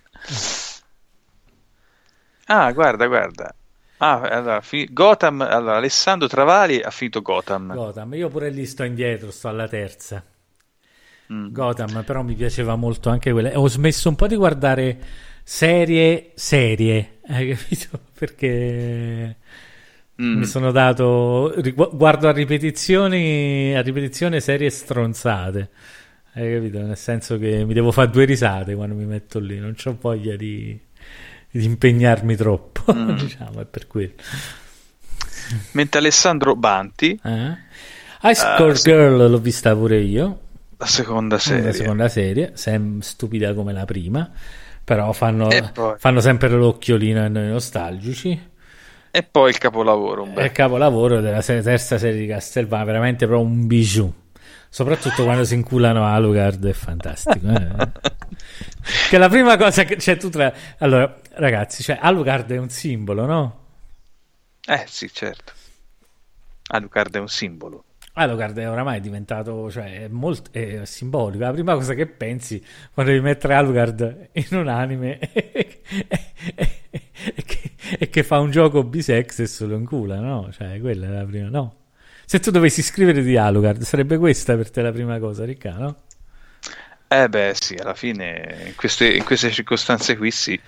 Guarda. Allora, Gotham. Allora, Alessandro Travali ha finito Gotham. Io pure lì sto indietro, sto alla terza. Gotham, però mi piaceva molto anche quella. Ho smesso un po' di guardare serie, hai capito? Perché mi sono dato, guardo a ripetizione serie stronzate, hai capito? Nel senso che mi devo fare 2 risate quando mi metto lì, non c'ho voglia di impegnarmi troppo, diciamo, è per quello. Mentre Alessandro Banti High Score Girl l'ho vista pure io, la seconda serie, stupida come la prima, però fanno sempre l'occhiolino a noi nostalgici. E poi il capolavoro. Il capolavoro della terza serie di Castlevania, veramente proprio un bijou. Soprattutto quando si inculano Alucard, è fantastico. Che è la prima cosa che c'è allora, ragazzi, cioè Alucard è un simbolo, no? Sì, certo. Alucard è un simbolo. Alucard è oramai diventato, cioè, è simbolico. La prima cosa che pensi quando devi mettere Alucard in un anime è che fa un gioco bisex e se lo incula, no? Cioè, quella è la prima, no? Se tu dovessi scrivere di Alucard, sarebbe questa per te la prima cosa, Ricca, no? Sì, alla fine, in queste circostanze qui, sì.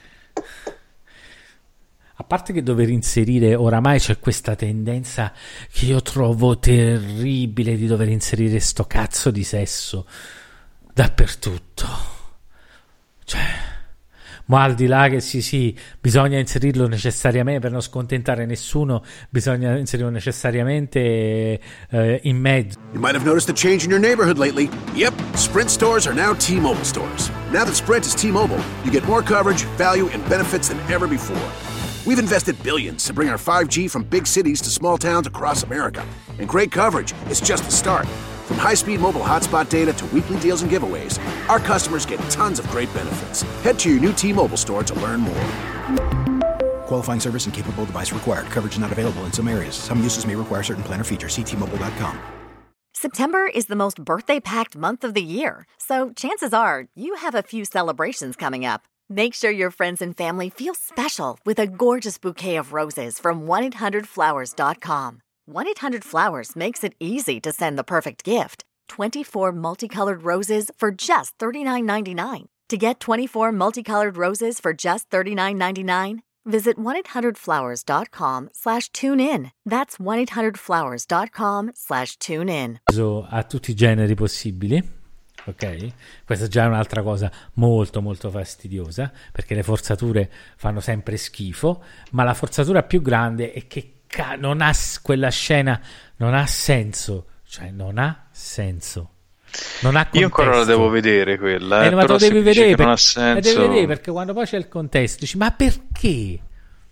A parte che dover inserire, oramai c'è questa tendenza che io trovo terribile di dover inserire sto cazzo di sesso dappertutto. Cioè, ma al di là che sì, bisogna inserirlo necessariamente per non scontentare nessuno, bisogna inserirlo necessariamente in mezzo. You might have noticed a change in your neighborhood lately. Yep, Sprint stores are now T-Mobile stores. Now that Sprint is T-Mobile, you get more coverage, value, and benefits than ever before. We've invested billions to bring our 5G from big cities to small towns across America. And great coverage is just the start. From high-speed mobile hotspot data to weekly deals and giveaways, our customers get tons of great benefits. Head to your new T-Mobile store to learn more. Qualifying service and capable device required. Coverage not available in some areas. Some uses may require certain plan or features. See T-Mobile.com. September is the most birthday-packed month of the year, so chances are you have a few celebrations coming up. Make sure your friends and family feel special with a gorgeous bouquet of roses from 1-800-Flowers.com. 1-800-Flowers makes it easy to send the perfect gift. 24 multicolored roses for just $39.99. To get 24 multicolored roses for just $39.99, visit 1-800-Flowers.com/tunein. That's 1-800-Flowers.com/tunein. A tutti i generi possibili. Ok? Questa già è un'altra cosa molto molto fastidiosa, perché le forzature fanno sempre schifo, ma la forzatura più grande è che non ha quella scena, non ha senso, cioè non ha senso. Non ha contesto. Io ancora la devo vedere quella, ma però lo devi vedere, non ha senso. devi vedere, perché quando poi c'è il contesto dici ma perché?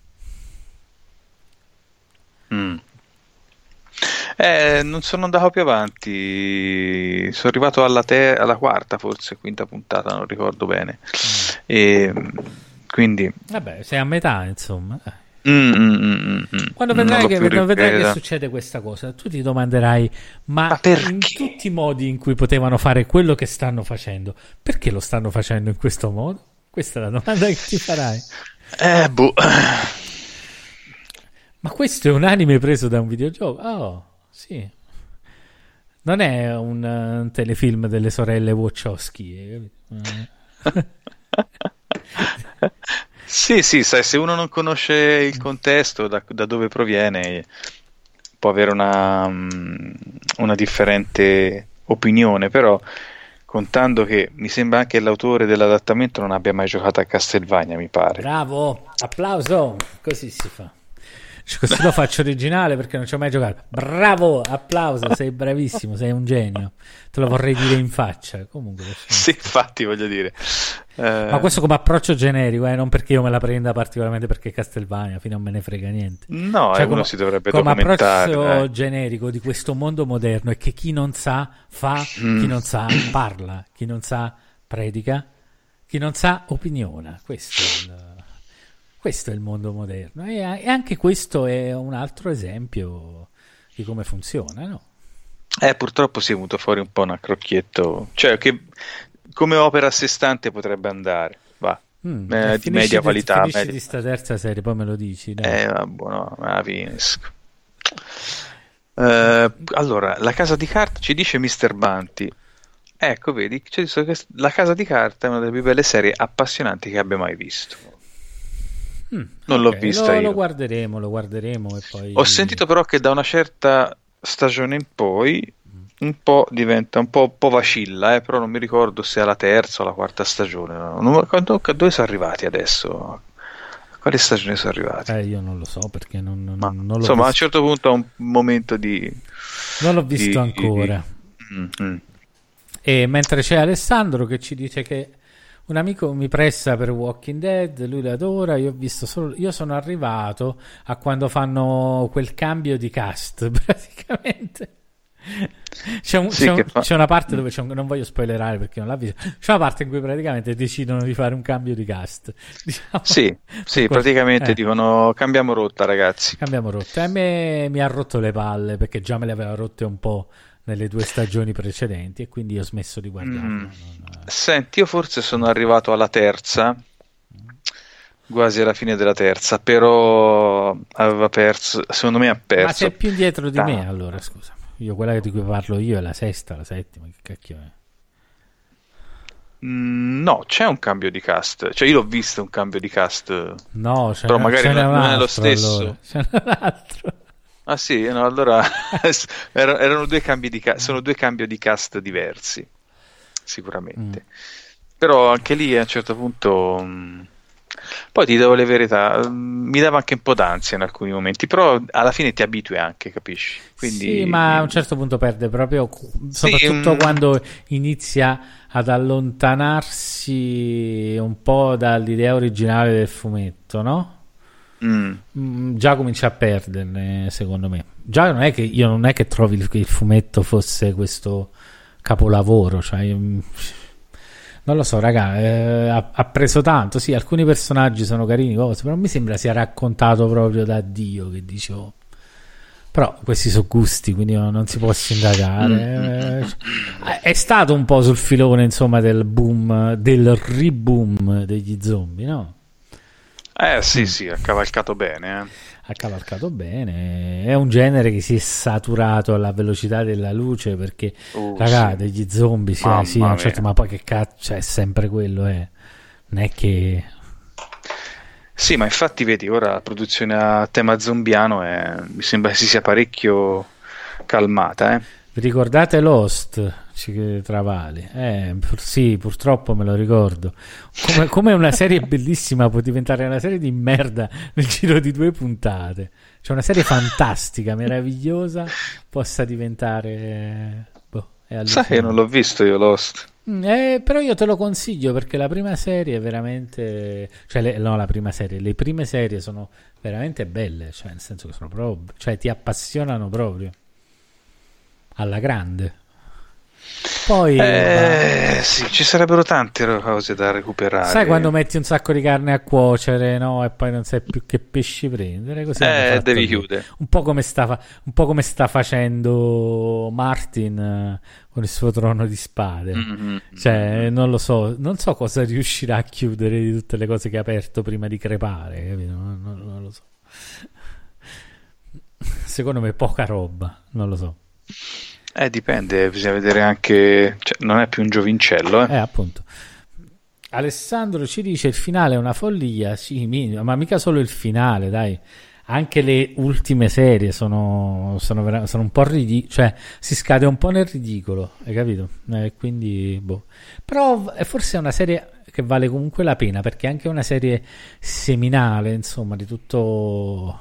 Non sono andato più avanti, sono arrivato alla quarta, forse quinta puntata, non ricordo bene. E quindi vabbè, sei a metà, insomma. Quando vedrai che succede questa cosa, tu ti domanderai ma in tutti i modi in cui potevano fare quello che stanno facendo, perché lo stanno facendo in questo modo? Questa è la domanda che ti farai. Ma questo è un anime preso da un videogioco? Oh, sì. Non è un telefilm delle sorelle Wachowski. Sì, sai, se uno non conosce il contesto, da dove proviene, può avere una differente opinione, però contando che mi sembra anche l'autore dell'adattamento non abbia mai giocato a Castlevania, mi pare. Bravo, applauso, così si fa. Così lo faccio originale perché non ci ho mai giocato. Bravo, applauso, sei bravissimo, sei un genio. Te lo vorrei dire in faccia. Comunque, sì, infatti, voglio dire. Ma questo come approccio generico, non perché io me la prenda particolarmente perché Castlevania, fino a non me ne frega niente. No, cioè, uno si dovrebbe come documentare. Come approccio generico di questo mondo moderno è che chi non sa fa, chi non sa parla, chi non sa predica, chi non sa opiniona. Questo è il mondo moderno e anche questo è un altro esempio di come funziona, no? Purtroppo si è venuto fuori un po' un accrocchietto, cioè che come opera a sé stante potrebbe andare, va, di media qualità. Finisci di sta terza serie, poi me lo dici. Buono, me la finisco. Allora, La Casa di Carta, ci dice Mr. Banti. Ecco, vedi, La Casa di Carta è una delle più belle serie appassionanti che abbia mai visto. Non l'ho vista io. Lo guarderemo e poi... Ho sentito però che da una certa stagione in poi un po' diventa un po' vacilla, però non mi ricordo se è la terza o la quarta stagione. Dove sono arrivati adesso? A quale stagione sono arrivati? Io non lo so perché non l'ho insomma, visto. A un certo punto a un momento di... Non l'ho visto ancora. E mentre c'è Alessandro che ci dice che un amico mi pressa per Walking Dead, lui l'adora, io sono arrivato a quando fanno quel cambio di cast, praticamente. C'è una parte dove non voglio spoilerare perché non l'ha visto, c'è una parte in cui praticamente decidono di fare un cambio di cast, diciamo. Sì, praticamente dicono cambiamo rotta, ragazzi. Cambiamo rotta. E a me mi ha rotto le palle perché già me le aveva rotte un po' nelle 2 stagioni precedenti e quindi ho smesso di guardarlo. Senti, io forse sono arrivato alla terza, quasi alla fine della terza, però aveva perso, secondo me ha perso. Ma sei più indietro di me, allora, scusa. Io quella di cui parlo io è la sesta, la settima, che cacchio è? No, c'è un cambio di cast, cioè io l'ho visto un cambio di cast. No, però magari non è lo stesso. Allora. C'è un altro. Ah sì, no, allora erano 2 cambi di cast, sono 2 cambi di cast diversi, sicuramente. Però anche lì a un certo punto, poi ti devo le verità, mi dava anche un po' d'ansia in alcuni momenti, però alla fine ti abitui anche, capisci? Quindi, sì, ma a un certo punto perde proprio, soprattutto quando inizia ad allontanarsi un po' dall'idea originale del fumetto, no? già comincia a perderne, secondo me. Già non è che trovi che il fumetto fosse questo capolavoro, cioè non lo so, raga, ha preso tanto, sì, alcuni personaggi sono carini, cose, però mi sembra sia raccontato proprio da Dio, che dicevo. Però questi sono gusti, quindi non si può sindacare. È stato un po' sul filone, insomma, del boom, del reboom degli zombie, no? Sì, ha cavalcato bene. Ha cavalcato bene. È un genere che si è saturato alla velocità della luce, perché, raga, degli zombie, sì, certo, ma poi che cazzo, è sempre quello, non è che... Sì, ma infatti vedi, ora la produzione a tema zombiano mi sembra si sia parecchio calmata. Vi ricordate Lost? Travali? Sì, purtroppo me lo ricordo. Come una serie bellissima può diventare una serie di merda nel giro di 2 puntate. Cioè una serie fantastica, meravigliosa, possa diventare... Sai che non l'ho visto io Lost? Però io te lo consiglio, perché la prima serie è veramente, le prime serie sono veramente belle, cioè nel senso che sono proprio, cioè ti appassionano proprio alla grande. Poi sì, ci sarebbero tante cose da recuperare. Sai quando metti un sacco di carne a cuocere, no? E poi non sai più che pesci prendere, così devi chiudere. Un po' come sta facendo Martin con il suo Trono di Spade. Cioè, non lo so, non so cosa riuscirà a chiudere di tutte le cose che ha aperto prima di crepare, capito? Non lo so. Secondo me poca roba, non lo so. Dipende, bisogna vedere anche, cioè, non è più un giovincello. Appunto. Alessandro ci dice: il finale è una follia, sì, ma mica solo il finale, dai. Anche le ultime serie sono un po' ridicole, cioè si scade un po' nel ridicolo, hai capito? Quindi, boh. Però forse è una serie che vale comunque la pena, perché è anche una serie seminale, insomma, di tutto...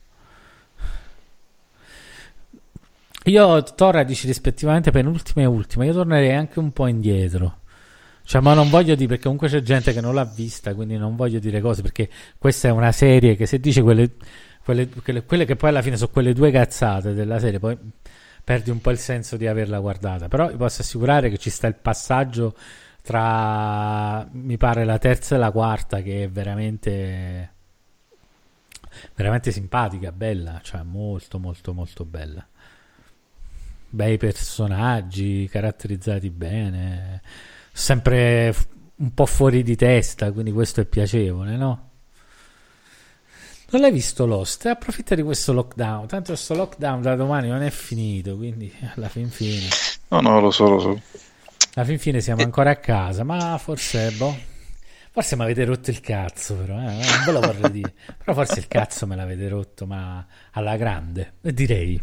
Io, Tora dici rispettivamente penultima e ultima, io tornerei anche un po' indietro. Cioè, ma non voglio dire, perché comunque c'è gente che non l'ha vista, quindi non voglio dire cose, perché questa è una serie che se dice quelle che poi alla fine sono quelle 2 cazzate della serie, poi perdi un po' il senso di averla guardata. Però vi posso assicurare che ci sta il passaggio tra, mi pare, la terza e la quarta, che è veramente veramente simpatica, bella, cioè molto molto molto bella. Bei personaggi, caratterizzati bene, sempre un po' fuori di testa, quindi questo è piacevole, no? Non l'hai visto Lost? Approfitta di questo lockdown, tanto questo lockdown da domani non è finito, quindi alla fin fine... No, lo so. Alla fin fine siamo ancora a casa, ma forse, forse mi avete rotto il cazzo, però, non ve lo vorrei dire, però forse il cazzo me l'avete rotto, ma alla grande, direi.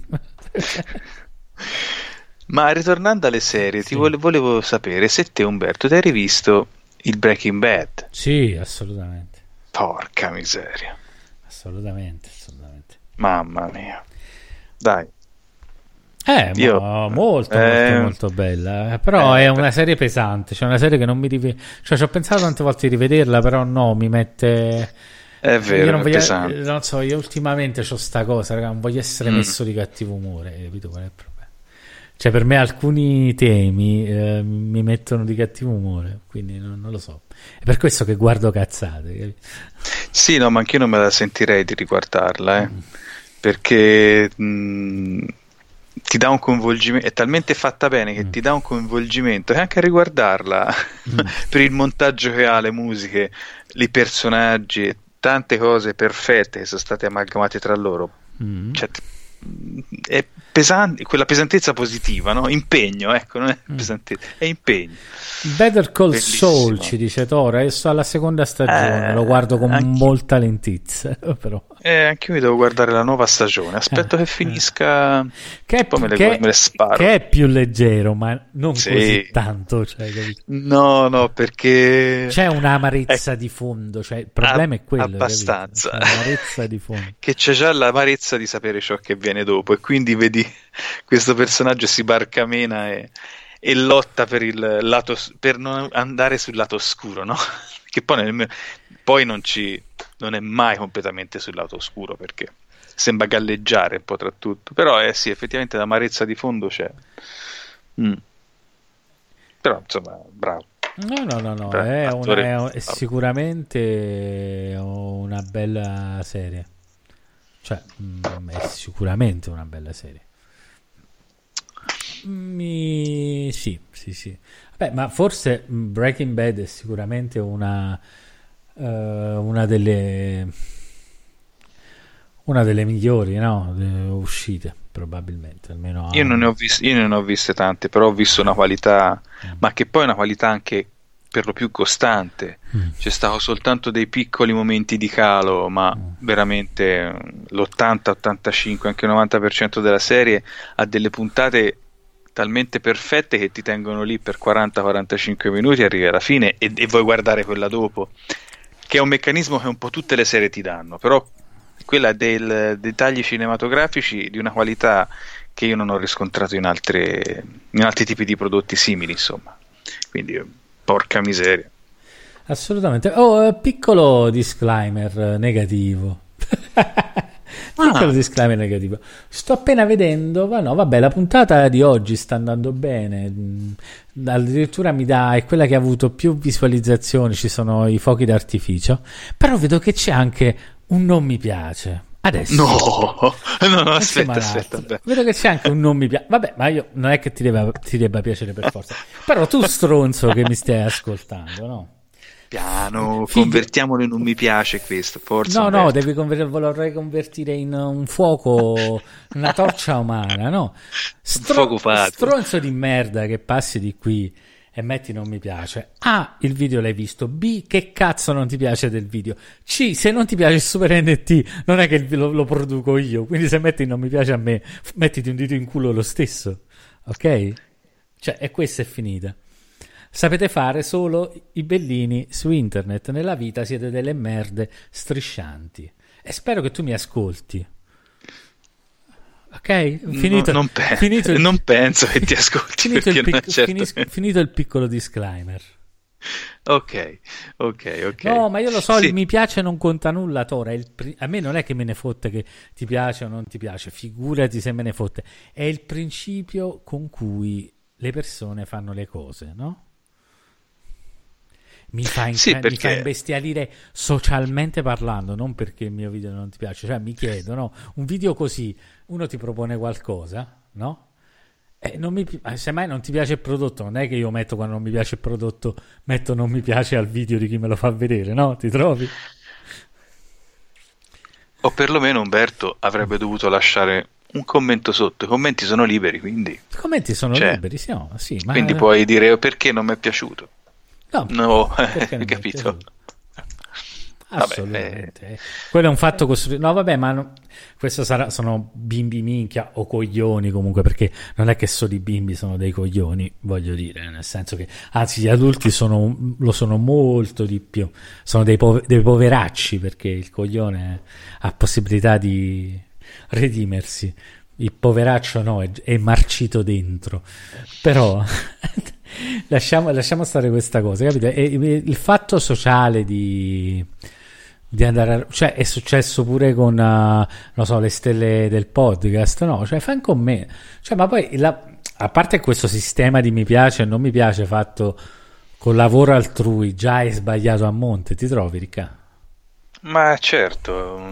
Ma ritornando alle serie, sì. Volevo sapere se te, Umberto, ti hai rivisto il Breaking Bad? Sì, assolutamente. Porca miseria. Assolutamente. Mamma mia. Dai. Molto bella, però è una serie pesante, cioè una serie che non mi cioè ci ho pensato tante volte di vederla, però no, mi mette... È vero, è pesante. Non so, io ultimamente c'ho sta cosa, raga, non voglio essere messo di cattivo umore, capito qual è il problema? Cioè per me alcuni temi mi mettono di cattivo umore, quindi non lo so. È per questo che guardo cazzate, capito? Sì, no, ma anch'io non me la sentirei di riguardarla, perché ti dà un coinvolgimento, è talmente fatta bene che ti dà un coinvolgimento, e anche a riguardarla per il montaggio che ha, le musiche, i personaggi, tante cose perfette che sono state amalgamate tra loro. Cioè, è pesante, quella pesantezza positiva, no? Impegno, ecco, non è pesantezza, è impegno. Better Call Saul, ci dice Tora, io sto alla seconda stagione, lo guardo con molta lentezza, però anche io mi devo guardare la nuova stagione, aspetto che finisca, poi me le sparo. Che è più leggero, ma non così tanto, cioè, capito? No, perché c'è un'amarezza di fondo, cioè il problema è quello, abbastanza, l'amarezza di fondo, che c'è già l'amarezza di sapere ciò che viene dopo, e quindi vedi questo personaggio si barcamena e lotta per il lato, per non andare sul lato oscuro, no? Che poi non ci non è mai completamente sul lato oscuro, perché sembra galleggiare un po' tra tutto, però sì, effettivamente l'amarezza di fondo c'è. Però insomma, bravo. No, è sicuramente una bella serie, cioè è sicuramente una bella serie. Sì. Beh, ma forse Breaking Bad è sicuramente una delle migliori, no? Uscite, probabilmente, almeno io non ne ho viste tante, però ho visto una qualità, ma che poi è una qualità anche per lo più costante. C'è stato soltanto dei piccoli momenti di calo, ma veramente l'80, 85, anche il 90% della serie ha delle puntate talmente perfette che ti tengono lì per 40-45 minuti, arrivi alla fine e vuoi guardare quella dopo, che è un meccanismo che un po' tutte le serie ti danno, però quella dei dettagli cinematografici di una qualità che io non ho riscontrato in altri tipi di prodotti simili, insomma. Quindi porca miseria. Assolutamente. Piccolo disclaimer negativo. Disclaimer negativo. Sto appena vedendo, vabbè, la puntata di oggi sta andando bene, addirittura è quella che ha avuto più visualizzazioni, ci sono i fuochi d'artificio, però vedo che c'è anche un non mi piace. Adesso no, aspetta. Vedo che c'è anche un non mi piace. Vabbè, ma io non è che ti debba piacere per forza. Però tu stronzo che mi stai ascoltando, no? Piano, convertiamolo in un mi piace questo, forza. No, vorrei convertire in un fuoco, una torcia umana, no? Stronzo di merda che passi di qui e metti non mi piace. A, il video l'hai visto. B, che cazzo non ti piace del video. C, se non ti piace il Super NT non è che lo produco io, quindi se metti non mi piace a me, mettiti un dito in culo lo stesso, ok? Cioè, e questa è finita. Sapete fare solo i bellini su internet, nella vita siete delle merde striscianti e spero che tu mi ascolti. Ok? Finito, non penso che ti ascolti. Finito il piccolo disclaimer. Ok. No, ma io lo so, sì. Il mi piace non conta nulla, Tora. A me non è che me ne fotte che ti piace o non ti piace, figurati se me ne fotte. È il principio con cui le persone fanno le cose, no? Mi fa imbestialire socialmente parlando, non perché il mio video non ti piace, cioè mi chiedo, no? Un video così, uno ti propone qualcosa, no? E semmai non ti piace il prodotto, non è che io metto quando non mi piace il prodotto, metto non mi piace al video di chi me lo fa vedere, no? Ti trovi? O perlomeno Umberto avrebbe dovuto lasciare un commento sotto. I commenti sono liberi, quindi i commenti sono liberi, sì, ma... quindi puoi dire perché non mi è piaciuto. No, hai capito? Assolutamente. Quello è un fatto costruito. No, vabbè, ma questo sono bimbi minchia o coglioni comunque, perché non è che solo i bimbi sono dei coglioni, voglio dire, nel senso che anzi gli adulti lo sono molto di più, sono dei poveracci, perché il coglione ha possibilità di redimersi, il poveraccio no, è marcito dentro, però lasciamo stare questa cosa, capito? E il fatto sociale di andare cioè è successo pure con non so, le stelle del podcast, no? Cioè fan con me, cioè, ma poi a parte questo sistema di mi piace e non mi piace fatto con lavoro altrui già è sbagliato a monte, ti trovi, Ricca? Ma certo,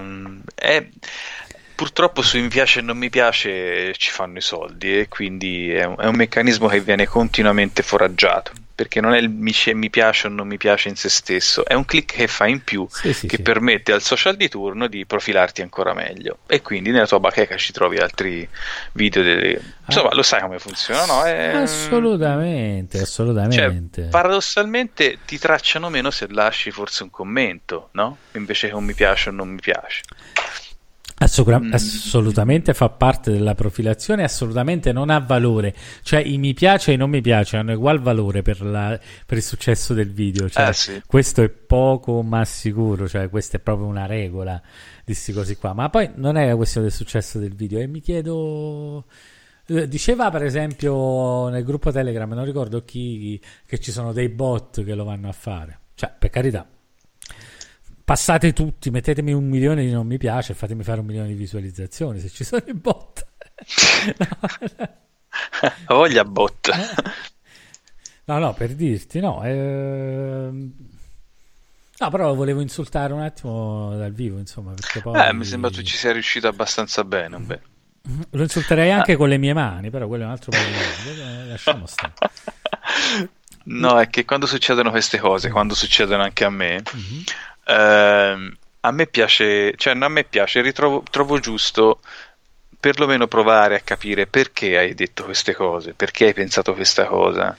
purtroppo su mi piace e non mi piace ci fanno i soldi, e quindi è un meccanismo che viene continuamente foraggiato, perché non è il mi piace o non mi piace in se stesso, è un click che fa in più, che permette al social di turno di profilarti ancora meglio, e quindi nella tua bacheca ci trovi altri video insomma, lo sai come funziona, no? Assolutamente. Cioè, paradossalmente ti tracciano meno se lasci forse un commento, no? Invece che un mi piace o non mi piace. Assolutamente fa parte della profilazione, assolutamente non ha valore, cioè i mi piace e i non mi piace hanno ugual valore per il successo del video, cioè, sì. Questo è poco ma sicuro, cioè questa è proprio una regola di sti cosi qua, ma poi non è la questione del successo del video, e mi chiedo, diceva per esempio nel gruppo Telegram, non ricordo chi, che ci sono dei bot che lo vanno a fare, cioè per carità, passate tutti, mettetemi 1 milione di non mi piace e fatemi fare 1 milione di visualizzazioni se ci sono i bot. Voglia bot. No, per dirti, no. No, però volevo insultare un attimo dal vivo, insomma, perché poi... mi sembra tu ci sia riuscito abbastanza bene. Beh. Lo insulterei anche con le mie mani, però quello è un altro problema. Lasciamo stare. No, è che quando succedono queste cose, quando succedono anche a me, a me piace, cioè non a me piace, trovo giusto perlomeno provare a capire perché hai detto queste cose, perché hai pensato questa cosa.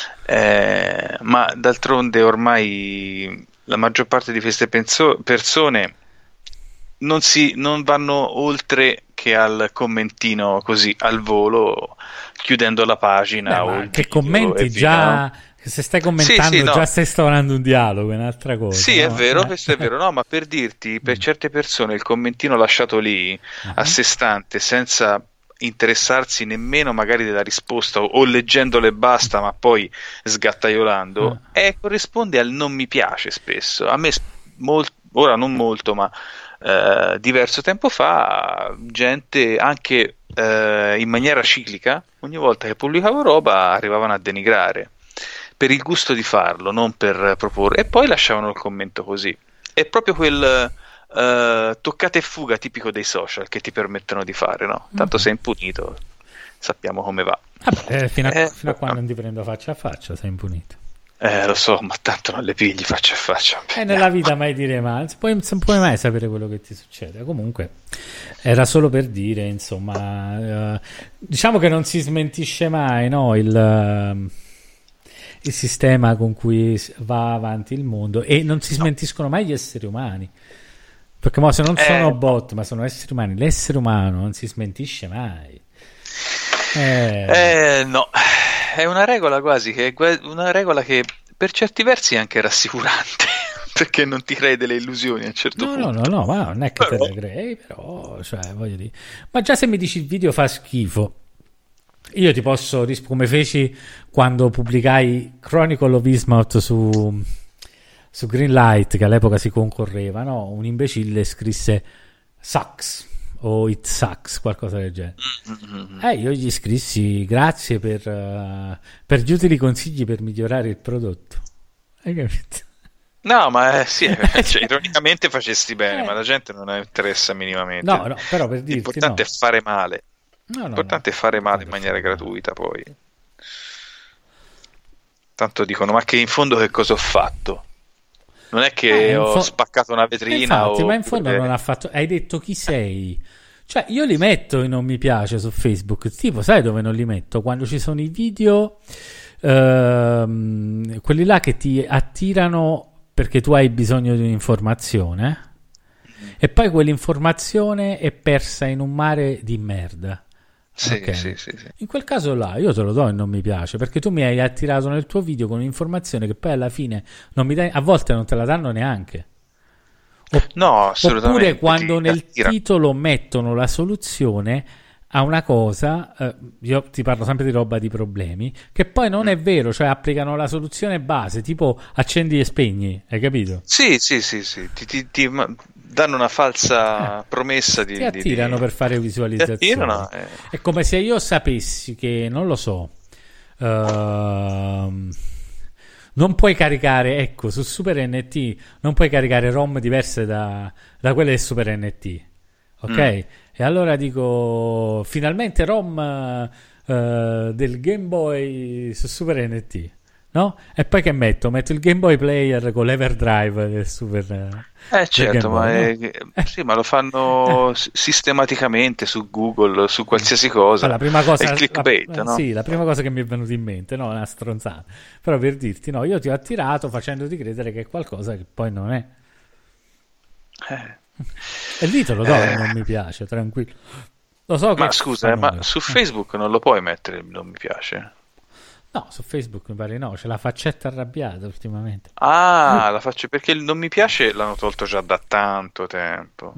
Ma d'altronde ormai la maggior parte di queste persone non vanno oltre che al commentino così al volo, chiudendo la pagina. Ma che commenti già, no? Se stai commentando sì, no. Già stai instaurando un dialogo, è un'altra cosa. Sì, no? È vero, questo è vero, no, ma per dirti, per certe persone il commentino lasciato lì a sé stante, senza interessarsi nemmeno magari della risposta o leggendole e basta, ma poi sgattaiolando, corrisponde al non mi piace spesso. A me ora non molto, ma diverso tempo fa, gente anche in maniera ciclica, ogni volta che pubblicavo roba arrivavano a denigrare per il gusto di farlo, non per proporre, e poi lasciavano il commento così. È proprio quel toccate e fuga tipico dei social che ti permettono di fare, no? Tanto sei impunito, sappiamo come va. Fino a quando non ti prendo faccia a faccia sei impunito. Lo so, ma tanto non le pigli faccia a faccia. Nella vita mai dire mai, non puoi mai sapere quello che ti succede. Comunque era solo per dire, insomma, diciamo che non si smentisce mai, no, il sistema con cui va avanti il mondo, e non si smentiscono mai gli esseri umani, perché se non sono bot ma sono esseri umani, l'essere umano non si smentisce mai. No, è una regola quasi che una regola che per certi versi è anche rassicurante perché non ti crei delle illusioni a un certo punto. No, ma non è che te le crei, però, cioè, voglio dire, ma già se mi dici il video fa schifo, io ti posso come feci quando pubblicai Chronicle of Ismouth su Greenlight, che all'epoca si concorreva, no? Un imbecille scrisse sucks o it sucks, qualcosa del genere. Io gli scrissi grazie per gli utili consigli per migliorare il prodotto. Hai capito? No, ma sì, cioè, ironicamente facesti bene, ma la gente non interessa minimamente. No, però per dirti, l'importante è fare male. L'importante è fare male in maniera gratuita, poi. Tanto dicono, ma che in fondo che cosa ho fatto? Non è che ho spaccato una vetrina. Infatti, ma in fondo non ha fatto. Hai detto chi sei. Cioè, io li metto i non mi piace su Facebook. Tipo, sai dove non li metto? Quando ci sono i video, quelli là che ti attirano perché tu hai bisogno di un'informazione, e poi quell'informazione è persa in un mare di merda. Sì, okay. Sì. In quel caso là io te lo do e non mi piace, perché tu mi hai attirato nel tuo video con un'informazione che poi alla fine non mi dai, a volte non te la danno neanche. No, assolutamente. Oppure quando nel titolo mettono la soluzione a una cosa, io ti parlo sempre di roba di problemi, che poi non è vero, cioè applicano la soluzione base, tipo accendi e spegni, hai capito? Sì, ti danno una falsa promessa di... Ti attirano per fare visualizzazioni. È come se io sapessi che, non lo so, non puoi caricare, ecco, su Super NT non puoi caricare ROM diverse da quelle del Super NT, ok? E allora dico, finalmente ROM del Game Boy su Super NT, no? E poi che metto il Game Boy Player con l'Everdrive del Super certo, ma sì, ma lo fanno sistematicamente su Google, su qualsiasi cosa. La prima cosa, è il clickbait, no? Sì, la prima cosa che mi è venuta in mente, no, una stronzata, però per dirti, no, io ti ho attirato facendoti credere che è qualcosa che poi non è. E lì te lo do, non mi piace, tranquillo. Lo so che... Ma scusa, ma su Facebook non lo puoi mettere il non mi piace? No, su Facebook mi pare no, c'è la faccetta arrabbiata ultimamente. La faccio perché il non mi piace l'hanno tolto già da tanto tempo.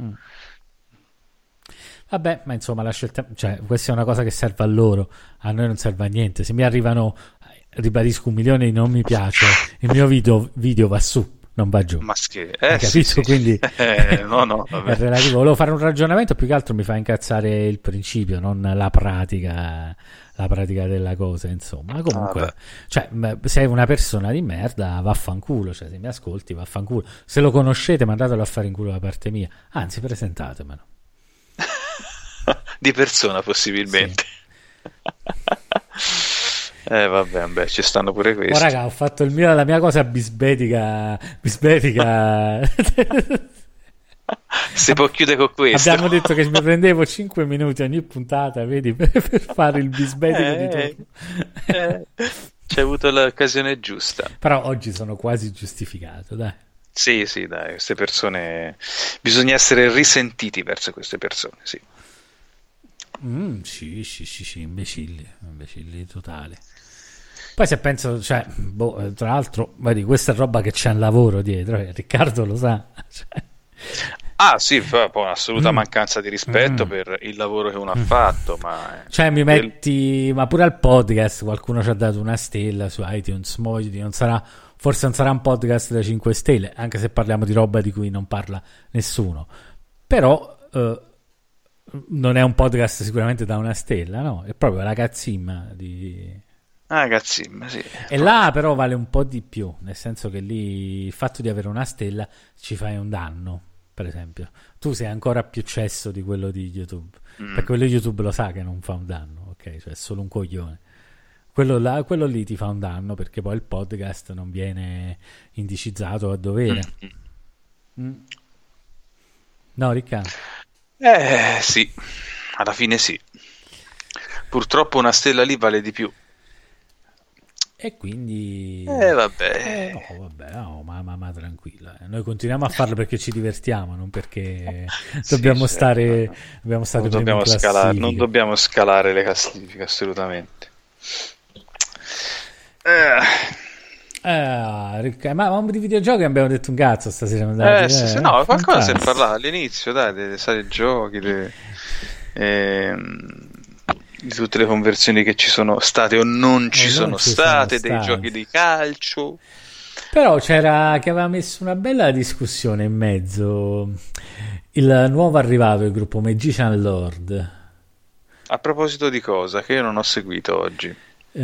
Vabbè, ma insomma la scelta, cioè questa è una cosa che serve a loro, a noi non serve a niente. Se mi arrivano, ribadisco, 1 milione di non mi piace, il mio video va su, non va giù. Ma che Hai capito? sì. Quindi no, vabbè. è relativo. Volevo fare un ragionamento, più che altro mi fa incazzare il principio, non la pratica della cosa, insomma. Ma comunque, cioè, sei una persona di merda, vaffanculo, cioè se mi ascolti vaffanculo. Se lo conoscete, mandatelo a fare in culo da parte mia, anzi presentatemelo. Di persona possibilmente. Vabbè, ci stanno pure questi. Oh raga, ho fatto la mia cosa bisbetica. Si può chiudere con questo. Abbiamo detto che mi prendevo 5 minuti ogni puntata, vedi, per fare il bisbetico di tutto. C'è avuto l'occasione giusta. Però oggi sono quasi giustificato, dai. Sì, dai, queste persone, bisogna essere risentiti verso queste persone, sì. Sì, imbecilli totali. Poi se penso, cioè, tra l'altro, vedi, questa è roba che c'è un lavoro dietro, Riccardo lo sa. Cioè. Sì, poi un'assoluta mancanza di rispetto per il lavoro che uno ha fatto, ma... Cioè mi metti, ma pure al podcast qualcuno ci ha dato una stella su iTunes, forse non sarà un podcast da 5 stelle, anche se parliamo di roba di cui non parla nessuno, però non è un podcast sicuramente da una stella, no? È proprio la cazzimma di... cazzimma, sì. E là però vale un po' di più, nel senso che lì il fatto di avere una stella ci fai un danno, per esempio. Tu sei ancora più cesso di quello di YouTube, perché quello di YouTube lo sa che non fa un danno, ok? Cioè è solo un coglione. Quello lì ti fa un danno perché poi il podcast non viene indicizzato a dovere. No, Riccardo? Sì, alla fine sì. Purtroppo una stella lì vale di più. E quindi... vabbè. Ma tranquilla. Noi continuiamo a farlo perché ci divertiamo, non perché dobbiamo stare non dobbiamo scalare, non dobbiamo scalare le classifiche, assolutamente. Ma di videogiochi abbiamo detto un cazzo stasera. Sì, no, qualcosa si è parlato all'inizio, dai, dei sali giochi, di tutte le conversioni che ci sono state o non ci sono state, dei giochi di calcio. Però c'era che aveva messo una bella discussione in mezzo il nuovo arrivato del gruppo Magician Lord. A proposito di cosa? Che io non ho seguito oggi.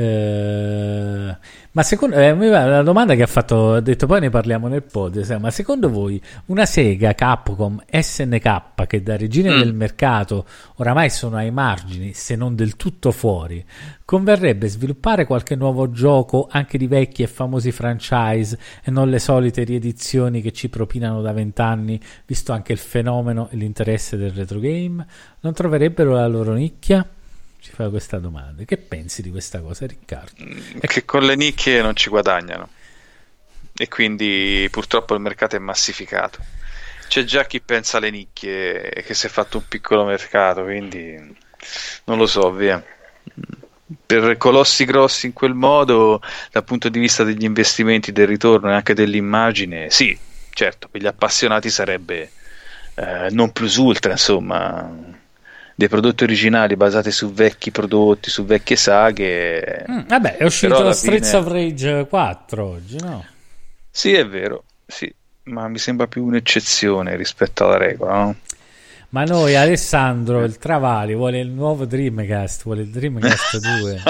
Ma secondo la domanda che ha detto poi ne parliamo nel podcast, ma secondo voi una Sega, Capcom, SNK che da regine del mercato oramai sono ai margini se non del tutto fuori, converrebbe sviluppare qualche nuovo gioco anche di vecchi e famosi franchise e non le solite riedizioni che ci propinano da 20 anni, visto anche il fenomeno e l'interesse del retro game? Non troverebbero la loro nicchia? Ci fa questa domanda. Che pensi di questa cosa, Riccardo? Che con le nicchie non ci guadagnano e quindi purtroppo il mercato è massificato. C'è già chi pensa alle nicchie e che si è fatto un piccolo mercato, quindi non lo so, via. Per colossi grossi in quel modo, dal punto di vista degli investimenti, del ritorno e anche dell'immagine, sì, certo, per gli appassionati sarebbe non plus ultra, insomma, dei prodotti originali basati su vecchi prodotti, su vecchie saghe. Vabbè, è uscito Streets of Rage 4 oggi, no? Sì, è vero, sì, ma mi sembra più un'eccezione rispetto alla regola, no? Ma noi, Alessandro, il Travali, vuole il nuovo Dreamcast, vuole il Dreamcast 2.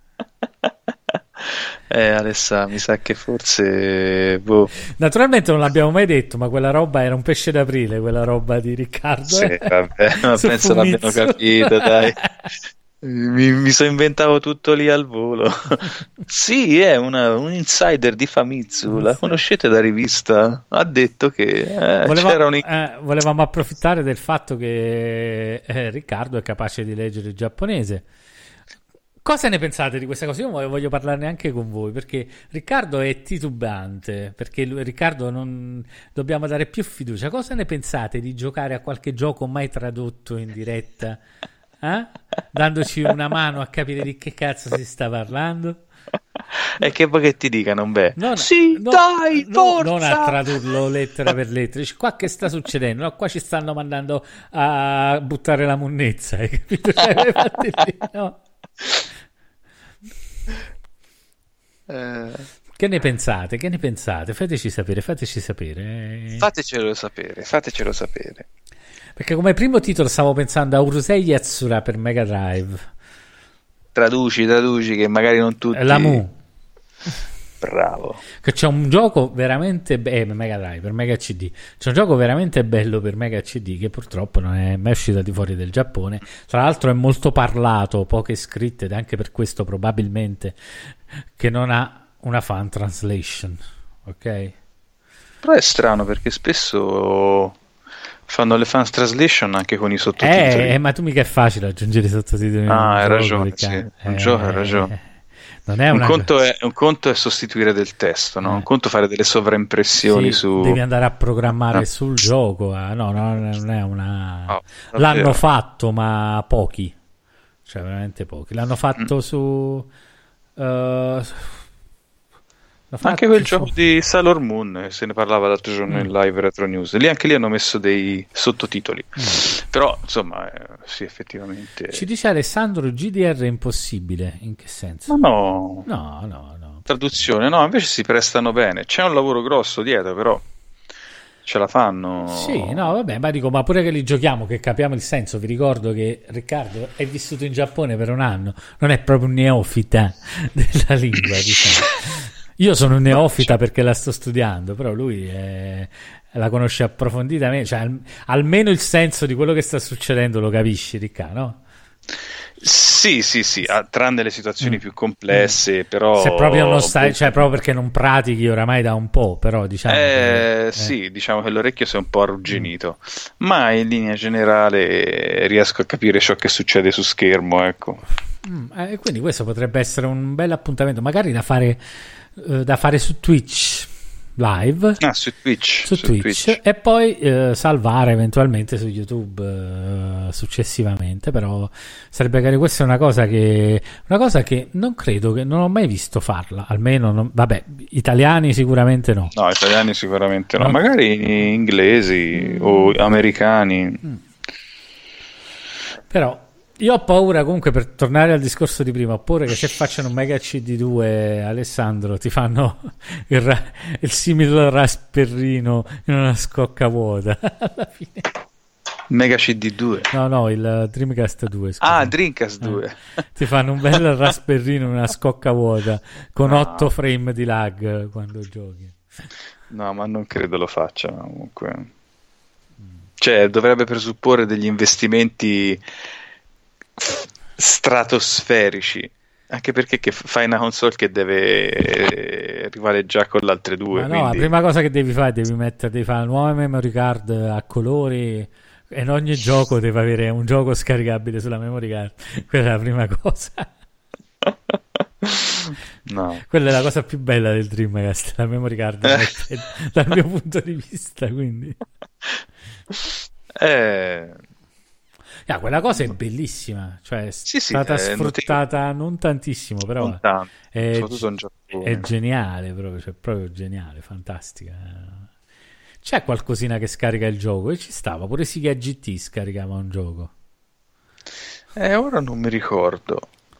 Alessà, mi sa che forse Naturalmente non l'abbiamo mai detto, ma quella roba era un pesce d'aprile, quella roba di Riccardo. Sì, vabbè, ma penso l'abbiano capito, dai. Mi so inventavo tutto lì al volo. Sì, è un insider di Famitsu, la conoscete da rivista? Ha detto che volevamo approfittare del fatto che Riccardo è capace di leggere il giapponese. Cosa ne pensate di questa cosa? Io voglio parlarne anche con voi, perché Riccardo è titubante, perché Riccardo non dobbiamo dare più fiducia. Cosa ne pensate di giocare a qualche gioco mai tradotto in diretta? Dandoci una mano a capire di che cazzo si sta parlando? E che vuoi che ti dicano? Dai, forza! Non a tradurlo lettera per lettera. Dici, qua che sta succedendo? No, qua ci stanno mandando a buttare la munnezza, hai capito? Cioè, no. Che ne pensate? Fateci sapere. Fatecelo sapere. Perché come primo titolo stavo pensando a Urusei Yatsura per Mega Drive. Traduci, che magari non tutti... Lamu. Bravo. Che c'è un gioco veramente per Mega Drive, per Mega CD. C'è un gioco veramente bello per Mega CD che purtroppo non è mai uscito al di fuori del Giappone. Tra l'altro è molto parlato, poche scritte, ed anche per questo probabilmente che non ha una fan translation. Ok? Però è strano perché spesso fanno le fan translation anche con i sottotitoli. Ma tu mica è facile aggiungere i sottotitoli. Hai ragione, sì. Un gioco hai ragione. Non è un conto è sostituire del testo, no? Un conto fare delle sovraimpressioni su... Devi andare a programmare sul gioco. No, non è una... Oh, l'hanno fatto, ma pochi. Cioè, veramente pochi. L'hanno fatto su... anche quel gioco di Sailor Moon, se ne parlava l'altro giorno in live Retro News. Anche lì hanno messo dei sottotitoli. Però, insomma, sì, effettivamente... Ci dice Alessandro, GDR è impossibile. In che senso? Ma no. No. Traduzione, no, invece si prestano bene. C'è un lavoro grosso dietro, però ce la fanno. Sì, no, vabbè, ma pure che li giochiamo, che capiamo il senso. Vi ricordo che Riccardo è vissuto in Giappone per un anno, non è proprio un neofita della lingua, diciamo. Io sono un neofita perché la sto studiando, però lui la conosce approfonditamente, cioè almeno il senso di quello che sta succedendo lo capisci, Ricca, no? Sì, tranne le situazioni più complesse, però... Se proprio non stai, cioè proprio perché non pratichi oramai da un po', però diciamo... Sì, diciamo che l'orecchio si è un po' arrugginito, ma in linea generale riesco a capire ciò che succede su schermo, ecco. Quindi questo potrebbe essere un bel appuntamento, magari da fare su Twitch live, su Twitch e poi salvare eventualmente su YouTube successivamente. Però sarebbe carino. Questa è una cosa che non credo, che non ho mai visto farla, almeno vabbè, italiani sicuramente no, magari inglesi o americani. Però io ho paura, comunque, per tornare al discorso di prima, ho paura che se facciano un Mega CD2, Alessandro, ti fanno il simile rasperrino in una scocca vuota alla fine. Mega CD2? No, il Dreamcast 2, scusa. Dreamcast 2. Ti fanno un bel rasperino in una scocca vuota con 8 frame di lag quando giochi. No, ma non credo lo facciano comunque. Cioè, dovrebbe presupporre degli investimenti stratosferici, anche perché che fai una console che deve rivaleggiare con le altre due. Ma no, la prima cosa che devi fare devi fare nuove memory card a colori, e in ogni gioco deve avere un gioco scaricabile sulla memory card. Quella è la prima cosa. No, quella è la cosa più bella del Dreamcast, la memory card dal mio punto di vista, quindi quella cosa è bellissima, cioè è stata sfruttata non tantissimo, però è geniale proprio, cioè proprio geniale, fantastica. C'è qualcosina che scarica il gioco, e ci stava pure Sega GT, scaricava un gioco. Ora non mi ricordo.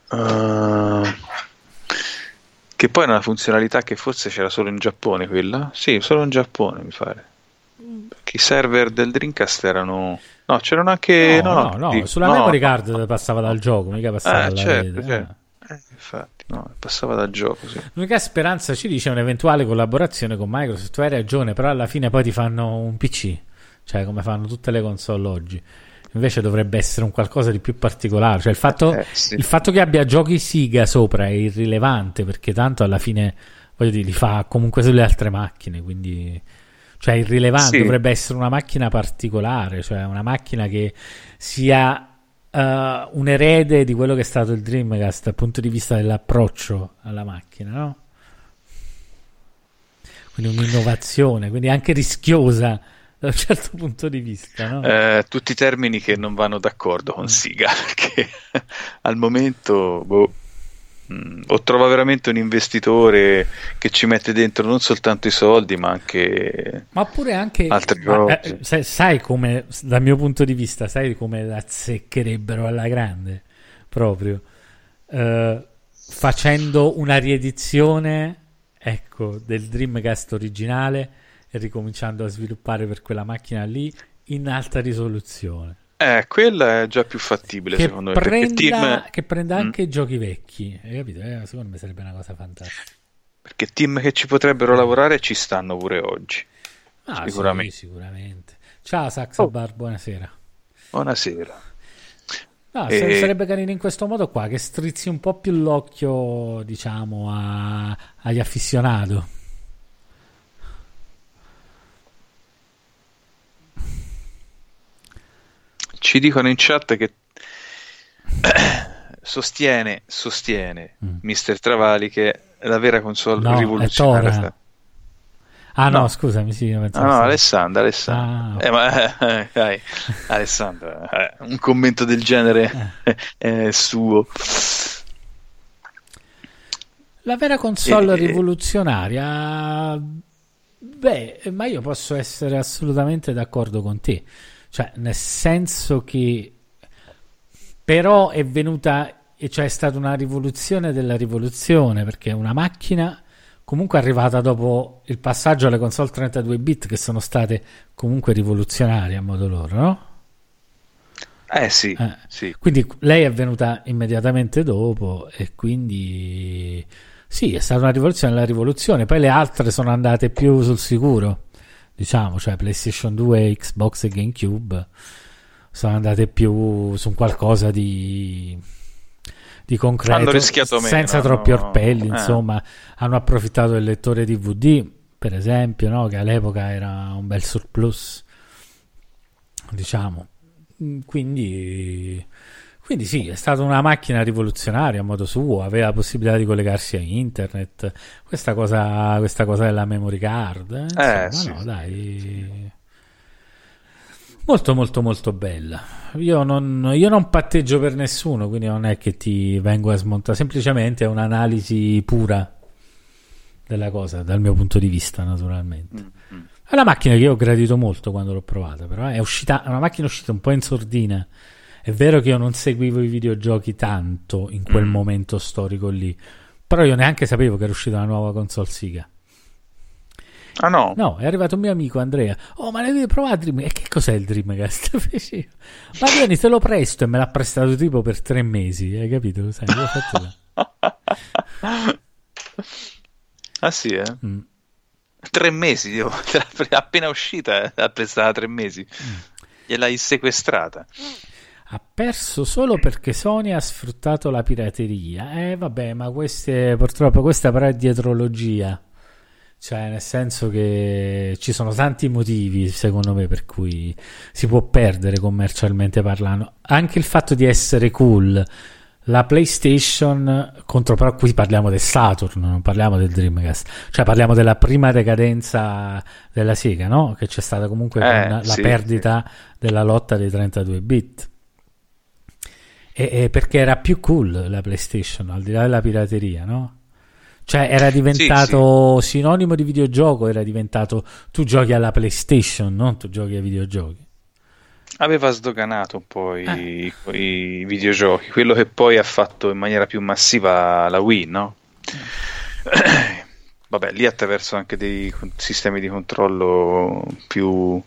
Che poi è una funzionalità che forse c'era solo in Giappone, quella? Sì, solo in Giappone mi pare. Perché i server del Dreamcast erano... No, c'erano anche... No, sulla memory card passava dal gioco, mica passava dalla rete. Certo. Infatti, passava dal gioco, sì. L'unica speranza, ci dice, un'eventuale collaborazione con Microsoft. Tu hai ragione, però alla fine poi ti fanno un PC, cioè come fanno tutte le console oggi. Invece dovrebbe essere un qualcosa di più particolare, cioè il fatto che abbia giochi Sega sopra è irrilevante, perché tanto alla fine, voglio dire, li fa comunque sulle altre macchine, quindi cioè irrilevante. Dovrebbe essere una macchina particolare, cioè una macchina che sia un erede di quello che è stato il Dreamcast dal punto di vista dell'approccio alla macchina, no? Quindi un'innovazione, quindi anche rischiosa da un certo punto di vista, no? Tutti termini che non vanno d'accordo con Sega, perché al momento o trova veramente un investitore che ci mette dentro non soltanto i soldi, ma pure anche altre cose. Sai come, dal mio punto di vista, sai come la azzeccherebbero alla grande, proprio facendo una riedizione ecco, del Dreamcast originale e ricominciando a sviluppare per quella macchina lì in alta risoluzione. Quella è già più fattibile, secondo me. Che prenda anche i giochi vecchi, hai capito? Secondo me sarebbe una cosa fantastica. Perché team che ci potrebbero lavorare ci stanno pure oggi. Sicuramente. Sì, sicuramente. Ciao Saxabar, buonasera. Buonasera. No, sarebbe carino in questo modo qua, che strizzi un po' più l'occhio, diciamo, agli affissionati. Ci dicono in chat che sostiene Mr. Travali che la vera console rivoluzionaria. No, scusami, sì, Alessandra. Dai, Alessandra, un commento del genere è suo. La vera console rivoluzionaria, ma io posso essere assolutamente d'accordo con te, cioè nel senso che però è venuta, cioè è stata una rivoluzione della rivoluzione, perché è una macchina comunque arrivata dopo il passaggio alle console 32 bit che sono state comunque rivoluzionarie a modo loro, no? Sì. Quindi lei è venuta immediatamente dopo e quindi sì, è stata una rivoluzione nella rivoluzione. Poi le altre sono andate più sul sicuro, diciamo, cioè PlayStation 2, Xbox e GameCube sono andate più su qualcosa di concreto, hanno rischiato meno, senza troppi orpelli, insomma, hanno approfittato del lettore DVD, per esempio, no? Che all'epoca era un bel surplus, diciamo. Quindi sì, è stata una macchina rivoluzionaria a modo suo, aveva la possibilità di collegarsi a internet, questa cosa della memory card, insomma, no, dai, molto molto molto bella. Io non patteggio per nessuno, quindi non è che ti vengo a smontare, semplicemente è un'analisi pura della cosa dal mio punto di vista, naturalmente. È una macchina che io ho gradito molto quando l'ho provata, però è una macchina uscita un po' in sordina. È vero che io non seguivo i videogiochi tanto in quel momento storico lì, però io neanche sapevo che era uscita una nuova console Sega. Ah no? No, è arrivato un mio amico Andrea. Oh, ma devi provare Dreamcast? E che cos'è il Dreamcast? Ma vieni, te lo presto, e me l'ha prestato tipo per 3 mesi, hai capito? Sai, l'ho fatto là. Ah sì, 3 mesi, appena uscita l'ha prestata 3 mesi. Gliel'hai sequestrata. Ha perso solo perché Sony ha sfruttato la pirateria. Vabbè, ma purtroppo questa però è dietrologia. Cioè, nel senso che ci sono tanti motivi, secondo me, per cui si può perdere commercialmente parlando. Anche il fatto di essere cool, la PlayStation però qui parliamo del Saturn, non parliamo del Dreamcast, cioè parliamo della prima decadenza della Sega, no? Che c'è stata comunque con la perdita della lotta dei 32 bit. E perché era più cool la PlayStation, al di là della pirateria, no? Cioè era diventato sinonimo di videogioco, era diventato tu giochi alla PlayStation, non tu giochi ai videogiochi. Aveva sdoganato un po' i videogiochi, quello che poi ha fatto in maniera più massiva la Wii, no? Vabbè, lì attraverso anche dei sistemi di controllo più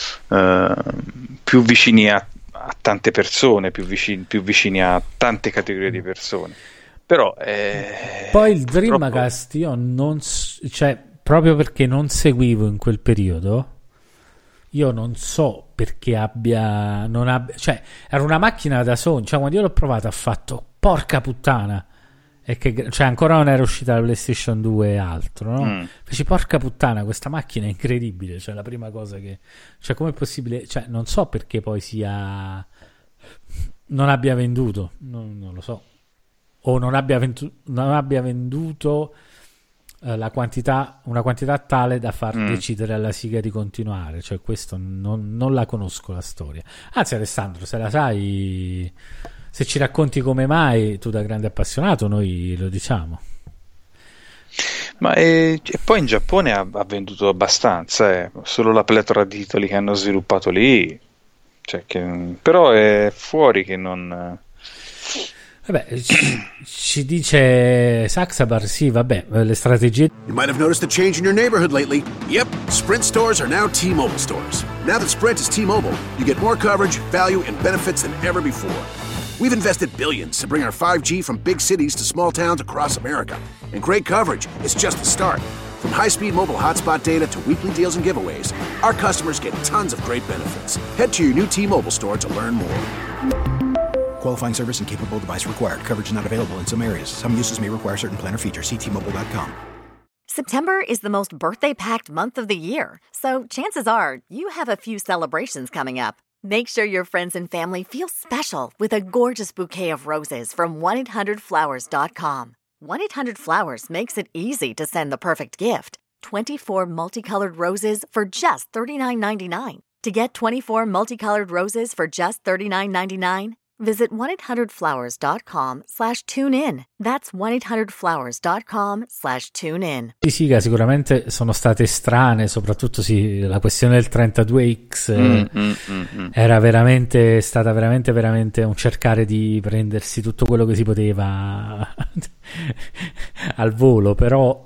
vicini a tante persone, più vicini a tante categorie di persone. Però poi il Dreamcast io non cioè proprio perché non seguivo in quel periodo, io non so perché cioè era una macchina da Sony, cioè quando io l'ho provata ho fatto porca puttana, e che cioè ancora non era uscita la PlayStation 2 e altro, no? Feci porca puttana, questa macchina è incredibile, cioè la prima cosa che, cioè com'è possibile, cioè non so perché poi non abbia venduto, non lo so, o non abbia venduto una quantità tale da far decidere alla Sega di continuare, cioè questo non la conosco la storia. Anzi, Alessandro, se la sai, se ci racconti come mai, tu da grande appassionato, noi lo diciamo. Ma e poi in Giappone ha venduto abbastanza, solo la pletora di titoli che hanno sviluppato lì, cioè però è fuori che non Vabbè, ci dice Saxabar, sì, vabbè, le strategie. You might have noticed a change in your neighborhood lately. Yep, Sprint stores are now T-Mobile stores. Now that Sprint is T-Mobile, you get more coverage, value, and benefits than ever before. We've invested billions to bring our 5G from big cities to small towns across America. And great coverage is just the start. From high-speed mobile hotspot data to weekly deals and giveaways, our customers get tons of great benefits. Head to your new T-Mobile store to learn more. Qualifying service and capable device required. Coverage not available in some areas. Some uses may require certain plan or features. See T-Mobile.com. September is the most birthday-packed month of the year, so chances are you have a few celebrations coming up. Make sure your friends and family feel special with a gorgeous bouquet of roses from 1-800-Flowers.com. 1-800-Flowers makes it easy to send the perfect gift. 24 multicolored roses for just $39.99. To get 24 multicolored roses for just $39.99, visit 1-800-Flowers.com/tune-in. That's 1-800-Flowers.com/tune-in. Sì, sì, sicuramente sono state strane, soprattutto sì, la questione del 32X era veramente stata veramente un cercare di prendersi tutto quello che si poteva al volo, però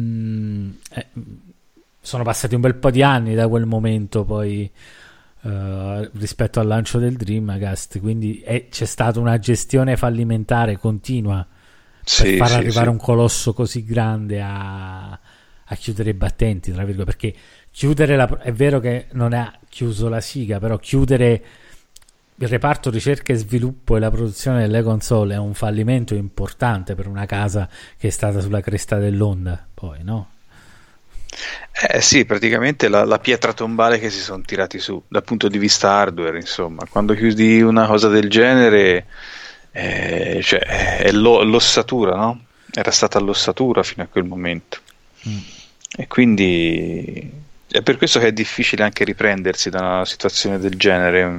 sono passati un bel po' di anni da quel momento poi rispetto al lancio del Dreamcast, quindi c'è stata una gestione fallimentare continua per far arrivare un colosso così grande a chiudere i battenti, tra virgolette, perché chiudere è vero che non ha chiuso la Sega, però chiudere il reparto ricerca e sviluppo e la produzione delle console è un fallimento importante per una casa che è stata sulla cresta dell'onda, poi, no? Sì, praticamente la pietra tombale che si sono tirati su dal punto di vista hardware, insomma, quando chiudi una cosa del genere, cioè, è l'ossatura, no? Era stata l'ossatura fino a quel momento, e quindi è per questo che è difficile anche riprendersi da una situazione del genere.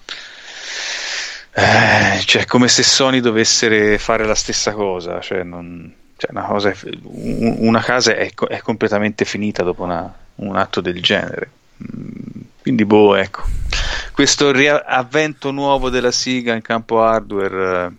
Cioè, come se Sony dovesse fare la stessa cosa, cioè una casa è completamente finita dopo un atto del genere. Quindi ecco, questo riavvento nuovo della Sega in campo hardware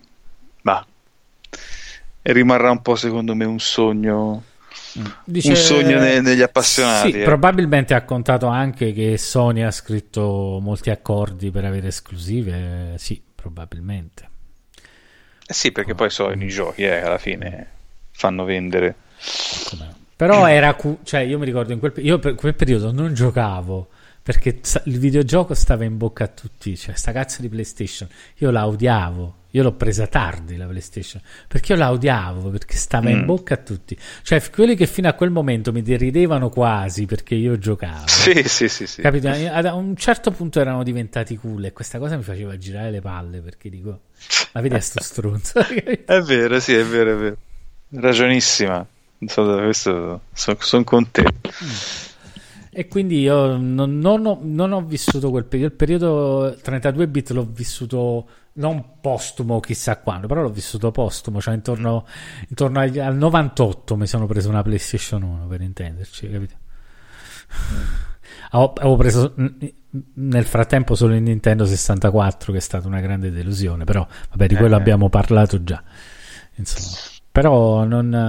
rimarrà un po', secondo me, un sogno. Un sogno negli appassionati. Sì, probabilmente ha contato anche che Sony ha scritto molti accordi per avere esclusive, sì, probabilmente. Sì, perché poi i giochi alla fine fanno vendere. Però era cioè, io mi ricordo per quel periodo non giocavo perché il videogioco stava in bocca a tutti, cioè sta cazzo di PlayStation io la odiavo, io l'ho presa tardi la PlayStation perché io la odiavo, perché stava in bocca a tutti, cioè quelli che fino a quel momento mi deridevano quasi perché io giocavo, sì. Capito? Ad un certo punto erano diventati cool e questa cosa mi faceva girare le palle, perché dico, ma vedi a sto stronzo. È vero, sì, è vero, ragionissima, questo sono con te. E quindi io non ho vissuto quel periodo. Il periodo 32 bit l'ho vissuto non postumo chissà quando, però l'ho vissuto postumo, cioè intorno al 98 mi sono preso una PlayStation 1, per intenderci, capito? Avevo preso nel frattempo solo il Nintendo 64, che è stata una grande delusione, però vabbè, di quello abbiamo parlato già, insomma. Però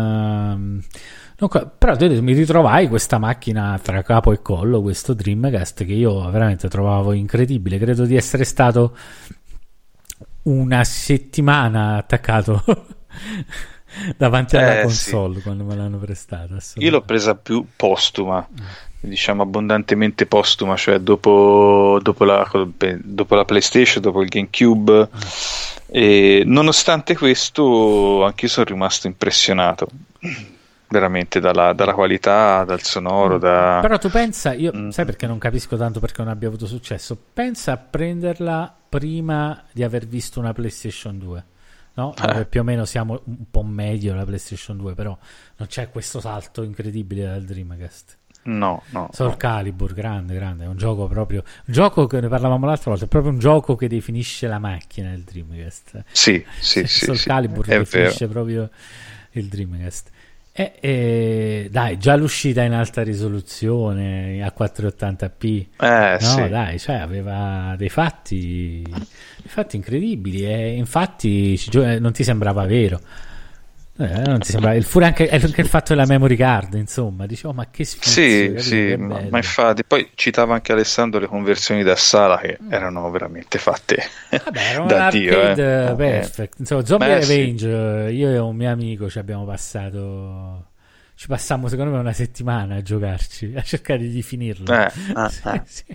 però mi ritrovai questa macchina tra capo e collo, questo Dreamcast, che io veramente trovavo incredibile. Credo di essere stato una settimana attaccato davanti alla console quando me l'hanno prestata. Io l'ho presa più postuma, diciamo abbondantemente postuma, cioè dopo la PlayStation, dopo il GameCube. E nonostante questo anche io sono rimasto impressionato veramente dalla qualità, dal sonoro, però tu pensa, io sai perché non capisco tanto perché non abbia avuto successo, pensa a prenderla prima di aver visto una PlayStation 2, no? Più o meno siamo un po' medio la PlayStation 2, però non c'è questo salto incredibile dal Dreamcast. No. Soul Calibur, grande, è un gioco che ne parlavamo l'altra volta, è proprio un gioco che definisce la macchina del Dreamcast. Sì. Soul Calibur definisce proprio il Dreamcast. Dai, già l'uscita in alta risoluzione a 480p, no, sì. dai, cioè aveva dei fatti incredibili, e infatti non ti sembrava vero. Non ti sembra anche il fatto della memory card, insomma, dicevo, ma che sfizio, sì, ma infatti poi citava anche Alessandro le conversioni da sala che erano veramente fatte era un da Dio, arcade perfect. Insomma, Zombie Revenge, sì. io e un mio amico ci passammo secondo me una settimana a giocarci, a cercare di finirlo. Sì.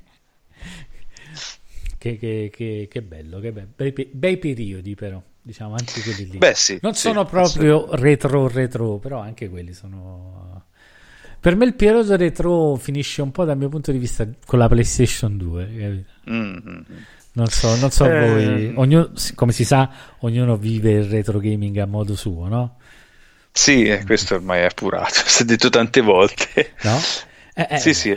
Che bello, bei periodi, però diciamo anche quelli lì. Non sono proprio retro, però anche quelli sono. Per me il periodo retro finisce un po' dal mio punto di vista con la PlayStation 2, capito? Non so voi, ognuno, come si sa, ognuno vive il retro gaming a modo suo, no? Sì, questo ormai è appurato, si è detto tante volte, no? Sì.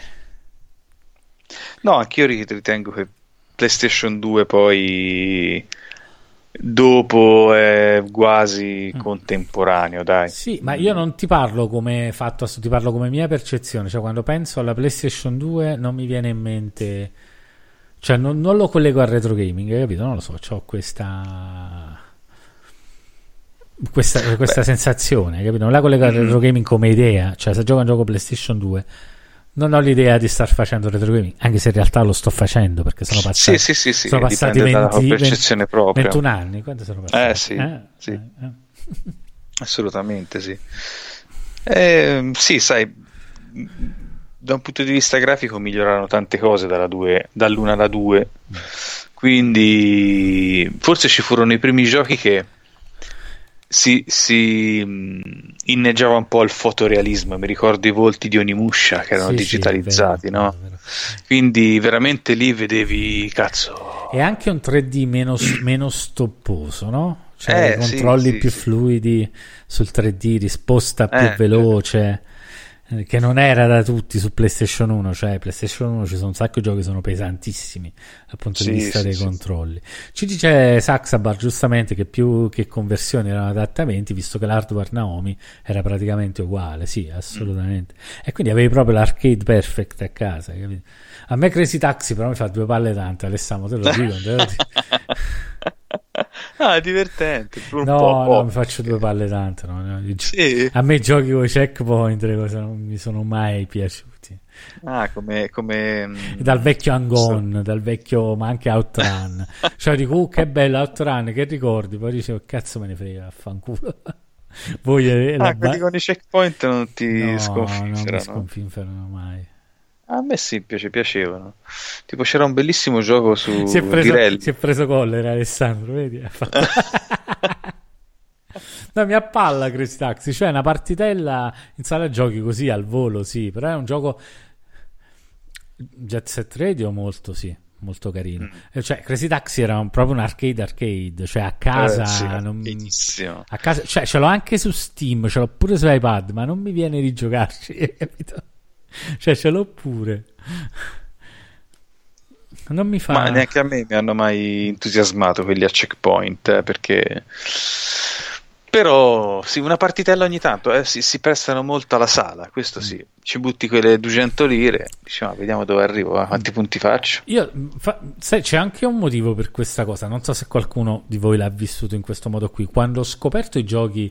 No, anch'io ritengo che PlayStation 2 poi dopo è quasi contemporaneo, dai. Sì, ma io non ti parlo come fatto, ti parlo come mia percezione, cioè quando penso alla PlayStation 2 non mi viene in mente, cioè non lo collego al retro gaming, capito? Non lo so, ho questa sensazione, capito? Non la collego al retro gaming come idea, cioè se gioco un gioco PlayStation 2 non ho l'idea di star facendo retro gaming, anche se in realtà lo sto facendo, perché sono passati, sono passati 21 anni. Quanto sono passati? Sì. Assolutamente sì. Sì, sai, da un punto di vista grafico migliorarono tante cose dall'1 alla 2, quindi forse ci furono i primi giochi che si inneggiava un po' al fotorealismo. Mi ricordo i volti di Onimusha che erano digitalizzati, no? Vero. Quindi veramente lì vedevi, cazzo, e anche un 3D meno stopposo, no? Cioè controlli più fluidi sul 3D, risposta più veloce, che non era da tutti su PlayStation 1. Cioè PlayStation 1 ci sono un sacco di giochi che sono pesantissimi dal punto di vista dei controlli. Ci dice Saxabar giustamente che più che conversioni erano adattamenti, visto che l'hardware Naomi era praticamente uguale. Sì, assolutamente. E quindi avevi proprio l'arcade perfect a casa, capito? A me Crazy Taxi però mi fa due palle tante, Alessandro, te lo dico. È divertente. No, mi faccio due palle tante. No. Sì. A me i giochi con i checkpoint, le cose non mi sono mai piaciuti. Come dal vecchio Hang-On, dal vecchio, ma anche Outrun. Cioè dico, che bello Outrun, che ricordi? Poi dicevo, cazzo me ne frega, affanculo. Quelli con i checkpoint non ti sconfinferano. Non mi sconfinferano mai. A me sì, piacevano. Tipo c'era un bellissimo gioco su si è preso collera Alessandro, vedi? No, mi appalla Crazy Taxi, cioè una partitella in sala giochi così al volo, sì, però è un gioco Jet Set Radio molto carino. Cioè Crazy Taxi era proprio un arcade, cioè a casa, a casa, cioè ce l'ho anche su Steam, ce l'ho pure su iPad, ma non mi viene di giocarci, capito? Cioè ce l'ho pure, non mi fa, ma neanche a me mi hanno mai entusiasmato quelli a checkpoint, perché però sì, una partitella ogni tanto si prestano molto alla sala, questo sì, ci butti quelle 200 lire, diciamo, vediamo dove arrivo, quanti punti faccio. Sai, c'è anche un motivo per questa cosa, non so se qualcuno di voi l'ha vissuto in questo modo qui. Quando ho scoperto i giochi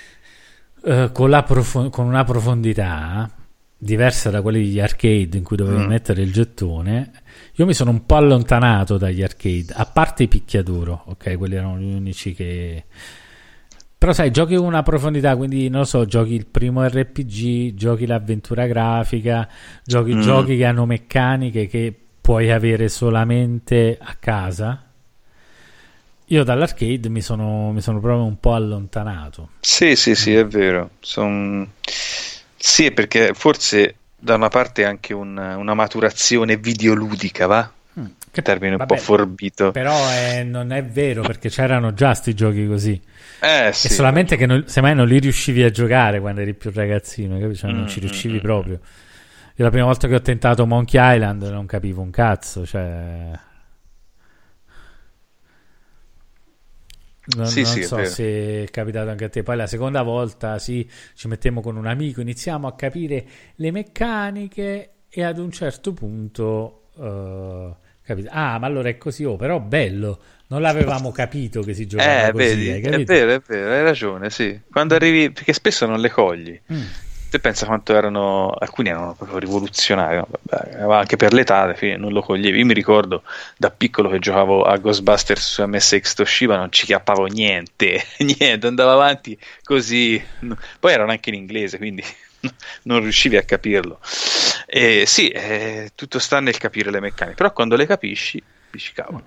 con una profondità diversa da quelli degli arcade in cui dovevi mettere il gettone, io mi sono un po' allontanato dagli arcade, a parte i picchiaduro, ok, quelli erano gli unici che, però sai, giochi con una profondità, quindi non lo so, giochi il primo RPG, giochi l'avventura grafica, giochi che hanno meccaniche che puoi avere solamente a casa. Io dall'arcade mi sono proprio un po' allontanato. Sì, è vero. Sì, perché forse da una parte anche una maturazione videoludica, va? Che termine un po' forbito. Però non è vero, perché c'erano già sti giochi così. Sì, è solamente che semmai non li riuscivi a giocare quando eri più ragazzino, capito? Cioè, non ci riuscivi proprio. Io la prima volta che ho tentato Monkey Island non capivo un cazzo, cioè. Non Sì, so è se è capitato anche a te. Poi la seconda volta sì, ci mettemmo con un amico, iniziamo a capire le meccaniche e ad un certo punto capito? Ah, ma allora è così, però bello, non l'avevamo capito che si giocava così, vedi, hai è capito? vero, hai ragione, sì. Quando arrivi, perché spesso non le cogli. Te pensa quanto alcuni erano proprio rivoluzionari, no? Vabbè, ma anche per l'età alla fine non lo coglievi. Io mi ricordo da piccolo che giocavo a Ghostbusters su MSX Toshiba, non ci chiappavo niente, andavo avanti così. Poi erano anche in inglese, quindi non riuscivi a capirlo. Sì, tutto sta nel capire le meccaniche, però quando le capisci dici cavolo,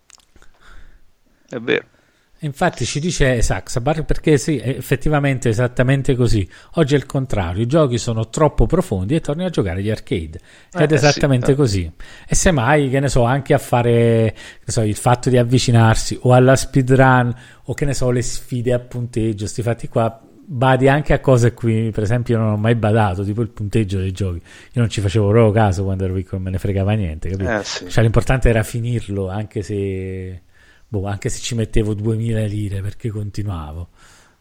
è vero. Infatti ci dice Saxabar, perché sì, è effettivamente esattamente così. Oggi è il contrario, i giochi sono troppo profondi e torni a giocare gli arcade. Ed è esattamente così. E semmai, che ne so, anche a fare, che so, il fatto di avvicinarsi o alla speedrun o che ne so, le sfide a punteggio, sti fatti qua, badi anche a cose a cui per esempio io non ho mai badato, tipo il punteggio dei giochi. Io non ci facevo proprio caso quando ero piccolo, non me ne fregava niente, capito? Sì. Cioè l'importante era finirlo, anche se ci mettevo 2000 lire perché continuavo.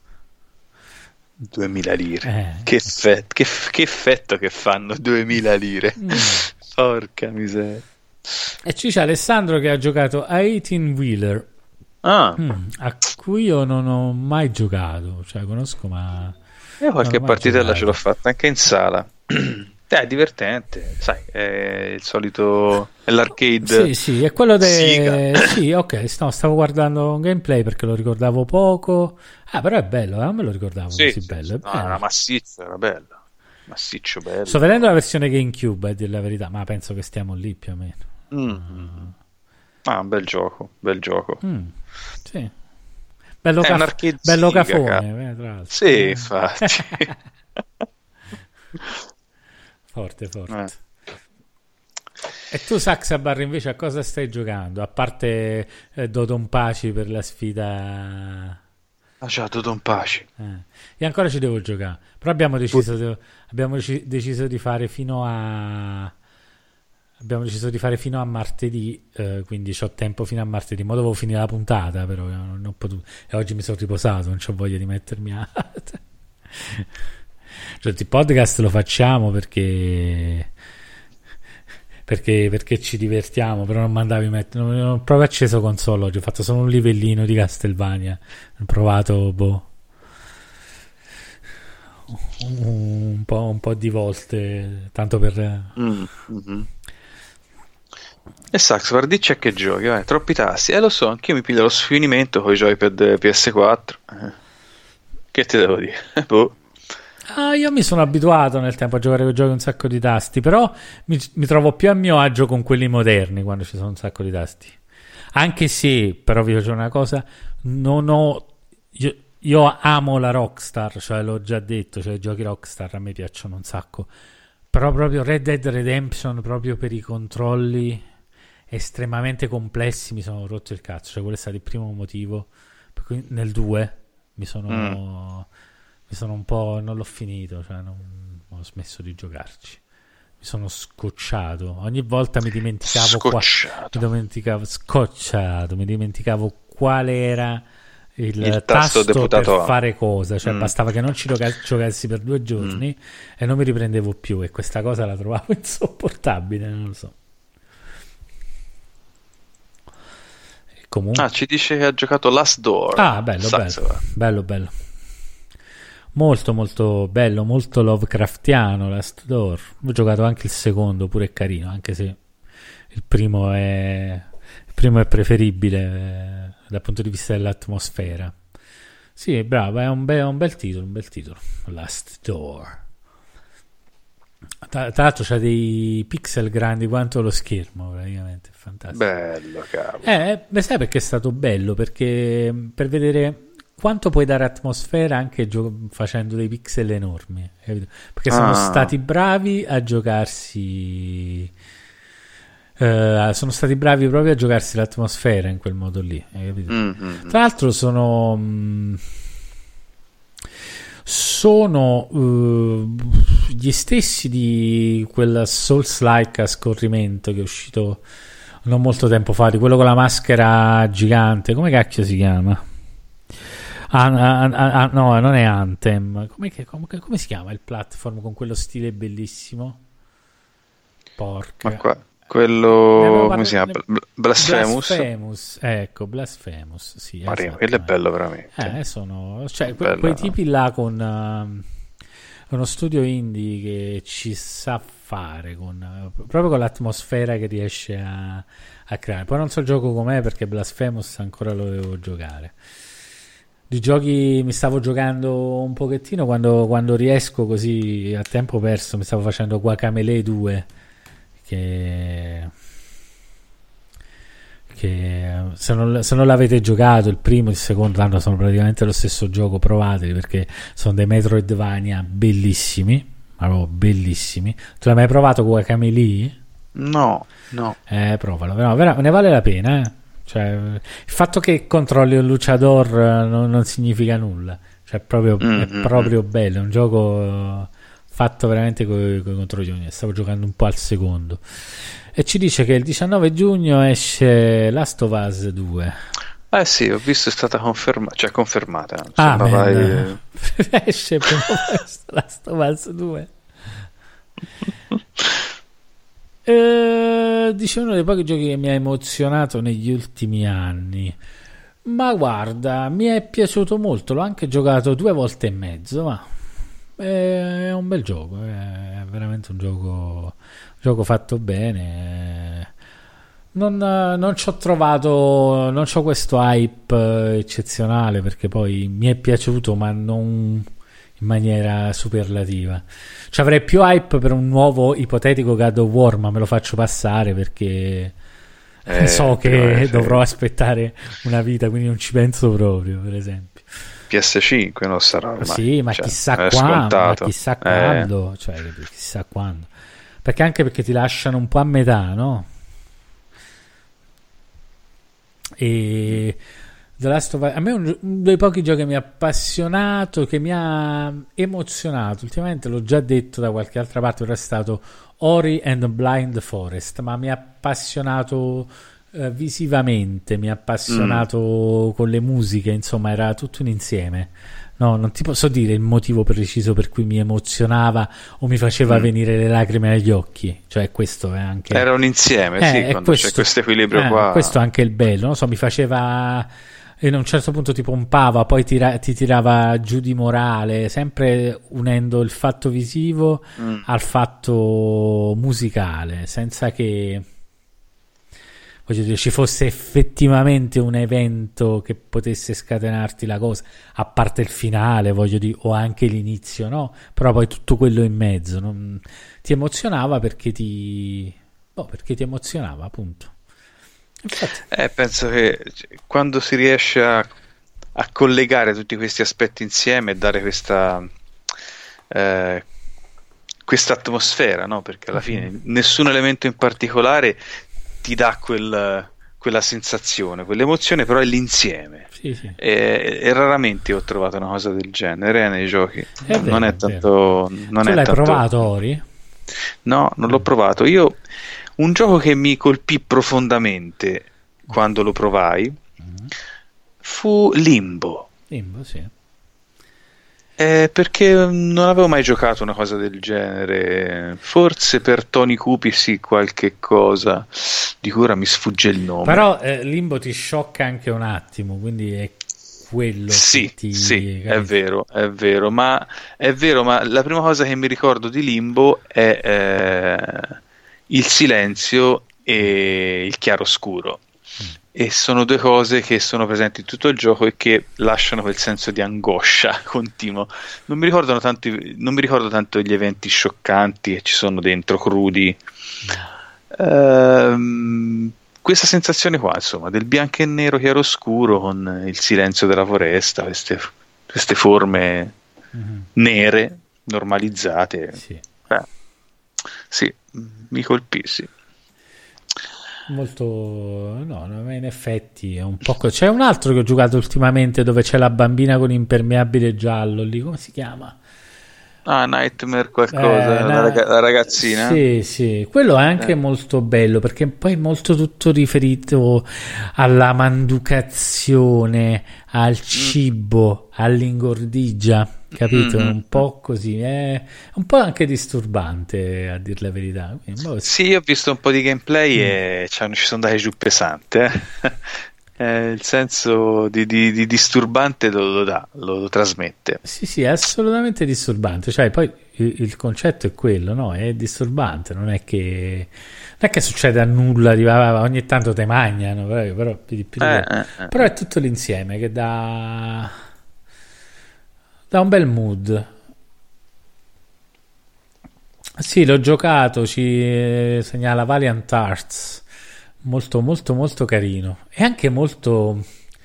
2000 lire, che effetto che fanno 2000 lire. Porca miseria. E c'è Alessandro che ha giocato a 18 Wheeler, a cui io non ho mai giocato, cioè conosco, ma io qualche partitella ce l'ho fatta anche in sala. È divertente, sai, è il solito, è l'arcade. Sì, è quello sì, ok, no, stavo guardando un gameplay perché lo ricordavo poco. Però è bello, non me lo ricordavo così bello. È bello. Era massiccio, era bello. Massiccio, bello. Sto vedendo la versione GameCube, a dire la verità, ma penso che stiamo lì più o meno. Un bel gioco. Sì. Bello, bello cafone, tra l'altro. Sì, infatti. Forte. E tu, Saxabar, invece a cosa stai giocando? A parte Dodonpachi per la sfida... Ciao Dodonpachi. Io ancora ci devo giocare, però abbiamo deciso di fare fino a martedì, quindi c'ho tempo fino a martedì. Ma dovevo finire la puntata, però non ho potuto, e oggi mi sono riposato, non c'ho voglia di mettermi a... Cioè, il podcast lo facciamo perché ci divertiamo, però non mandavi mettere, non ho proprio acceso console oggi, ho fatto solo un livellino di Castlevania, ho provato un po' di volte, tanto per E Sax, guardici a che giochi, vai, troppi tasti, lo so, anch'io mi piglio lo sfinimento con i joypad PS4, che ti devo dire? Io mi sono abituato nel tempo a giocare con giochi un sacco di tasti, però mi trovo più a mio agio con quelli moderni quando ci sono un sacco di tasti. Anche se, però vi dico una cosa, io amo la Rockstar, cioè l'ho già detto, cioè i giochi Rockstar a me piacciono un sacco, però proprio Red Dead Redemption, proprio per i controlli estremamente complessi, mi sono rotto il cazzo, cioè quello è stato il primo motivo per cui nel 2 mi sono un po', non l'ho finito, cioè ho smesso di giocarci, mi sono scocciato, ogni volta mi dimenticavo quale era il tasto per fare cosa, cioè bastava che non ci giocassi per 2 giorni e non mi riprendevo più, e questa cosa la trovavo insopportabile, non lo so. E comunque... ci dice che ha giocato Last Door. Bello. Molto molto bello, molto Lovecraftiano Last Door. Ho giocato anche il secondo, pure è carino, anche se il primo è preferibile dal punto di vista dell'atmosfera. Sì, bravo, è un bel titolo, Last Door. Tra l'altro c'ha dei pixel grandi quanto lo schermo, praticamente, è fantastico. Bello, cavolo. Sai perché è stato bello? Perché per vedere quanto puoi dare atmosfera anche facendo dei pixel enormi, capito? Perché sono stati bravi a giocarsi sono stati bravi proprio a giocarsi l'atmosfera in quel modo lì, capito? Tra l'altro sono gli stessi di quel Souls-like a scorrimento che è uscito non molto tempo fa, di quello con la maschera gigante, come cacchio si chiama? No, non è Anthem. Come si chiama il platform con quello stile bellissimo? Porca. Ma qua, quello come si chiama? Blasphemous. Ecco, Blasphemous, sì. Maria, quello è bello veramente. Cioè, quei tipi là con uno studio indie che ci sa fare proprio con l'atmosfera che riesce a creare. Poi non so il gioco com'è, perché Blasphemous ancora lo devo giocare. Di giochi mi stavo giocando un pochettino quando riesco, così a tempo perso. Mi stavo facendo Guacamelee 2, che se non l'avete giocato, il primo e il secondo anno sono praticamente lo stesso gioco, provateli, perché sono dei Metroidvania bellissimi, proprio bellissimi. Tu l'hai mai provato Guacamelee? No. Provalo, ne vale la pena, Cioè, il fatto che controlli un luchador non significa nulla, cioè è proprio bello, è un gioco fatto veramente con i controlli. Stavo giocando un po' al secondo e ci dice che il 19 giugno esce Last of Us 2. Sì, ho visto, è stata confermata. Esce prima questo Last of Us 2. Dice uno dei pochi giochi che mi ha emozionato negli ultimi anni. Ma guarda, mi è piaciuto molto, l'ho anche giocato 2 volte e mezzo, ma è un bel gioco, è veramente un gioco fatto bene. Non ci ho trovato, non c'ho questo hype eccezionale, perché poi mi è piaciuto, ma non in maniera superlativa. Ci avrei più hype per un nuovo ipotetico God of War, ma me lo faccio passare perché so che dovrò aspettare una vita, quindi non ci penso proprio, per esempio. PS5 non sarà ormai. Sì, ma chissà quando, cioè chissà quando. Perché ti lasciano un po' a metà, no? E The Last of Us, a me è uno dei pochi giochi che mi ha appassionato, che mi ha emozionato ultimamente, l'ho già detto da qualche altra parte, però è stato Ori and the Blind Forest, ma mi ha appassionato visivamente, mi ha appassionato con le musiche, insomma era tutto un insieme. No, non ti posso dire il motivo preciso per cui mi emozionava o mi faceva venire le lacrime agli occhi, cioè questo è anche... Era un insieme, sì, quando c'è questo equilibrio qua. Questo è anche il bello, non so, mi faceva... E a un certo punto ti pompava, poi ti tirava giù di morale, sempre unendo il fatto visivo al fatto musicale, senza che, voglio dire, ci fosse effettivamente un evento che potesse scatenarti la cosa, a parte il finale, voglio dire, o anche l'inizio, no? Però poi tutto quello in mezzo ti emozionava perché ti emozionava, appunto. Infatti. Penso che quando si riesce a collegare tutti questi aspetti insieme e dare questa atmosfera, no? Perché alla fine nessun elemento in particolare ti dà quella sensazione, quell'emozione, però è l'insieme. Sì. E raramente ho trovato una cosa del genere nei giochi. Non è tanto. Tu l'hai provato, Ori? No, non l'ho provato. Un gioco che mi colpì profondamente quando lo provai fu Limbo. Limbo, sì. Perché non avevo mai giocato una cosa del genere. Forse per Tony Cupi sì, qualche cosa di cui ora mi sfugge il nome. Però Limbo ti sciocca anche un attimo, quindi è quello che ti... Sì, è vero, ma la prima cosa che mi ricordo di Limbo è il silenzio e il chiaroscuro, e sono due cose che sono presenti in tutto il gioco e che lasciano quel senso di angoscia continuo. Non mi ricordo tanto gli eventi scioccanti che ci sono dentro, crudi. Questa sensazione qua, insomma, del bianco e nero chiaroscuro con il silenzio della foresta, queste forme nere normalizzate. Sì, mi colpì, sì. Molto, no, in effetti è un po'. C'è un altro che ho giocato ultimamente dove c'è la bambina con impermeabile giallo lì, come si chiama? Nightmare qualcosa, la ragazzina. Sì, quello è anche molto bello perché poi è molto tutto riferito alla manducazione, al cibo, all'ingordigia, capito? Un po' così, è un po' anche disturbante a dir la verità. Quindi, sì, ho visto un po' di gameplay e ci sono andati giù pesante. Il senso di disturbante lo trasmette. Sì, è assolutamente disturbante. Cioè, poi il concetto è quello, no? È disturbante, non è che succede a nulla, ogni tanto te magnano, però più di però è tutto l'insieme che dà un bel mood. Sì, l'ho giocato, ci segnala Valiant Arts. Molto molto molto carino e anche molto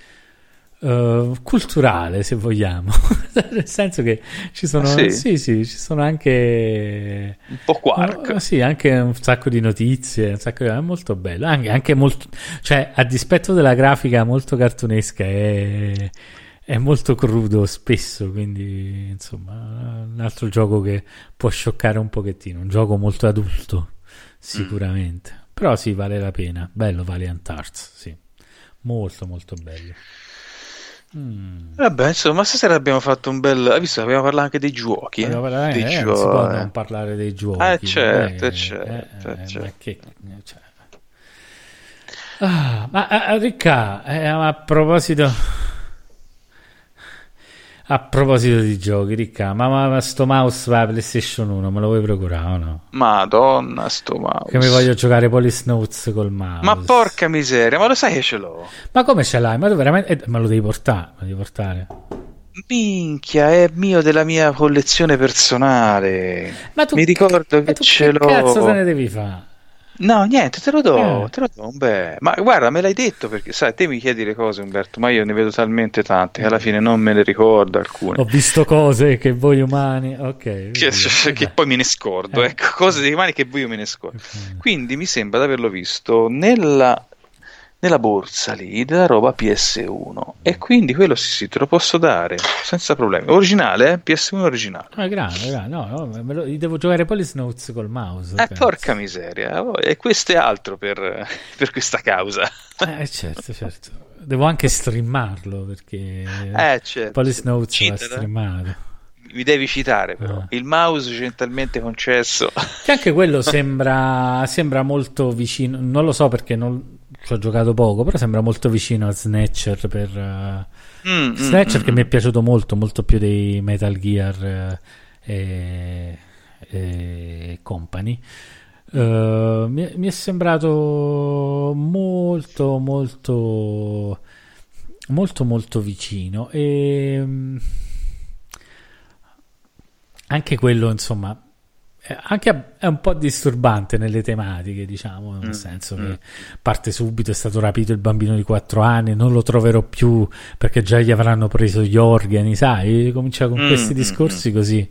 culturale, se vogliamo. Nel senso che ci sono ci sono anche un po' quark, sì, anche un sacco di notizie, è molto bello, anche molto, cioè, a dispetto della grafica molto cartunesca, è molto crudo spesso, quindi insomma un altro gioco che può scioccare un pochettino, un gioco molto adulto sicuramente. Però sì, vale la pena. Bello Valiant Arts, sì. Molto, molto bello. Vabbè, insomma, stasera abbiamo fatto un bel... Hai visto, abbiamo parlato anche dei giochi. Non si può non parlare dei giochi. Certo. Ma Ricca, a proposito di giochi, Ricca, ma sto mouse per la PlayStation 1 me lo vuoi procurare o no? Madonna, sto mouse. Che mi voglio giocare Police Notes col mouse. Ma porca miseria, ma lo sai che ce l'ho? Ma come ce l'hai? Ma tu veramente... me lo devi portare. Minchia, è mio, della mia collezione personale. Ma tu, mi ricordo che ce l'ho. Che cazzo te ne devi fare? No, niente, te lo do. Beh, ma guarda, me l'hai detto perché, sai, te mi chiedi le cose, Umberto, ma io ne vedo talmente tante che alla fine non me le ricordo alcune. Ho visto cose che voi umani, ok. Che poi me ne scordo, ecco, cose dei umani che io me ne scordo. Quindi mi sembra di averlo visto nella borsa lì della roba PS1 e quindi quello sì, te lo posso dare senza problemi. Originale, PS1 originale. Grande, no, devo giocare Police Notes col mouse. Porca miseria, e questo è altro per questa causa. Certo. Devo anche streamarlo perché certo. Police Notes va streamato. Mi devi citare però il mouse gentilmente concesso, che anche quello sembra molto vicino, non lo so perché non ci ho giocato poco, però sembra molto vicino a Snatcher Snatcher che mi è piaciuto molto più dei Metal Gear e Company. Mi è sembrato molto vicino e anche quello, insomma, anche è un po' disturbante nelle tematiche, diciamo, nel senso che parte subito, è stato rapito il bambino di 4 anni, non lo troverò più perché già gli avranno preso gli organi, sai, comincia con questi discorsi così.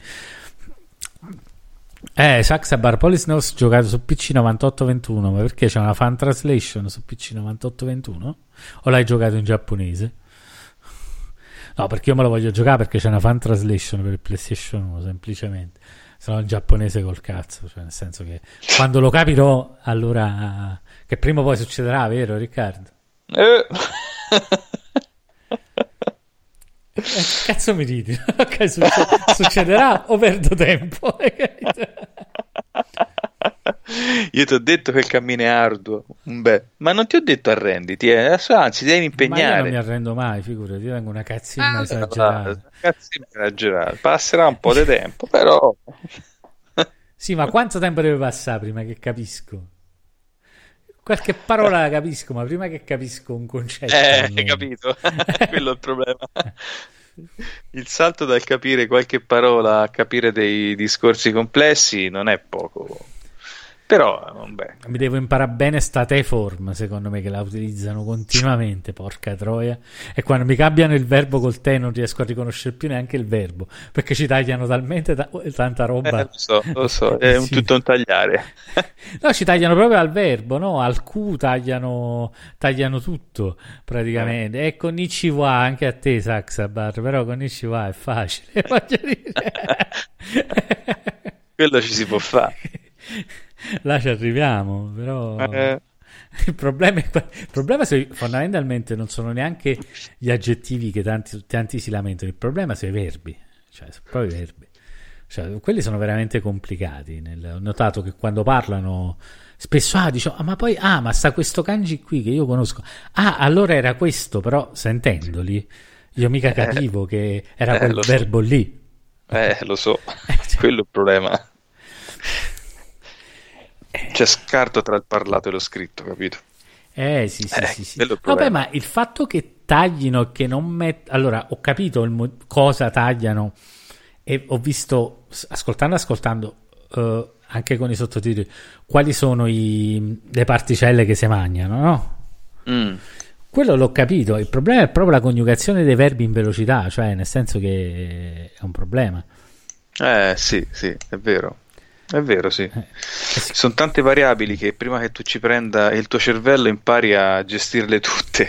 Saxabar, Police Notes giocato su PC 9821, ma perché c'è una fan translation su PC 9821? O l'hai giocato in giapponese? No, perché io me lo voglio giocare perché c'è una fan translation per il PlayStation 1, semplicemente. Se no in giapponese col cazzo, cioè nel senso che quando lo capirò, allora, che prima o poi succederà, vero Riccardo? Che cazzo mi ridi? Ok, succederà o perdo tempo? Io ti ho detto che il cammino è arduo, ma non ti ho detto arrenditi, anzi devi impegnare. Ma io non mi arrendo mai, figurati, io tengo una cazzina esagerata. Passerà un po' di tempo, però. Sì, ma quanto tempo deve passare prima che capisco? Qualche parola la capisco, ma prima che capisco un concetto. Hai capito? Quello è il problema. Il salto dal capire qualche parola a capire dei discorsi complessi non è poco Però, vabbè. Mi devo imparare bene sta form, secondo me, che la utilizzano continuamente, porca troia. E quando mi cambiano il verbo col te non riesco a riconoscere più neanche il verbo, perché ci tagliano talmente tanta roba. Lo so, è tutto un tagliare. No, ci tagliano proprio al verbo, no? Al Q tagliano tutto, praticamente. E con Nichiwa, anche a te, Saxabar, però con Nichiwa è facile, voglio dire. Quello ci si può fare. Là ci arriviamo, però il problema fondamentalmente non sono neanche gli aggettivi che tanti si lamentano, il problema sono i verbi, cioè sono proprio i verbi, cioè, quelli sono veramente complicati. Ho notato che quando parlano spesso dicono ma sta questo kanji qui che io conosco, allora era questo, però sentendoli io mica capivo che era quel verbo lì. Lo so, quello è il problema. C'è scarto tra il parlato e lo scritto, capito? Sì. Vabbè, ma il fatto che taglino e che non allora, ho capito cosa tagliano e ho visto, ascoltando anche con i sottotitoli, quali sono le particelle che si mangiano, no? Quello l'ho capito. Il problema è proprio la coniugazione dei verbi in velocità, cioè nel senso che è un problema. Sì, è vero. È vero, sì. Ci sono tante variabili che prima che tu ci prenda il tuo cervello impari a gestirle tutte.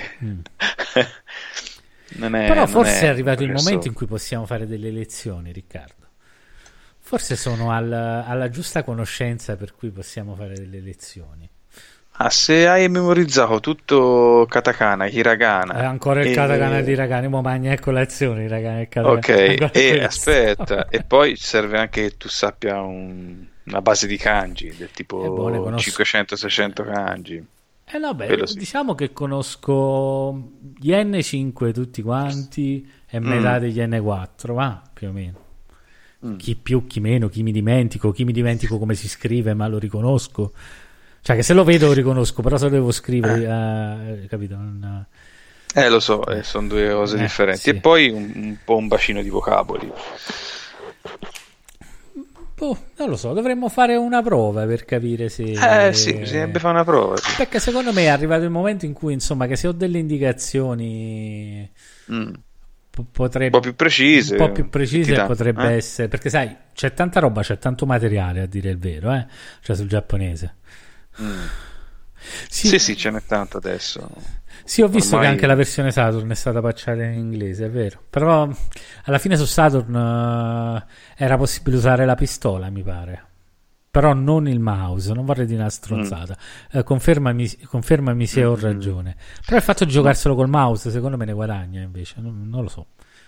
Però forse è arrivato il momento in cui possiamo fare delle lezioni, Riccardo. Forse sono alla giusta conoscenza per cui possiamo fare delle lezioni. Se hai memorizzato tutto katakana, hiragana, ancora il katakana e hiragana, mo mangia a colazione hiragana e katakana. Ok, e aspetta, e poi serve anche che tu sappia una base di kanji del tipo 500-600 kanji. Diciamo che conosco gli N5 tutti quanti e metà degli N4, va, più o meno. Chi più, chi meno, chi mi dimentico come si scrive, ma lo riconosco. Cioè che se lo vedo lo riconosco, però se lo devo scrivere, capito? Lo so, sono due cose differenti. Sì. E poi un po' un bacino di vocaboli. Non lo so, dovremmo fare una prova per capire se... sì, bisognerebbe fare una prova. Sì. Perché secondo me è arrivato il momento in cui, insomma, che se ho delle indicazioni... potrebbe... Un po' più precise potrebbe essere... Perché sai, c'è tanta roba, c'è tanto materiale, a dire il vero, cioè sul giapponese. Sì, ce n'è tanto adesso. Sì, ho visto che anche la versione Saturn è stata patchata in inglese, è vero. Però alla fine su Saturn era possibile usare la pistola, mi pare. Però non il mouse, non vorrei dire una stronzata. Confermami se ho ragione. Però il fatto di giocarselo col mouse, secondo me ne guadagna invece, non lo so.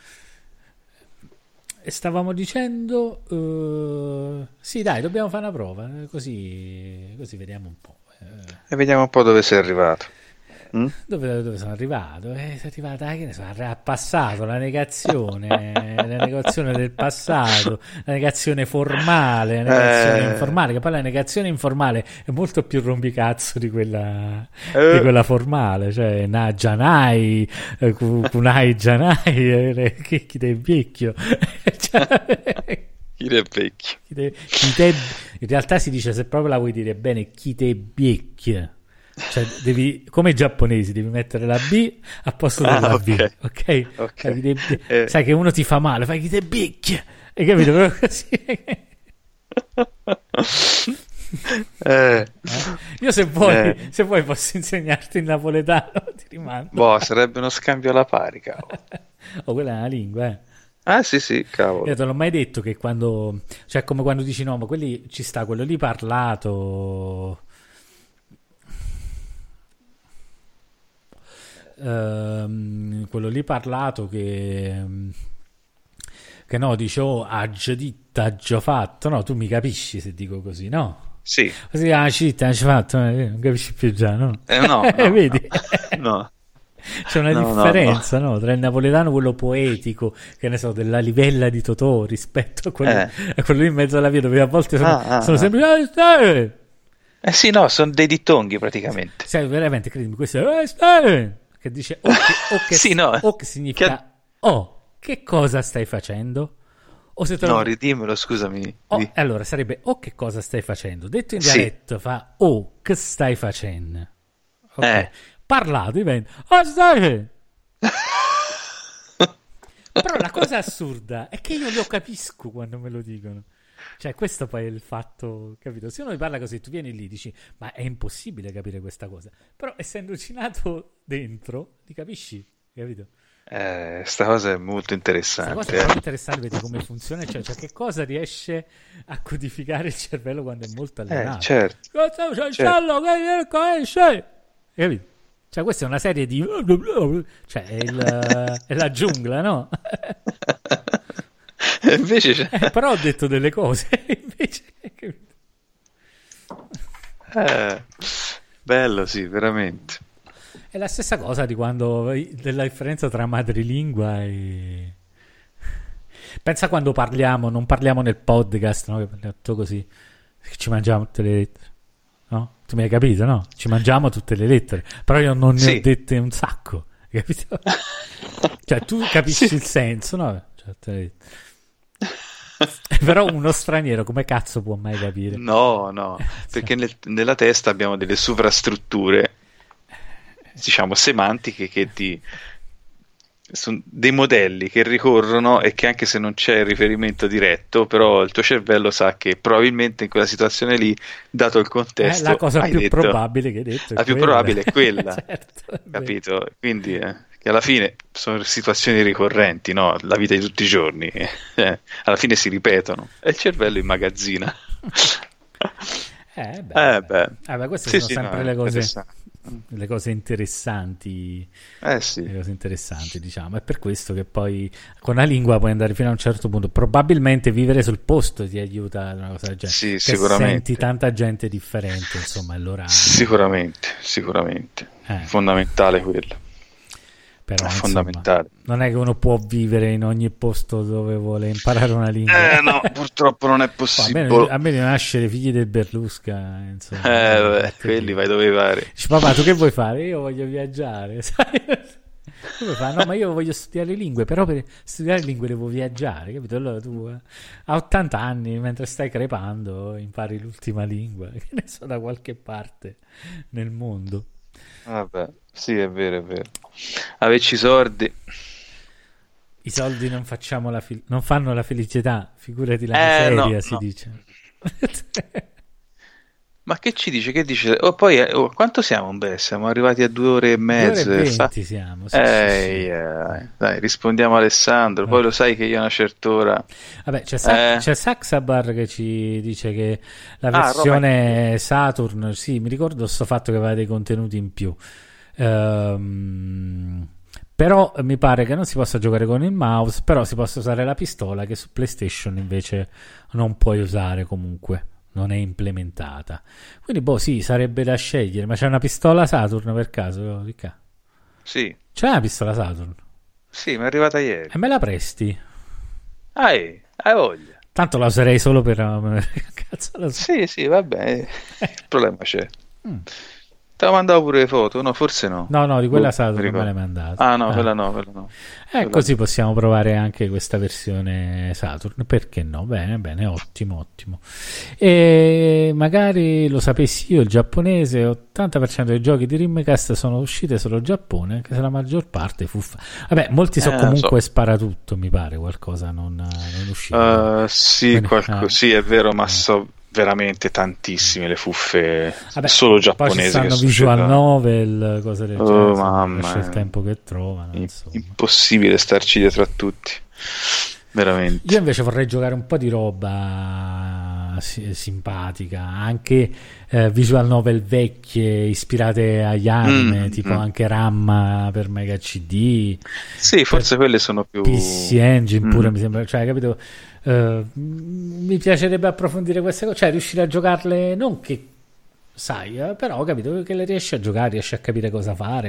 E stavamo dicendo sì, dai, dobbiamo fare una prova, così vediamo un po'. E vediamo un po' dove sei arrivato. Dove sono arrivato? Sei arrivato, che ne so, al passato, la negazione del passato, la negazione formale, la negazione informale, che poi la negazione informale è molto più rompicazzo di quella formale, cioè janai, kunai janai, chi te è vecchio. Chi te è vecchio? In realtà si dice, se proprio la vuoi dire bene, chi te è vecchio. Cioè come i giapponesi devi mettere la B a posto della B, ok? Sai che uno ti fa male, fai chi te bicchia, hai capito? Proprio così. Io se vuoi posso insegnarti il napoletano, ti rimando. Sarebbe uno scambio alla pari, cavolo. Quella è una lingua, sì, cavolo. Io te l'ho mai detto che quando, cioè come quando dici no, ma quelli ci sta quello lì parlato. Quello lì parlato che no, dice ha già detto, ha già fatto, no, tu mi capisci se dico così, no? Sì. Così città, ha già fatto, non capisci più già, no? No, vedi? No. C'è una differenza, no? Tra il napoletano, quello poetico, che ne so, della livella di Totò, rispetto a quello lì in mezzo alla via, dove a volte sono sempre sì, no, sono dei dittonghi praticamente. Sai, veramente, credimi, questo è che dice che significa che cosa stai facendo? O se te No, ridimmelo, scusami. Allora sarebbe o che cosa stai facendo? Detto in dialetto fa o che stai facendo. Ok. Parlato diventa stai facendo. Però la cosa assurda è che io lo capisco quando me lo dicono. Cioè, questo poi è il fatto, capito? Se uno mi parla così, tu vieni lì e dici, ma è impossibile capire questa cosa. Però, essendoci nato dentro, li capisci, capito? Sta cosa è molto interessante. Questa cosa è molto interessante, vedi come funziona, cioè che cosa riesce a codificare il cervello quando è molto allenato. Certo. Capito? Cioè, questa è una serie di... Cioè, è la giungla, no? Invece c'è... però ho detto delle cose. Invece... bello, sì, veramente. È la stessa cosa di quando... della differenza tra madrelingua e... Pensa quando parliamo, non parliamo nel podcast, no? Che parliamo tutto così. Ci mangiamo tutte le lettere. No? Tu mi hai capito, no? Ci mangiamo tutte le lettere, però io non ne ho dette un sacco, capito? Cioè tu capisci il senso, no? Cioè, però uno straniero come cazzo può mai capire? No, perché nella testa abbiamo delle sovrastrutture, diciamo, semantiche che sono dei modelli che ricorrono e che anche se non c'è il riferimento diretto, però il tuo cervello sa che probabilmente in quella situazione lì, dato il contesto, la cosa più probabile che hai detto la più probabile è quella. Certo, capito? Quindi che alla fine sono situazioni ricorrenti, no? La vita di tutti i giorni alla fine si ripetono e il cervello immagazzina. Queste sono sempre le cose interessanti. Sì. Le cose interessanti, diciamo. È per questo che poi con la lingua puoi andare fino a un certo punto. Probabilmente vivere sul posto ti aiuta una cosa del genere. Sì, sicuramente. Senti tanta gente differente, insomma, allora... Sicuramente. Fondamentale quello. Però, fondamentale. Non è che uno può vivere in ogni posto dove vuole imparare una lingua. No, purtroppo non è possibile. A me di nascere figli del Berlusca, insomma. Quelli vai dove pare. Dici, papà, tu che vuoi fare? Io voglio viaggiare, sai? Come fa? No, ma io voglio studiare lingue, però per studiare lingue devo viaggiare, capito? Allora tu a 80 anni, mentre stai crepando, impari l'ultima lingua, che ne so, da qualche parte nel mondo. Vabbè, sì, è vero. Averci soldi. I soldi non fanno la felicità, figurati la miseria, si dice. Ma che ci dice? Che dice? Poi quanto siamo? Siamo arrivati a 2 ore e mezza. 2 ore e 20 siamo. Sì. Dai, rispondiamo a Alessandro. Poi lo sai che io a una certa ora. Vabbè, c'è Saxabar che ci dice che la versione Saturn, sì, mi ricordo sto fatto che aveva dei contenuti in più. Però mi pare che non si possa giocare con il mouse, però si possa usare la pistola, che su PlayStation invece non puoi usare comunque. Non è implementata, quindi sì, sarebbe da scegliere. Ma c'è una pistola Saturn per caso, Ricca? Sì, c'è una pistola Saturn? Sì, mi è arrivata ieri. E me la presti? Hai voglia. Tanto la userei solo per cazzo la so. Sì, vabbè, il problema c'è. Te la mandavo pure le foto? No, forse no. No, di quella Saturn me l'hai mandata. No, quella no. Così possiamo provare anche questa versione Saturn, perché no? Bene, ottimo. E magari lo sapessi io, il giapponese, 80% dei giochi di Dreamcast sono usciti solo in Giappone, anche se la maggior parte fuffa. Vabbè, molti sono comunque sparatutto, mi pare, qualcosa non uscito. Sì, sì, è vero, ma veramente tantissime le fuffe solo giapponesi. Poi ci stanno visual novel, cose del genere. Mamma, il tempo che trovano. Impossibile starci dietro a tutti. Veramente. Io invece vorrei giocare un po' di roba simpatica, anche visual novel vecchie ispirate agli anime, tipo anche Ramma per Mega CD. Sì, forse quelle sono più PC Engine pure mi sembra, cioè, capito? Mi piacerebbe approfondire queste cose, cioè riuscire a giocarle, non che sai, però capito che le riesci a giocare, riesci a capire cosa fare,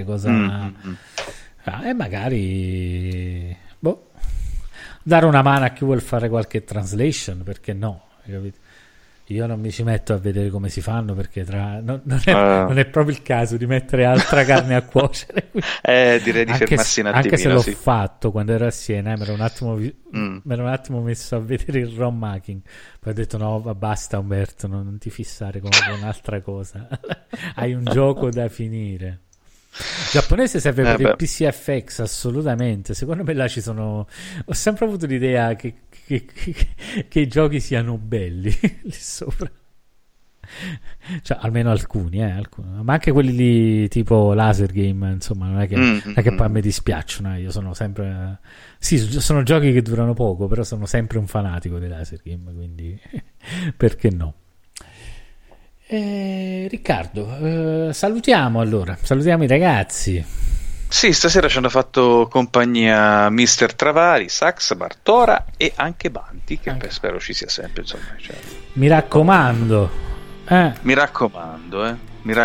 e magari dare una mano a chi vuol fare qualche translation, perché no, capito? Io non mi ci metto a vedere come si fanno, perché non è proprio il caso di mettere altra carne a cuocere. Direi di fermarsi un attimino. Anche se l'ho fatto quando ero a Siena, mi ero un attimo messo a vedere il raw making, poi ho detto no, basta Umberto, non ti fissare con un'altra cosa. Hai un gioco da finire. Giapponese serve per il PCFX, assolutamente. Secondo me là ho sempre avuto l'idea che i giochi siano belli lì sopra, cioè almeno alcuni, ma anche quelli lì tipo laser game, insomma, non è che poi a me dispiacciono, io sono sempre sono giochi che durano poco, però sono sempre un fanatico dei laser game, quindi perché no. Riccardo, salutiamo i ragazzi. Sì, stasera ci hanno fatto compagnia Mister Travari, Sax, Bartora e anche Banti, che spero ci sia sempre, insomma, cioè. Mi raccomando. Mi raccomando.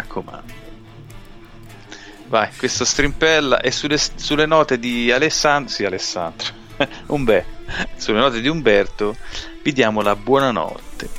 Vai, questo strimpella, e sulle note di Alessandro, sulle note di Umberto vi diamo la buonanotte.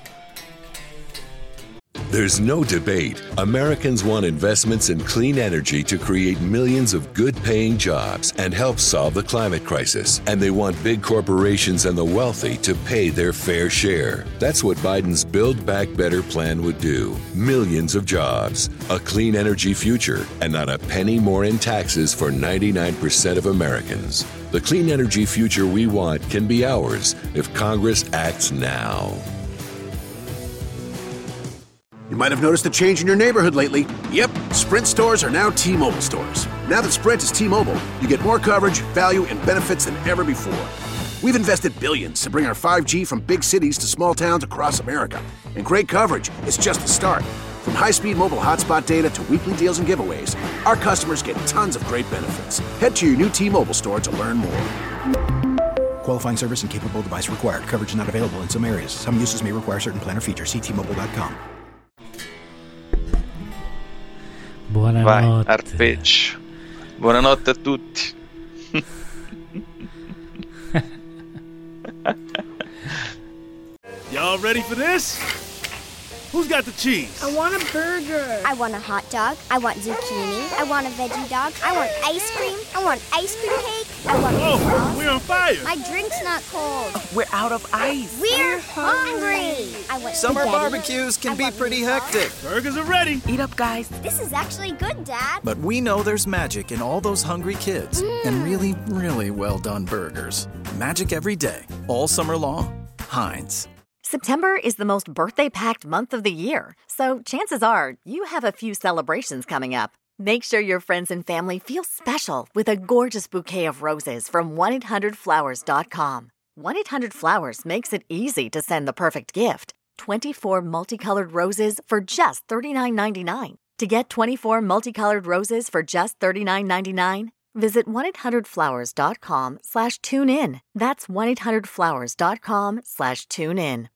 There's no debate. Americans want investments in clean energy to create millions of good-paying jobs and help solve the climate crisis. And they want big corporations and the wealthy to pay their fair share. That's what Biden's Build Back Better plan would do. Millions of jobs, a clean energy future, and not a penny more in taxes for 99% of Americans. The clean energy future we want can be ours if Congress acts now. You might have noticed a change in your neighborhood lately. Yep, Sprint stores are now T-Mobile stores. Now that Sprint is T-Mobile, you get more coverage, value, and benefits than ever before. We've invested billions to bring our 5G from big cities to small towns across America. And great coverage is just the start. From high-speed mobile hotspot data to weekly deals and giveaways, our customers get tons of great benefits. Head to your new T-Mobile store to learn more. Qualifying service and capable device required. Coverage not available in some areas. Some uses may require certain plan or features. See T-Mobile.com. Buonanotte. Vai, arpeggio. Buonanotte a tutti. Y'all ready for this? Who's got the cheese? I want a burger. I want a hot dog. I want zucchini. I want a veggie dog. I want ice cream. I want ice cream cake. I want sauce. We're on fire. My drink's not cold. We're out of ice. We're hungry. I want Summer spaghetti. barbecues can be pretty hectic. Burgers are ready. Eat up, guys. This is actually good, Dad. But we know there's magic in all those hungry kids and really, really well done burgers. Magic every day, all summer long. Heinz. September is the most birthday-packed month of the year, so chances are you have a few celebrations coming up. Make sure your friends and family feel special with a gorgeous bouquet of roses from 1-800-Flowers.com. 1-800-Flowers makes it easy to send the perfect gift. 24 multicolored roses for just $39.99. To get 24 multicolored roses for just $39.99, visit 1-800-Flowers.com/tune in. That's 1-800-Flowers.com/tune in.